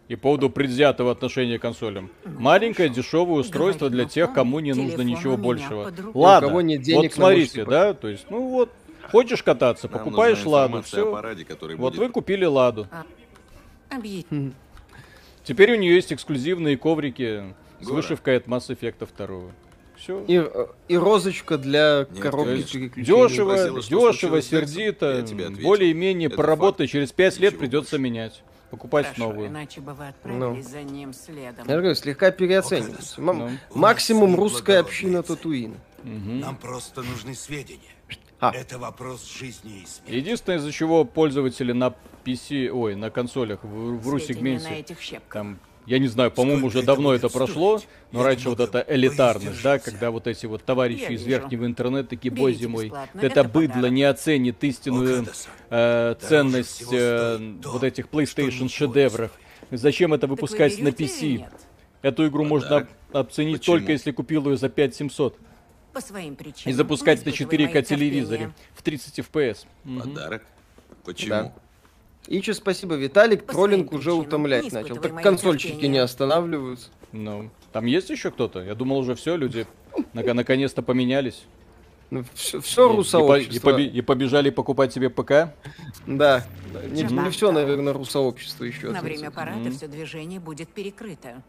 [SPEAKER 1] И по поводу предвзятого отношения к консолям. Маленькое дешевое устройство для тех, кому не нужно ничего большего. Ладно,
[SPEAKER 2] кого нет денег,
[SPEAKER 1] вот смотрите, да, то есть, ну вот, хочешь кататься,
[SPEAKER 6] Нам
[SPEAKER 1] покупаешь
[SPEAKER 6] нужна
[SPEAKER 1] Ладу,
[SPEAKER 6] информация
[SPEAKER 1] все.
[SPEAKER 6] о параде, который
[SPEAKER 1] Вот
[SPEAKER 6] будет.
[SPEAKER 1] вы купили Ладу.
[SPEAKER 8] Объясни.
[SPEAKER 1] Теперь у нее есть эксклюзивные коврики с
[SPEAKER 6] Гора.
[SPEAKER 1] вышивкой от Mass Effect два. Все.
[SPEAKER 2] И, э, и розочка для
[SPEAKER 6] Нет,
[SPEAKER 2] коробки
[SPEAKER 6] конечно.
[SPEAKER 2] переключения.
[SPEAKER 1] Дешево,
[SPEAKER 6] Спросила, что
[SPEAKER 1] дешево,
[SPEAKER 6] случилось с Дексом,
[SPEAKER 1] сердито,
[SPEAKER 6] я тебе ответил.
[SPEAKER 1] более-менее
[SPEAKER 6] Это
[SPEAKER 1] поработай,
[SPEAKER 6] факт.
[SPEAKER 1] через пять лет
[SPEAKER 6] Ничего
[SPEAKER 1] придется
[SPEAKER 6] больше.
[SPEAKER 1] менять. Покупать
[SPEAKER 8] Хорошо,
[SPEAKER 1] новую.
[SPEAKER 8] иначе бы вы отправились за ним следом.
[SPEAKER 2] Я говорю, слегка переоценивается. М-
[SPEAKER 1] Ну.
[SPEAKER 2] Максимум
[SPEAKER 7] У нас
[SPEAKER 2] русская
[SPEAKER 7] нет
[SPEAKER 2] община
[SPEAKER 7] благородных.
[SPEAKER 2] Татуина.
[SPEAKER 7] Нам просто нужны сведения.
[SPEAKER 2] А.
[SPEAKER 7] Это вопрос жизни и смерти.
[SPEAKER 1] Единственное, из-за чего пользователи на пи си, ой, на консолях в, в
[SPEAKER 8] Сведения на
[SPEAKER 1] ру-сегменте,
[SPEAKER 8] этих щепках.
[SPEAKER 1] там, я не знаю, по-моему,
[SPEAKER 7] Сколько
[SPEAKER 1] уже
[SPEAKER 7] это
[SPEAKER 1] давно
[SPEAKER 7] будет
[SPEAKER 1] это прошло,
[SPEAKER 7] стоить?
[SPEAKER 1] но
[SPEAKER 7] Я
[SPEAKER 1] раньше
[SPEAKER 7] не
[SPEAKER 1] вот
[SPEAKER 7] могу
[SPEAKER 1] эта элитарность, да,
[SPEAKER 7] воздержаться.
[SPEAKER 1] когда вот эти вот товарищи
[SPEAKER 8] Я
[SPEAKER 1] из
[SPEAKER 8] вижу.
[SPEAKER 1] верхнего интернета такие,
[SPEAKER 8] Берите
[SPEAKER 1] боже мой,
[SPEAKER 8] бесплатно,
[SPEAKER 1] это,
[SPEAKER 8] это
[SPEAKER 1] быдло
[SPEAKER 8] подарок.
[SPEAKER 1] не оценит истинную
[SPEAKER 7] Окадаса.
[SPEAKER 1] э,
[SPEAKER 7] Дороже
[SPEAKER 1] ценность
[SPEAKER 7] всего
[SPEAKER 1] э,
[SPEAKER 7] стоит то,
[SPEAKER 1] вот этих
[SPEAKER 7] что
[SPEAKER 1] PlayStation
[SPEAKER 7] ничего не
[SPEAKER 1] шедевров. Зачем это
[SPEAKER 8] Так вы
[SPEAKER 1] выпускать на
[SPEAKER 8] берете
[SPEAKER 1] пи
[SPEAKER 8] или
[SPEAKER 1] си?
[SPEAKER 8] нет?
[SPEAKER 1] Эту игру можно
[SPEAKER 6] Подарок.
[SPEAKER 1] об- оценить
[SPEAKER 6] Почему?
[SPEAKER 1] только если купил ее за пять тысяч семьсот
[SPEAKER 8] По своим причинам.
[SPEAKER 1] и запускать
[SPEAKER 8] Не
[SPEAKER 1] на
[SPEAKER 8] испытывай
[SPEAKER 1] четыре ка
[SPEAKER 8] мое
[SPEAKER 1] телевизоре
[SPEAKER 8] терпение.
[SPEAKER 1] в тридцать эф пи эс. Мгм.
[SPEAKER 6] Подарок? Почему?
[SPEAKER 2] Да. Ичи, спасибо, Виталик.
[SPEAKER 8] По
[SPEAKER 2] Троллинг
[SPEAKER 8] своим
[SPEAKER 2] уже
[SPEAKER 8] причинам.
[SPEAKER 2] утомлять
[SPEAKER 8] Не
[SPEAKER 2] начал.
[SPEAKER 8] испытывай
[SPEAKER 2] Так
[SPEAKER 8] моё
[SPEAKER 2] консольщики
[SPEAKER 8] терпение.
[SPEAKER 2] не останавливаются.
[SPEAKER 1] Ну, там есть еще кто-то? Я думал, уже все, люди нак- наконец-то поменялись.
[SPEAKER 2] Ну, все,
[SPEAKER 1] И-
[SPEAKER 2] все
[SPEAKER 1] и, по- и
[SPEAKER 2] русообщество.
[SPEAKER 1] побе- и побежали покупать себе ПК.
[SPEAKER 2] Да. Не,
[SPEAKER 8] Мгм.
[SPEAKER 2] все, наверное, русообщество еще.
[SPEAKER 8] На время
[SPEAKER 2] ответит.
[SPEAKER 8] парада
[SPEAKER 1] Мгм.
[SPEAKER 8] все движение будет перекрыто.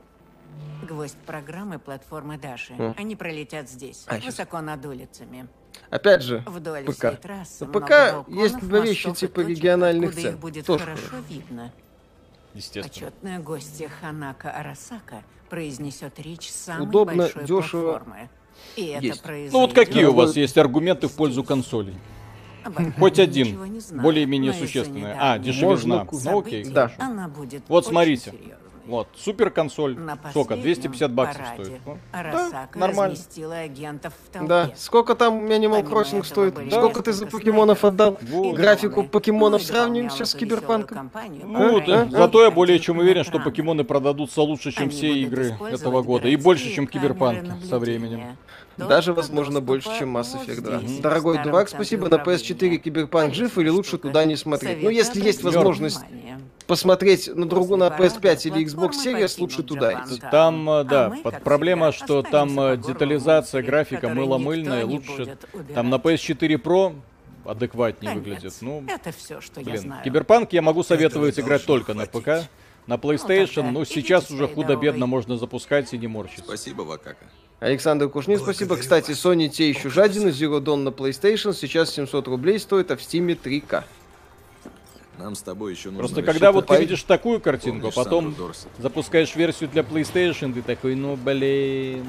[SPEAKER 8] Гвоздь программы платформы Даши.
[SPEAKER 2] О.
[SPEAKER 8] Они пролетят здесь,
[SPEAKER 2] А, щас.
[SPEAKER 8] высоко над улицами.
[SPEAKER 2] Опять же,
[SPEAKER 8] Вдоль
[SPEAKER 2] ПК.
[SPEAKER 8] всей трассы
[SPEAKER 2] Ну,
[SPEAKER 8] много
[SPEAKER 2] ПК
[SPEAKER 8] балконов,
[SPEAKER 2] есть два вещи
[SPEAKER 8] мостов и
[SPEAKER 2] типа
[SPEAKER 8] точек,
[SPEAKER 2] региональных
[SPEAKER 8] откуда
[SPEAKER 2] цен.
[SPEAKER 8] их будет
[SPEAKER 2] Тоже
[SPEAKER 8] хорошо
[SPEAKER 2] хорошо.
[SPEAKER 8] видно.
[SPEAKER 1] Естественно.
[SPEAKER 8] Почетная гостья Ханака Арасака произнесет речь самой
[SPEAKER 2] Удобно,
[SPEAKER 8] большой
[SPEAKER 2] дешево.
[SPEAKER 8] платформы. И это
[SPEAKER 2] Есть.
[SPEAKER 8] произойдет.
[SPEAKER 1] Ну вот какие у
[SPEAKER 2] Дорогой-
[SPEAKER 1] вас есть аргументы в пользу консолей?
[SPEAKER 8] Об этом
[SPEAKER 1] Хоть
[SPEAKER 8] я
[SPEAKER 1] один,
[SPEAKER 8] ничего не знаю,
[SPEAKER 1] более-менее
[SPEAKER 8] но из-за
[SPEAKER 1] существенный. А,
[SPEAKER 8] недавних
[SPEAKER 1] дешевизна.
[SPEAKER 2] Можно
[SPEAKER 1] Ну окей,
[SPEAKER 8] событий
[SPEAKER 2] Да.
[SPEAKER 1] хорошо.
[SPEAKER 8] Она будет
[SPEAKER 1] Вот
[SPEAKER 8] очень
[SPEAKER 1] смотрите.
[SPEAKER 8] серьезной.
[SPEAKER 1] Вот, супер консоль.
[SPEAKER 8] На
[SPEAKER 1] Сколько? двести пятьдесят баксов
[SPEAKER 8] параде
[SPEAKER 1] стоит. Ну,
[SPEAKER 8] Арасака
[SPEAKER 1] да, нормально.
[SPEAKER 8] разместила агентов в толпе.
[SPEAKER 2] Да. Сколько там Animal
[SPEAKER 8] Помимо
[SPEAKER 2] Crossing
[SPEAKER 8] этого
[SPEAKER 2] стоит?
[SPEAKER 8] были
[SPEAKER 2] Сколько ты за
[SPEAKER 8] несколько
[SPEAKER 2] покемонов
[SPEAKER 8] снайперов.
[SPEAKER 2] отдал?
[SPEAKER 1] Вот.
[SPEAKER 2] Графику
[SPEAKER 8] Дроны.
[SPEAKER 2] покемонов
[SPEAKER 8] Ну и
[SPEAKER 2] сравним
[SPEAKER 8] дополняла
[SPEAKER 2] сейчас с
[SPEAKER 8] эту веселую
[SPEAKER 2] Киберпанком?
[SPEAKER 8] кампанию
[SPEAKER 1] Ну,
[SPEAKER 8] по
[SPEAKER 1] да.
[SPEAKER 8] крайней
[SPEAKER 1] Зато я
[SPEAKER 8] мере,
[SPEAKER 1] более
[SPEAKER 8] один
[SPEAKER 1] чем уверен, что
[SPEAKER 8] экран.
[SPEAKER 1] покемоны продадутся лучше, чем
[SPEAKER 8] Они
[SPEAKER 1] все
[SPEAKER 8] будут
[SPEAKER 1] игры
[SPEAKER 8] использовать
[SPEAKER 1] этого года. И
[SPEAKER 8] городские
[SPEAKER 1] больше, чем
[SPEAKER 8] камеры
[SPEAKER 1] Киберпанки со
[SPEAKER 8] наблюдения.
[SPEAKER 1] временем.
[SPEAKER 2] Даже,
[SPEAKER 8] Только
[SPEAKER 2] возможно,
[SPEAKER 8] доступа
[SPEAKER 2] больше, чем Mass
[SPEAKER 8] вот
[SPEAKER 2] Effect два.
[SPEAKER 8] здесь,
[SPEAKER 2] Дорогой
[SPEAKER 8] в старом
[SPEAKER 2] дурак,
[SPEAKER 8] центре
[SPEAKER 2] спасибо, на пи эс четыре
[SPEAKER 8] управления.
[SPEAKER 2] Киберпанк жив или лучше
[SPEAKER 8] Штука.
[SPEAKER 2] туда не смотреть? Ну,
[SPEAKER 8] Советую
[SPEAKER 2] если есть
[SPEAKER 8] обратить
[SPEAKER 2] возможность
[SPEAKER 8] внимание.
[SPEAKER 2] посмотреть на другую на
[SPEAKER 8] После
[SPEAKER 2] пи эс пять или
[SPEAKER 8] парада
[SPEAKER 2] Xbox
[SPEAKER 8] платформы
[SPEAKER 2] Series, лучше
[SPEAKER 8] покинут
[SPEAKER 2] туда
[SPEAKER 8] Джапан.
[SPEAKER 2] идти.
[SPEAKER 1] Там, э,
[SPEAKER 8] А
[SPEAKER 1] да,
[SPEAKER 8] мы,
[SPEAKER 1] под
[SPEAKER 8] как
[SPEAKER 1] проблема,
[SPEAKER 8] всегда,
[SPEAKER 1] что там
[SPEAKER 8] останемся
[SPEAKER 1] э,
[SPEAKER 8] по горлу
[SPEAKER 1] детализация
[SPEAKER 8] в
[SPEAKER 1] графика
[SPEAKER 8] которые
[SPEAKER 1] мыло-мыльная,
[SPEAKER 8] никто не
[SPEAKER 1] лучше.
[SPEAKER 8] будет убирать.
[SPEAKER 1] Там на пи эс четыре Pro адекватнее
[SPEAKER 8] Конец.
[SPEAKER 1] выглядит. Ну,
[SPEAKER 8] Это все, что я
[SPEAKER 1] блин,
[SPEAKER 8] знаю.
[SPEAKER 1] Киберпанк я могу советовать
[SPEAKER 7] Этого
[SPEAKER 1] играть
[SPEAKER 7] должно
[SPEAKER 1] только на
[SPEAKER 7] хватить.
[SPEAKER 1] ПК. На PlayStation,
[SPEAKER 8] тогда
[SPEAKER 1] ну,
[SPEAKER 8] идите
[SPEAKER 1] сейчас уже
[SPEAKER 8] своей
[SPEAKER 1] худо-бедно
[SPEAKER 8] дорогой.
[SPEAKER 1] можно запускать и не морщиться.
[SPEAKER 6] Спасибо, Вакака.
[SPEAKER 2] Александр Кушнин, спасибо.
[SPEAKER 7] Благодарю
[SPEAKER 2] Кстати,
[SPEAKER 7] вас.
[SPEAKER 2] Sony те еще жадины, Zero Dawn на PlayStation сейчас семьсот рублей стоит, а в Steam три ка.
[SPEAKER 6] Нам с тобой еще нужно
[SPEAKER 1] Просто
[SPEAKER 6] решить
[SPEAKER 1] когда вот ты
[SPEAKER 2] пой-
[SPEAKER 1] видишь такую картинку, а
[SPEAKER 6] Помнишь
[SPEAKER 1] потом
[SPEAKER 6] Сандру Дорсет?
[SPEAKER 1] запускаешь версию для PlayStation, ты такой, ну, блин.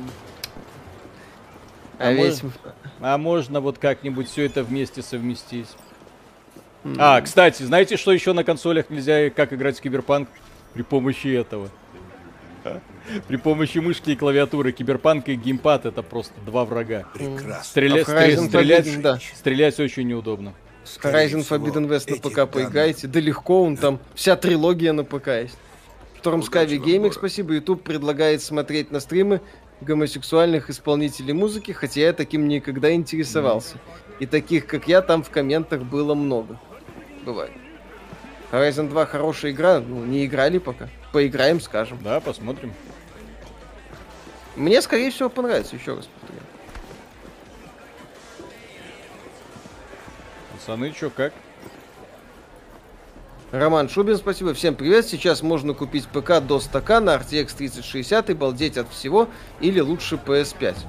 [SPEAKER 2] А,
[SPEAKER 1] А
[SPEAKER 2] ведь...
[SPEAKER 1] А можно вот как-нибудь все это вместе совместить? А, кстати, знаете, что еще на консолях нельзя, как играть в Киберпанк? При помощи этого. При помощи мышки и клавиатуры. Киберпанк и геймпад — это просто два врага.
[SPEAKER 7] Прекрасно.
[SPEAKER 1] Стреля-
[SPEAKER 2] А в Horizon
[SPEAKER 1] стре- стрелять,
[SPEAKER 2] Forbidden, да.
[SPEAKER 1] стрелять очень неудобно.
[SPEAKER 7] Скорее
[SPEAKER 2] Horizon
[SPEAKER 7] всего,
[SPEAKER 2] Forbidden West на
[SPEAKER 7] эти
[SPEAKER 2] ПК
[SPEAKER 7] данные-
[SPEAKER 2] поиграете. Да легко, он там вся трилогия на ПК есть. Storm
[SPEAKER 6] Удачи
[SPEAKER 2] Sky
[SPEAKER 6] вам,
[SPEAKER 2] Gaming,
[SPEAKER 6] Гора.
[SPEAKER 2] спасибо. YouTube предлагает смотреть на стримы гомосексуальных исполнителей музыки, хотя я таким никогда интересовался. И таких, как я, там в комментах было много. Бывает. Horizon два хорошая игра, ну, не играли пока. Поиграем, скажем.
[SPEAKER 1] Да, посмотрим.
[SPEAKER 2] Мне, скорее всего, понравится, еще раз повторяю.
[SPEAKER 1] Пацаны, чё, как?
[SPEAKER 2] Роман Шубин, спасибо. Всем привет. Сейчас можно купить ПК до ста на ар ти экс тридцать шестьдесят и балдеть от всего, или лучше пи эс пять.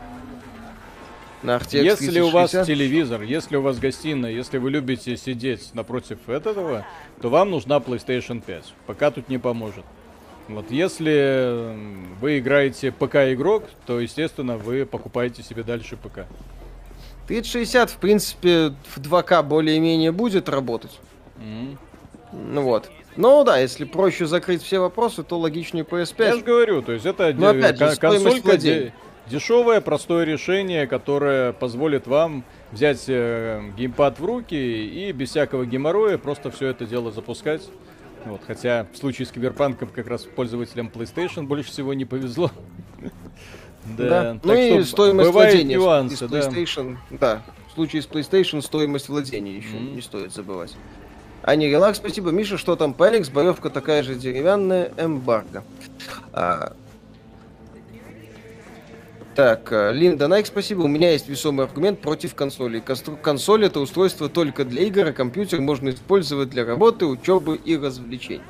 [SPEAKER 2] На ар ти экс
[SPEAKER 1] Если у вас
[SPEAKER 2] тридцать шестьдесят.
[SPEAKER 1] телевизор, если у вас гостиная, если вы любите сидеть напротив этого, то вам нужна PlayStation пять. Пока тут не поможет. Вот если м, вы играете ПК-игрок, то, естественно, вы покупаете себе дальше ПК.
[SPEAKER 2] тридцать шестьдесят, в принципе, в два ка более-менее будет работать.
[SPEAKER 1] М.
[SPEAKER 2] Ну вот. Ну да, если проще закрыть все вопросы, то логичнее пи эс
[SPEAKER 1] Я
[SPEAKER 2] пять.
[SPEAKER 1] же говорю, то есть это
[SPEAKER 2] Ну,
[SPEAKER 1] де-
[SPEAKER 2] опять же,
[SPEAKER 1] кон-
[SPEAKER 2] стоимость
[SPEAKER 1] консолька
[SPEAKER 2] владения.
[SPEAKER 1] де- дешевое, простое решение, которое позволит вам взять э, геймпад в руки и без всякого геморроя просто все это дело запускать. Вот, хотя в случае с Киберпанком как раз пользователям PlayStation больше всего не повезло.
[SPEAKER 2] Да. Ну
[SPEAKER 1] так
[SPEAKER 2] и
[SPEAKER 1] что
[SPEAKER 2] стоимость
[SPEAKER 1] бывают
[SPEAKER 2] владения.
[SPEAKER 1] нюансы,
[SPEAKER 2] Из
[SPEAKER 1] да.
[SPEAKER 2] PlayStation, да. В случае с PlayStation стоимость владения еще
[SPEAKER 1] Мгм.
[SPEAKER 2] не стоит забывать. А не релакс, спасибо. Миша, что там по Алекс? Боевка такая же деревянная, эмбарго. А... Так, Линда Найк, спасибо. У меня есть весомый аргумент против консолей. Констру... Консоль — это устройство только для игр, а компьютер можно использовать для работы, учебы и развлечений.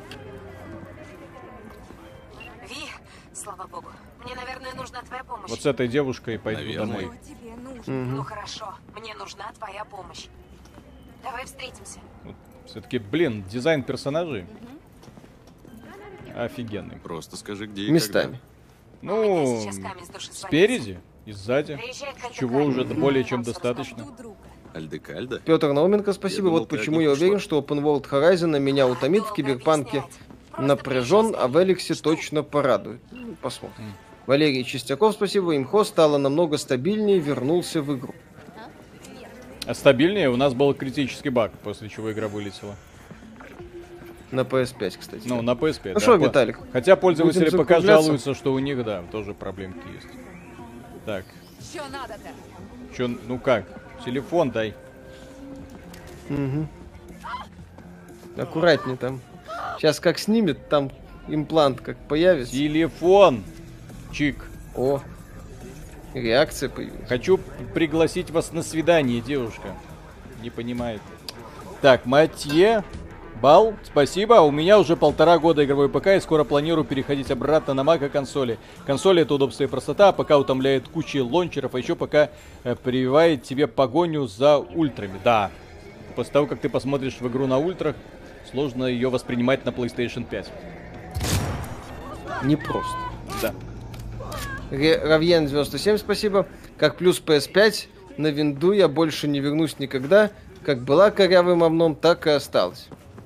[SPEAKER 9] Ви, слава богу. Мне, наверное, нужна твоя помощь.
[SPEAKER 1] Вот с этой девушкой пойду
[SPEAKER 6] Наверное.
[SPEAKER 1] домой.
[SPEAKER 9] Тебе нужно. Ну хорошо, мне нужна твоя помощь. Давай встретимся.
[SPEAKER 1] Все-таки, блин, дизайн персонажей офигенный.
[SPEAKER 6] Просто скажи, где и
[SPEAKER 2] Местами.
[SPEAKER 9] У меня
[SPEAKER 1] Ну,
[SPEAKER 9] сейчас камень с души свалится.
[SPEAKER 1] спереди и сзади.
[SPEAKER 9] Приезжай к
[SPEAKER 1] Чего уже
[SPEAKER 9] Альдекальду.
[SPEAKER 1] более чем
[SPEAKER 9] Там, собственно,
[SPEAKER 1] достаточно.
[SPEAKER 3] Друга.
[SPEAKER 6] когда. Альдекальда?
[SPEAKER 2] Петр Науменко, спасибо.
[SPEAKER 6] Я думал,
[SPEAKER 2] Вот
[SPEAKER 6] ты
[SPEAKER 2] почему
[SPEAKER 6] от
[SPEAKER 2] я
[SPEAKER 6] них
[SPEAKER 2] уверен,
[SPEAKER 6] ушла.
[SPEAKER 2] что Open World Horizon меня утомит, в
[SPEAKER 9] Долго
[SPEAKER 2] Киберпанке
[SPEAKER 9] объяснять. Просто
[SPEAKER 2] напряжен,
[SPEAKER 9] приезжай
[SPEAKER 2] а в Эликсе точно порадует. Ну, посмотрим.
[SPEAKER 1] М.
[SPEAKER 2] Валерий Чистяков, спасибо. Имхо стало намного стабильнее, вернулся в игру.
[SPEAKER 1] А стабильнее у нас был критический баг, после чего игра вылетела.
[SPEAKER 2] На пи эс пять, кстати.
[SPEAKER 1] Ну, на пи эс пять.
[SPEAKER 2] Ну
[SPEAKER 1] да.
[SPEAKER 2] что,
[SPEAKER 1] По-
[SPEAKER 2] Виталик,
[SPEAKER 1] Хотя пользователи
[SPEAKER 2] будем
[SPEAKER 1] ПК
[SPEAKER 2] закругляться?
[SPEAKER 1] жалуются, что у них, да, тоже проблемки есть. Так,
[SPEAKER 3] Что надо-то?
[SPEAKER 1] чё, ну как? Телефон дай.
[SPEAKER 2] Угу. Аккуратнее там. Сейчас как снимет, там имплант как появится.
[SPEAKER 1] Телефон! Чик.
[SPEAKER 2] О, реакция появилась.
[SPEAKER 1] Хочу п- пригласить вас на свидание, девушка. Не понимает. Так, Матье. Бал, спасибо. У меня уже полтора года игровой ПК, и скоро планирую переходить обратно на Mac и консоли. Консоль — это удобство и простота, а ПК утомляет кучей лончеров, а еще пока э, прививает тебе погоню за ультрами. Да. После того, как ты посмотришь в игру на ультрах, сложно ее воспринимать на PlayStation пять.
[SPEAKER 2] Непросто.
[SPEAKER 1] Да.
[SPEAKER 2] Ре- Равьен девяносто семь, спасибо. Как плюс пи эс пять, на винду я больше не вернусь никогда. Как была корявым овном, так и осталась.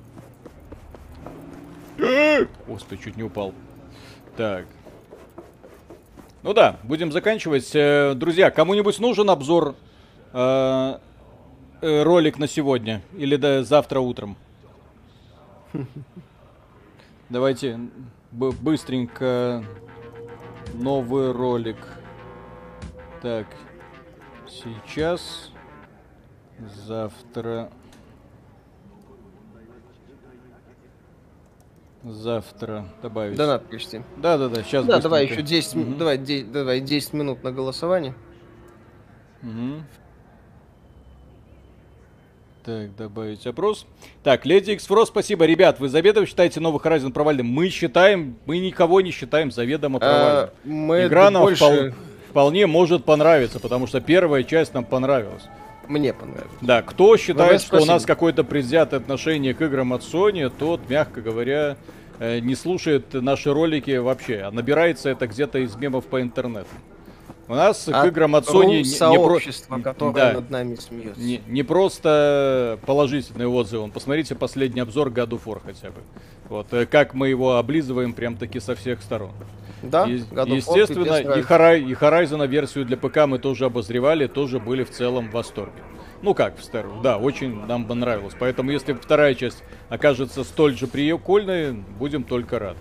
[SPEAKER 1] Господи, чуть не упал. Так. Ну да, будем заканчивать. Э, Друзья, кому-нибудь нужен обзор э, э, ролик на сегодня? Или да, завтра утром? Давайте б- быстренько новый ролик. Так, сейчас, завтра, завтра добавить.
[SPEAKER 2] Донат почти.
[SPEAKER 1] Да-да-да, сейчас.
[SPEAKER 2] Да, давай еще десять, м-
[SPEAKER 1] Мгм.
[SPEAKER 2] давай, де- давай десять минут на голосование.
[SPEAKER 1] Мгм. Так, добавить опрос. Так, Леди Эксфро, спасибо. Ребят, вы заведомо считаете новый Horizon провальным? Мы считаем, мы никого не считаем заведомо провальным.
[SPEAKER 2] А, мы
[SPEAKER 1] Игра нам
[SPEAKER 2] больше...
[SPEAKER 1] впол- вполне может понравиться, потому что первая часть нам понравилась.
[SPEAKER 2] Мне понравилось.
[SPEAKER 1] Да, кто считает,
[SPEAKER 2] Давай,
[SPEAKER 1] что у нас
[SPEAKER 2] спасибо.
[SPEAKER 1] какое-то предвзятое отношение к играм от Sony, тот, мягко говоря, э, не слушает наши ролики вообще, а набирается это где-то из мемов по интернету. У нас
[SPEAKER 2] От
[SPEAKER 1] к играм от Sony не, не про-
[SPEAKER 2] сообщество, которое
[SPEAKER 1] да,
[SPEAKER 2] над нами смеется.
[SPEAKER 1] не, не просто положительные отзывы. Вон, посмотрите последний обзор God of War хотя бы. Вот, э, как мы его облизываем прям таки со всех сторон.
[SPEAKER 2] Да,
[SPEAKER 1] Е-
[SPEAKER 2] God of War
[SPEAKER 1] Естественно,
[SPEAKER 2] пипец
[SPEAKER 1] и,
[SPEAKER 2] нравится.
[SPEAKER 1] Хора- и Horizon версию для ПК мы тоже обозревали, тоже были в целом в восторге. Ну как в старую, да, очень нам понравилось. Поэтому если вторая часть окажется столь же прикольной, будем только рады.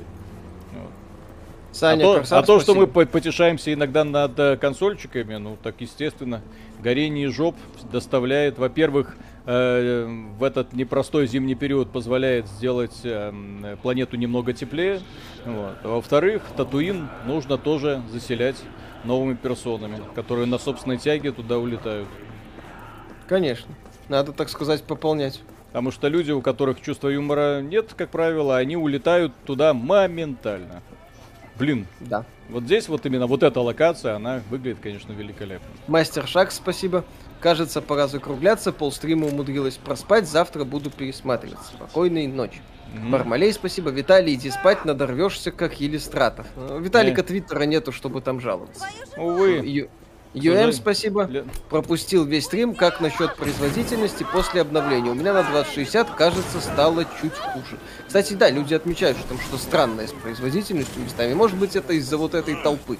[SPEAKER 2] Саня,
[SPEAKER 1] а то,
[SPEAKER 2] Корсар,
[SPEAKER 1] а то, что мы
[SPEAKER 2] спасибо.
[SPEAKER 1] по- потешаемся иногда над э, консольчиками, ну так естественно, горение жоп доставляет, во-первых, э, в этот непростой зимний период позволяет сделать э, м, планету немного теплее. Вот. А во-вторых, Татуин нужно тоже заселять новыми персонами, которые на собственной тяге туда улетают.
[SPEAKER 2] Конечно. Надо, так сказать, пополнять.
[SPEAKER 1] Потому что люди, у которых чувства юмора нет, как правило, они улетают туда моментально. Блин,
[SPEAKER 2] Да.
[SPEAKER 1] вот здесь вот именно вот эта локация, она выглядит, конечно, великолепно.
[SPEAKER 2] Мастер Шаг, спасибо. Кажется, пора закругляться. Полстрима умудрилась проспать. Завтра буду пересматривать. Спокойной ночи.
[SPEAKER 1] Мгм.
[SPEAKER 2] Бармалей, спасибо. Виталий, иди спать, надорвешься, как Елистратов. Э, Виталика
[SPEAKER 1] Э.
[SPEAKER 2] твиттера нету, чтобы там жаловаться.
[SPEAKER 1] Увы.
[SPEAKER 2] Ю- ЮМ,
[SPEAKER 1] за-
[SPEAKER 2] спасибо.
[SPEAKER 1] Для-
[SPEAKER 2] Пропустил весь стрим. Как насчет производительности после обновления? У меня на двадцать шестьдесят, кажется, стало чуть хуже. Кстати, да, люди отмечают, что там что странное с производительностью местами. Может быть, это из-за вот этой толпы.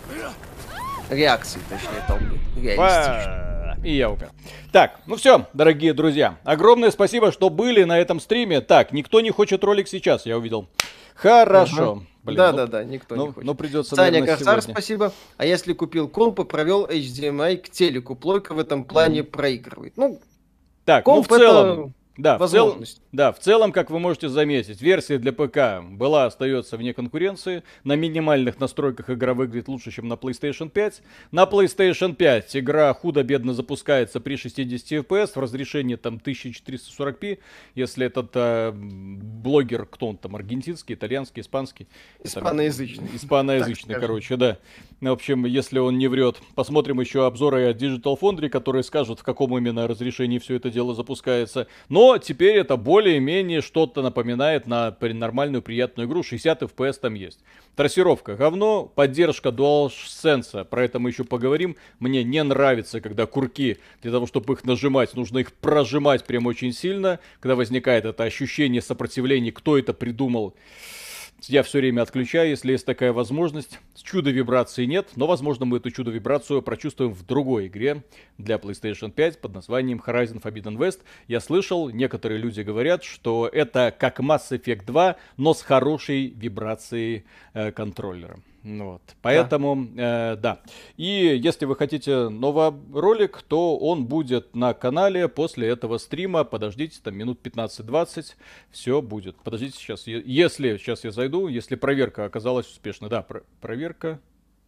[SPEAKER 2] Реакции, точнее, толпы. Реалистично.
[SPEAKER 1] Па- И я умер. Так, ну все, дорогие друзья. Огромное спасибо, что были на этом стриме. Так, никто не хочет ролик сейчас, я увидел. Хорошо. Блин,
[SPEAKER 2] да,
[SPEAKER 1] ну-
[SPEAKER 2] да, да, никто
[SPEAKER 1] ну,
[SPEAKER 2] не хочет.
[SPEAKER 1] ну, придется,
[SPEAKER 2] Саня
[SPEAKER 1] наверное,
[SPEAKER 2] Корсар,
[SPEAKER 1] сегодня.
[SPEAKER 2] спасибо. А если купил комп и провел эйч ди эм ай к телеку, плойка в этом плане проигрывает. Ну,
[SPEAKER 1] Так, ну
[SPEAKER 2] комп
[SPEAKER 1] в целом,
[SPEAKER 2] это
[SPEAKER 1] Да, в целом,
[SPEAKER 2] возможность.
[SPEAKER 1] да, в целом, как вы можете заметить, версия для ПК была, остается вне конкуренции. На минимальных настройках игра выглядит лучше, чем на PlayStation пять. На PlayStation пять игра худо-бедно запускается при шестидесяти эф пи эс в разрешении там тысяча четыреста сорок пи. Если этот э, блогер, кто он там, аргентинский, итальянский, испанский?
[SPEAKER 2] Испаноязычный.
[SPEAKER 1] Испаноязычный, короче, да. В общем, если он не врет. Посмотрим еще обзоры от Digital Foundry, которые скажут, в каком именно разрешении все это дело запускается. Но Но теперь это более-менее что-то напоминает на нормальную приятную игру. шестьдесят эф пи эс там есть. Трассировка говно, поддержка DualSense, про это мы еще поговорим. Мне не нравится, когда курки, для того, чтобы их нажимать, нужно их прожимать прям очень сильно. Когда возникает это ощущение сопротивления, кто это придумал. Я все время отключаю, если есть такая возможность. Чудо-вибрации нет, но, возможно, мы эту чудо-вибрацию прочувствуем в другой игре для PlayStation пять под названием Horizon Forbidden West. Я слышал, некоторые люди говорят, что это как Mass Effect два, но с хорошей вибрацией э, контроллера. Вот. Поэтому, да. Э, да. И если вы хотите новый ролик, то он будет на канале после этого стрима. Подождите, там минут пятнадцать-двадцать, все будет. Подождите сейчас. Если, сейчас я зайду, если проверка оказалась успешной. Да, про- проверка.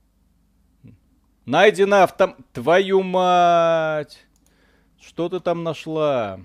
[SPEAKER 1] Найдена автом... Твою мать! Что ты там нашла?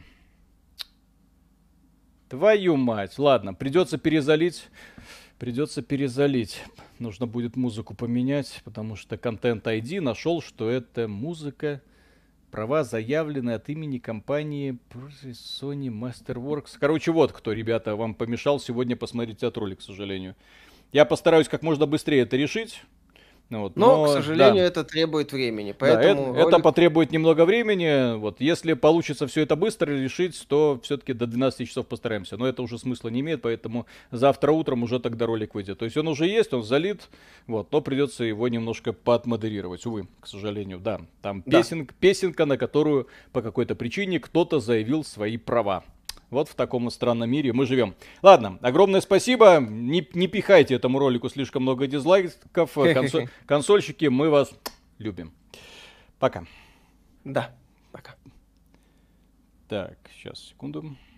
[SPEAKER 1] Твою мать! Ладно, придется перезалить. Придется перезалить. Нужно будет музыку поменять, потому что Content ай ди нашел, что это музыка, права заявлены от имени компании Sony Masterworks. Короче, вот кто, ребята, вам помешал сегодня посмотреть этот ролик, к сожалению. Я постараюсь как можно быстрее это решить. Вот,
[SPEAKER 2] но,
[SPEAKER 1] но,
[SPEAKER 2] к сожалению,
[SPEAKER 1] да.
[SPEAKER 2] это требует времени. Поэтому
[SPEAKER 1] да, это,
[SPEAKER 2] ролик...
[SPEAKER 1] это потребует немного времени. Вот, если получится все это быстро решить, то все-таки до двенадцати часов постараемся. Но это уже смысла не имеет, поэтому завтра утром уже тогда ролик выйдет. То есть он уже есть, он залит, вот, но придется его немножко подмодерировать. Увы, к сожалению, да. Там
[SPEAKER 2] да.
[SPEAKER 1] песенка, песенка, на которую по какой-то причине кто-то заявил свои права. Вот в таком странном мире мы живем. Ладно, огромное спасибо. Не, не пихайте этому ролику слишком много дизлайков. Консоль, консольщики, мы вас любим. Пока.
[SPEAKER 2] Да, пока.
[SPEAKER 1] Так, сейчас, секунду.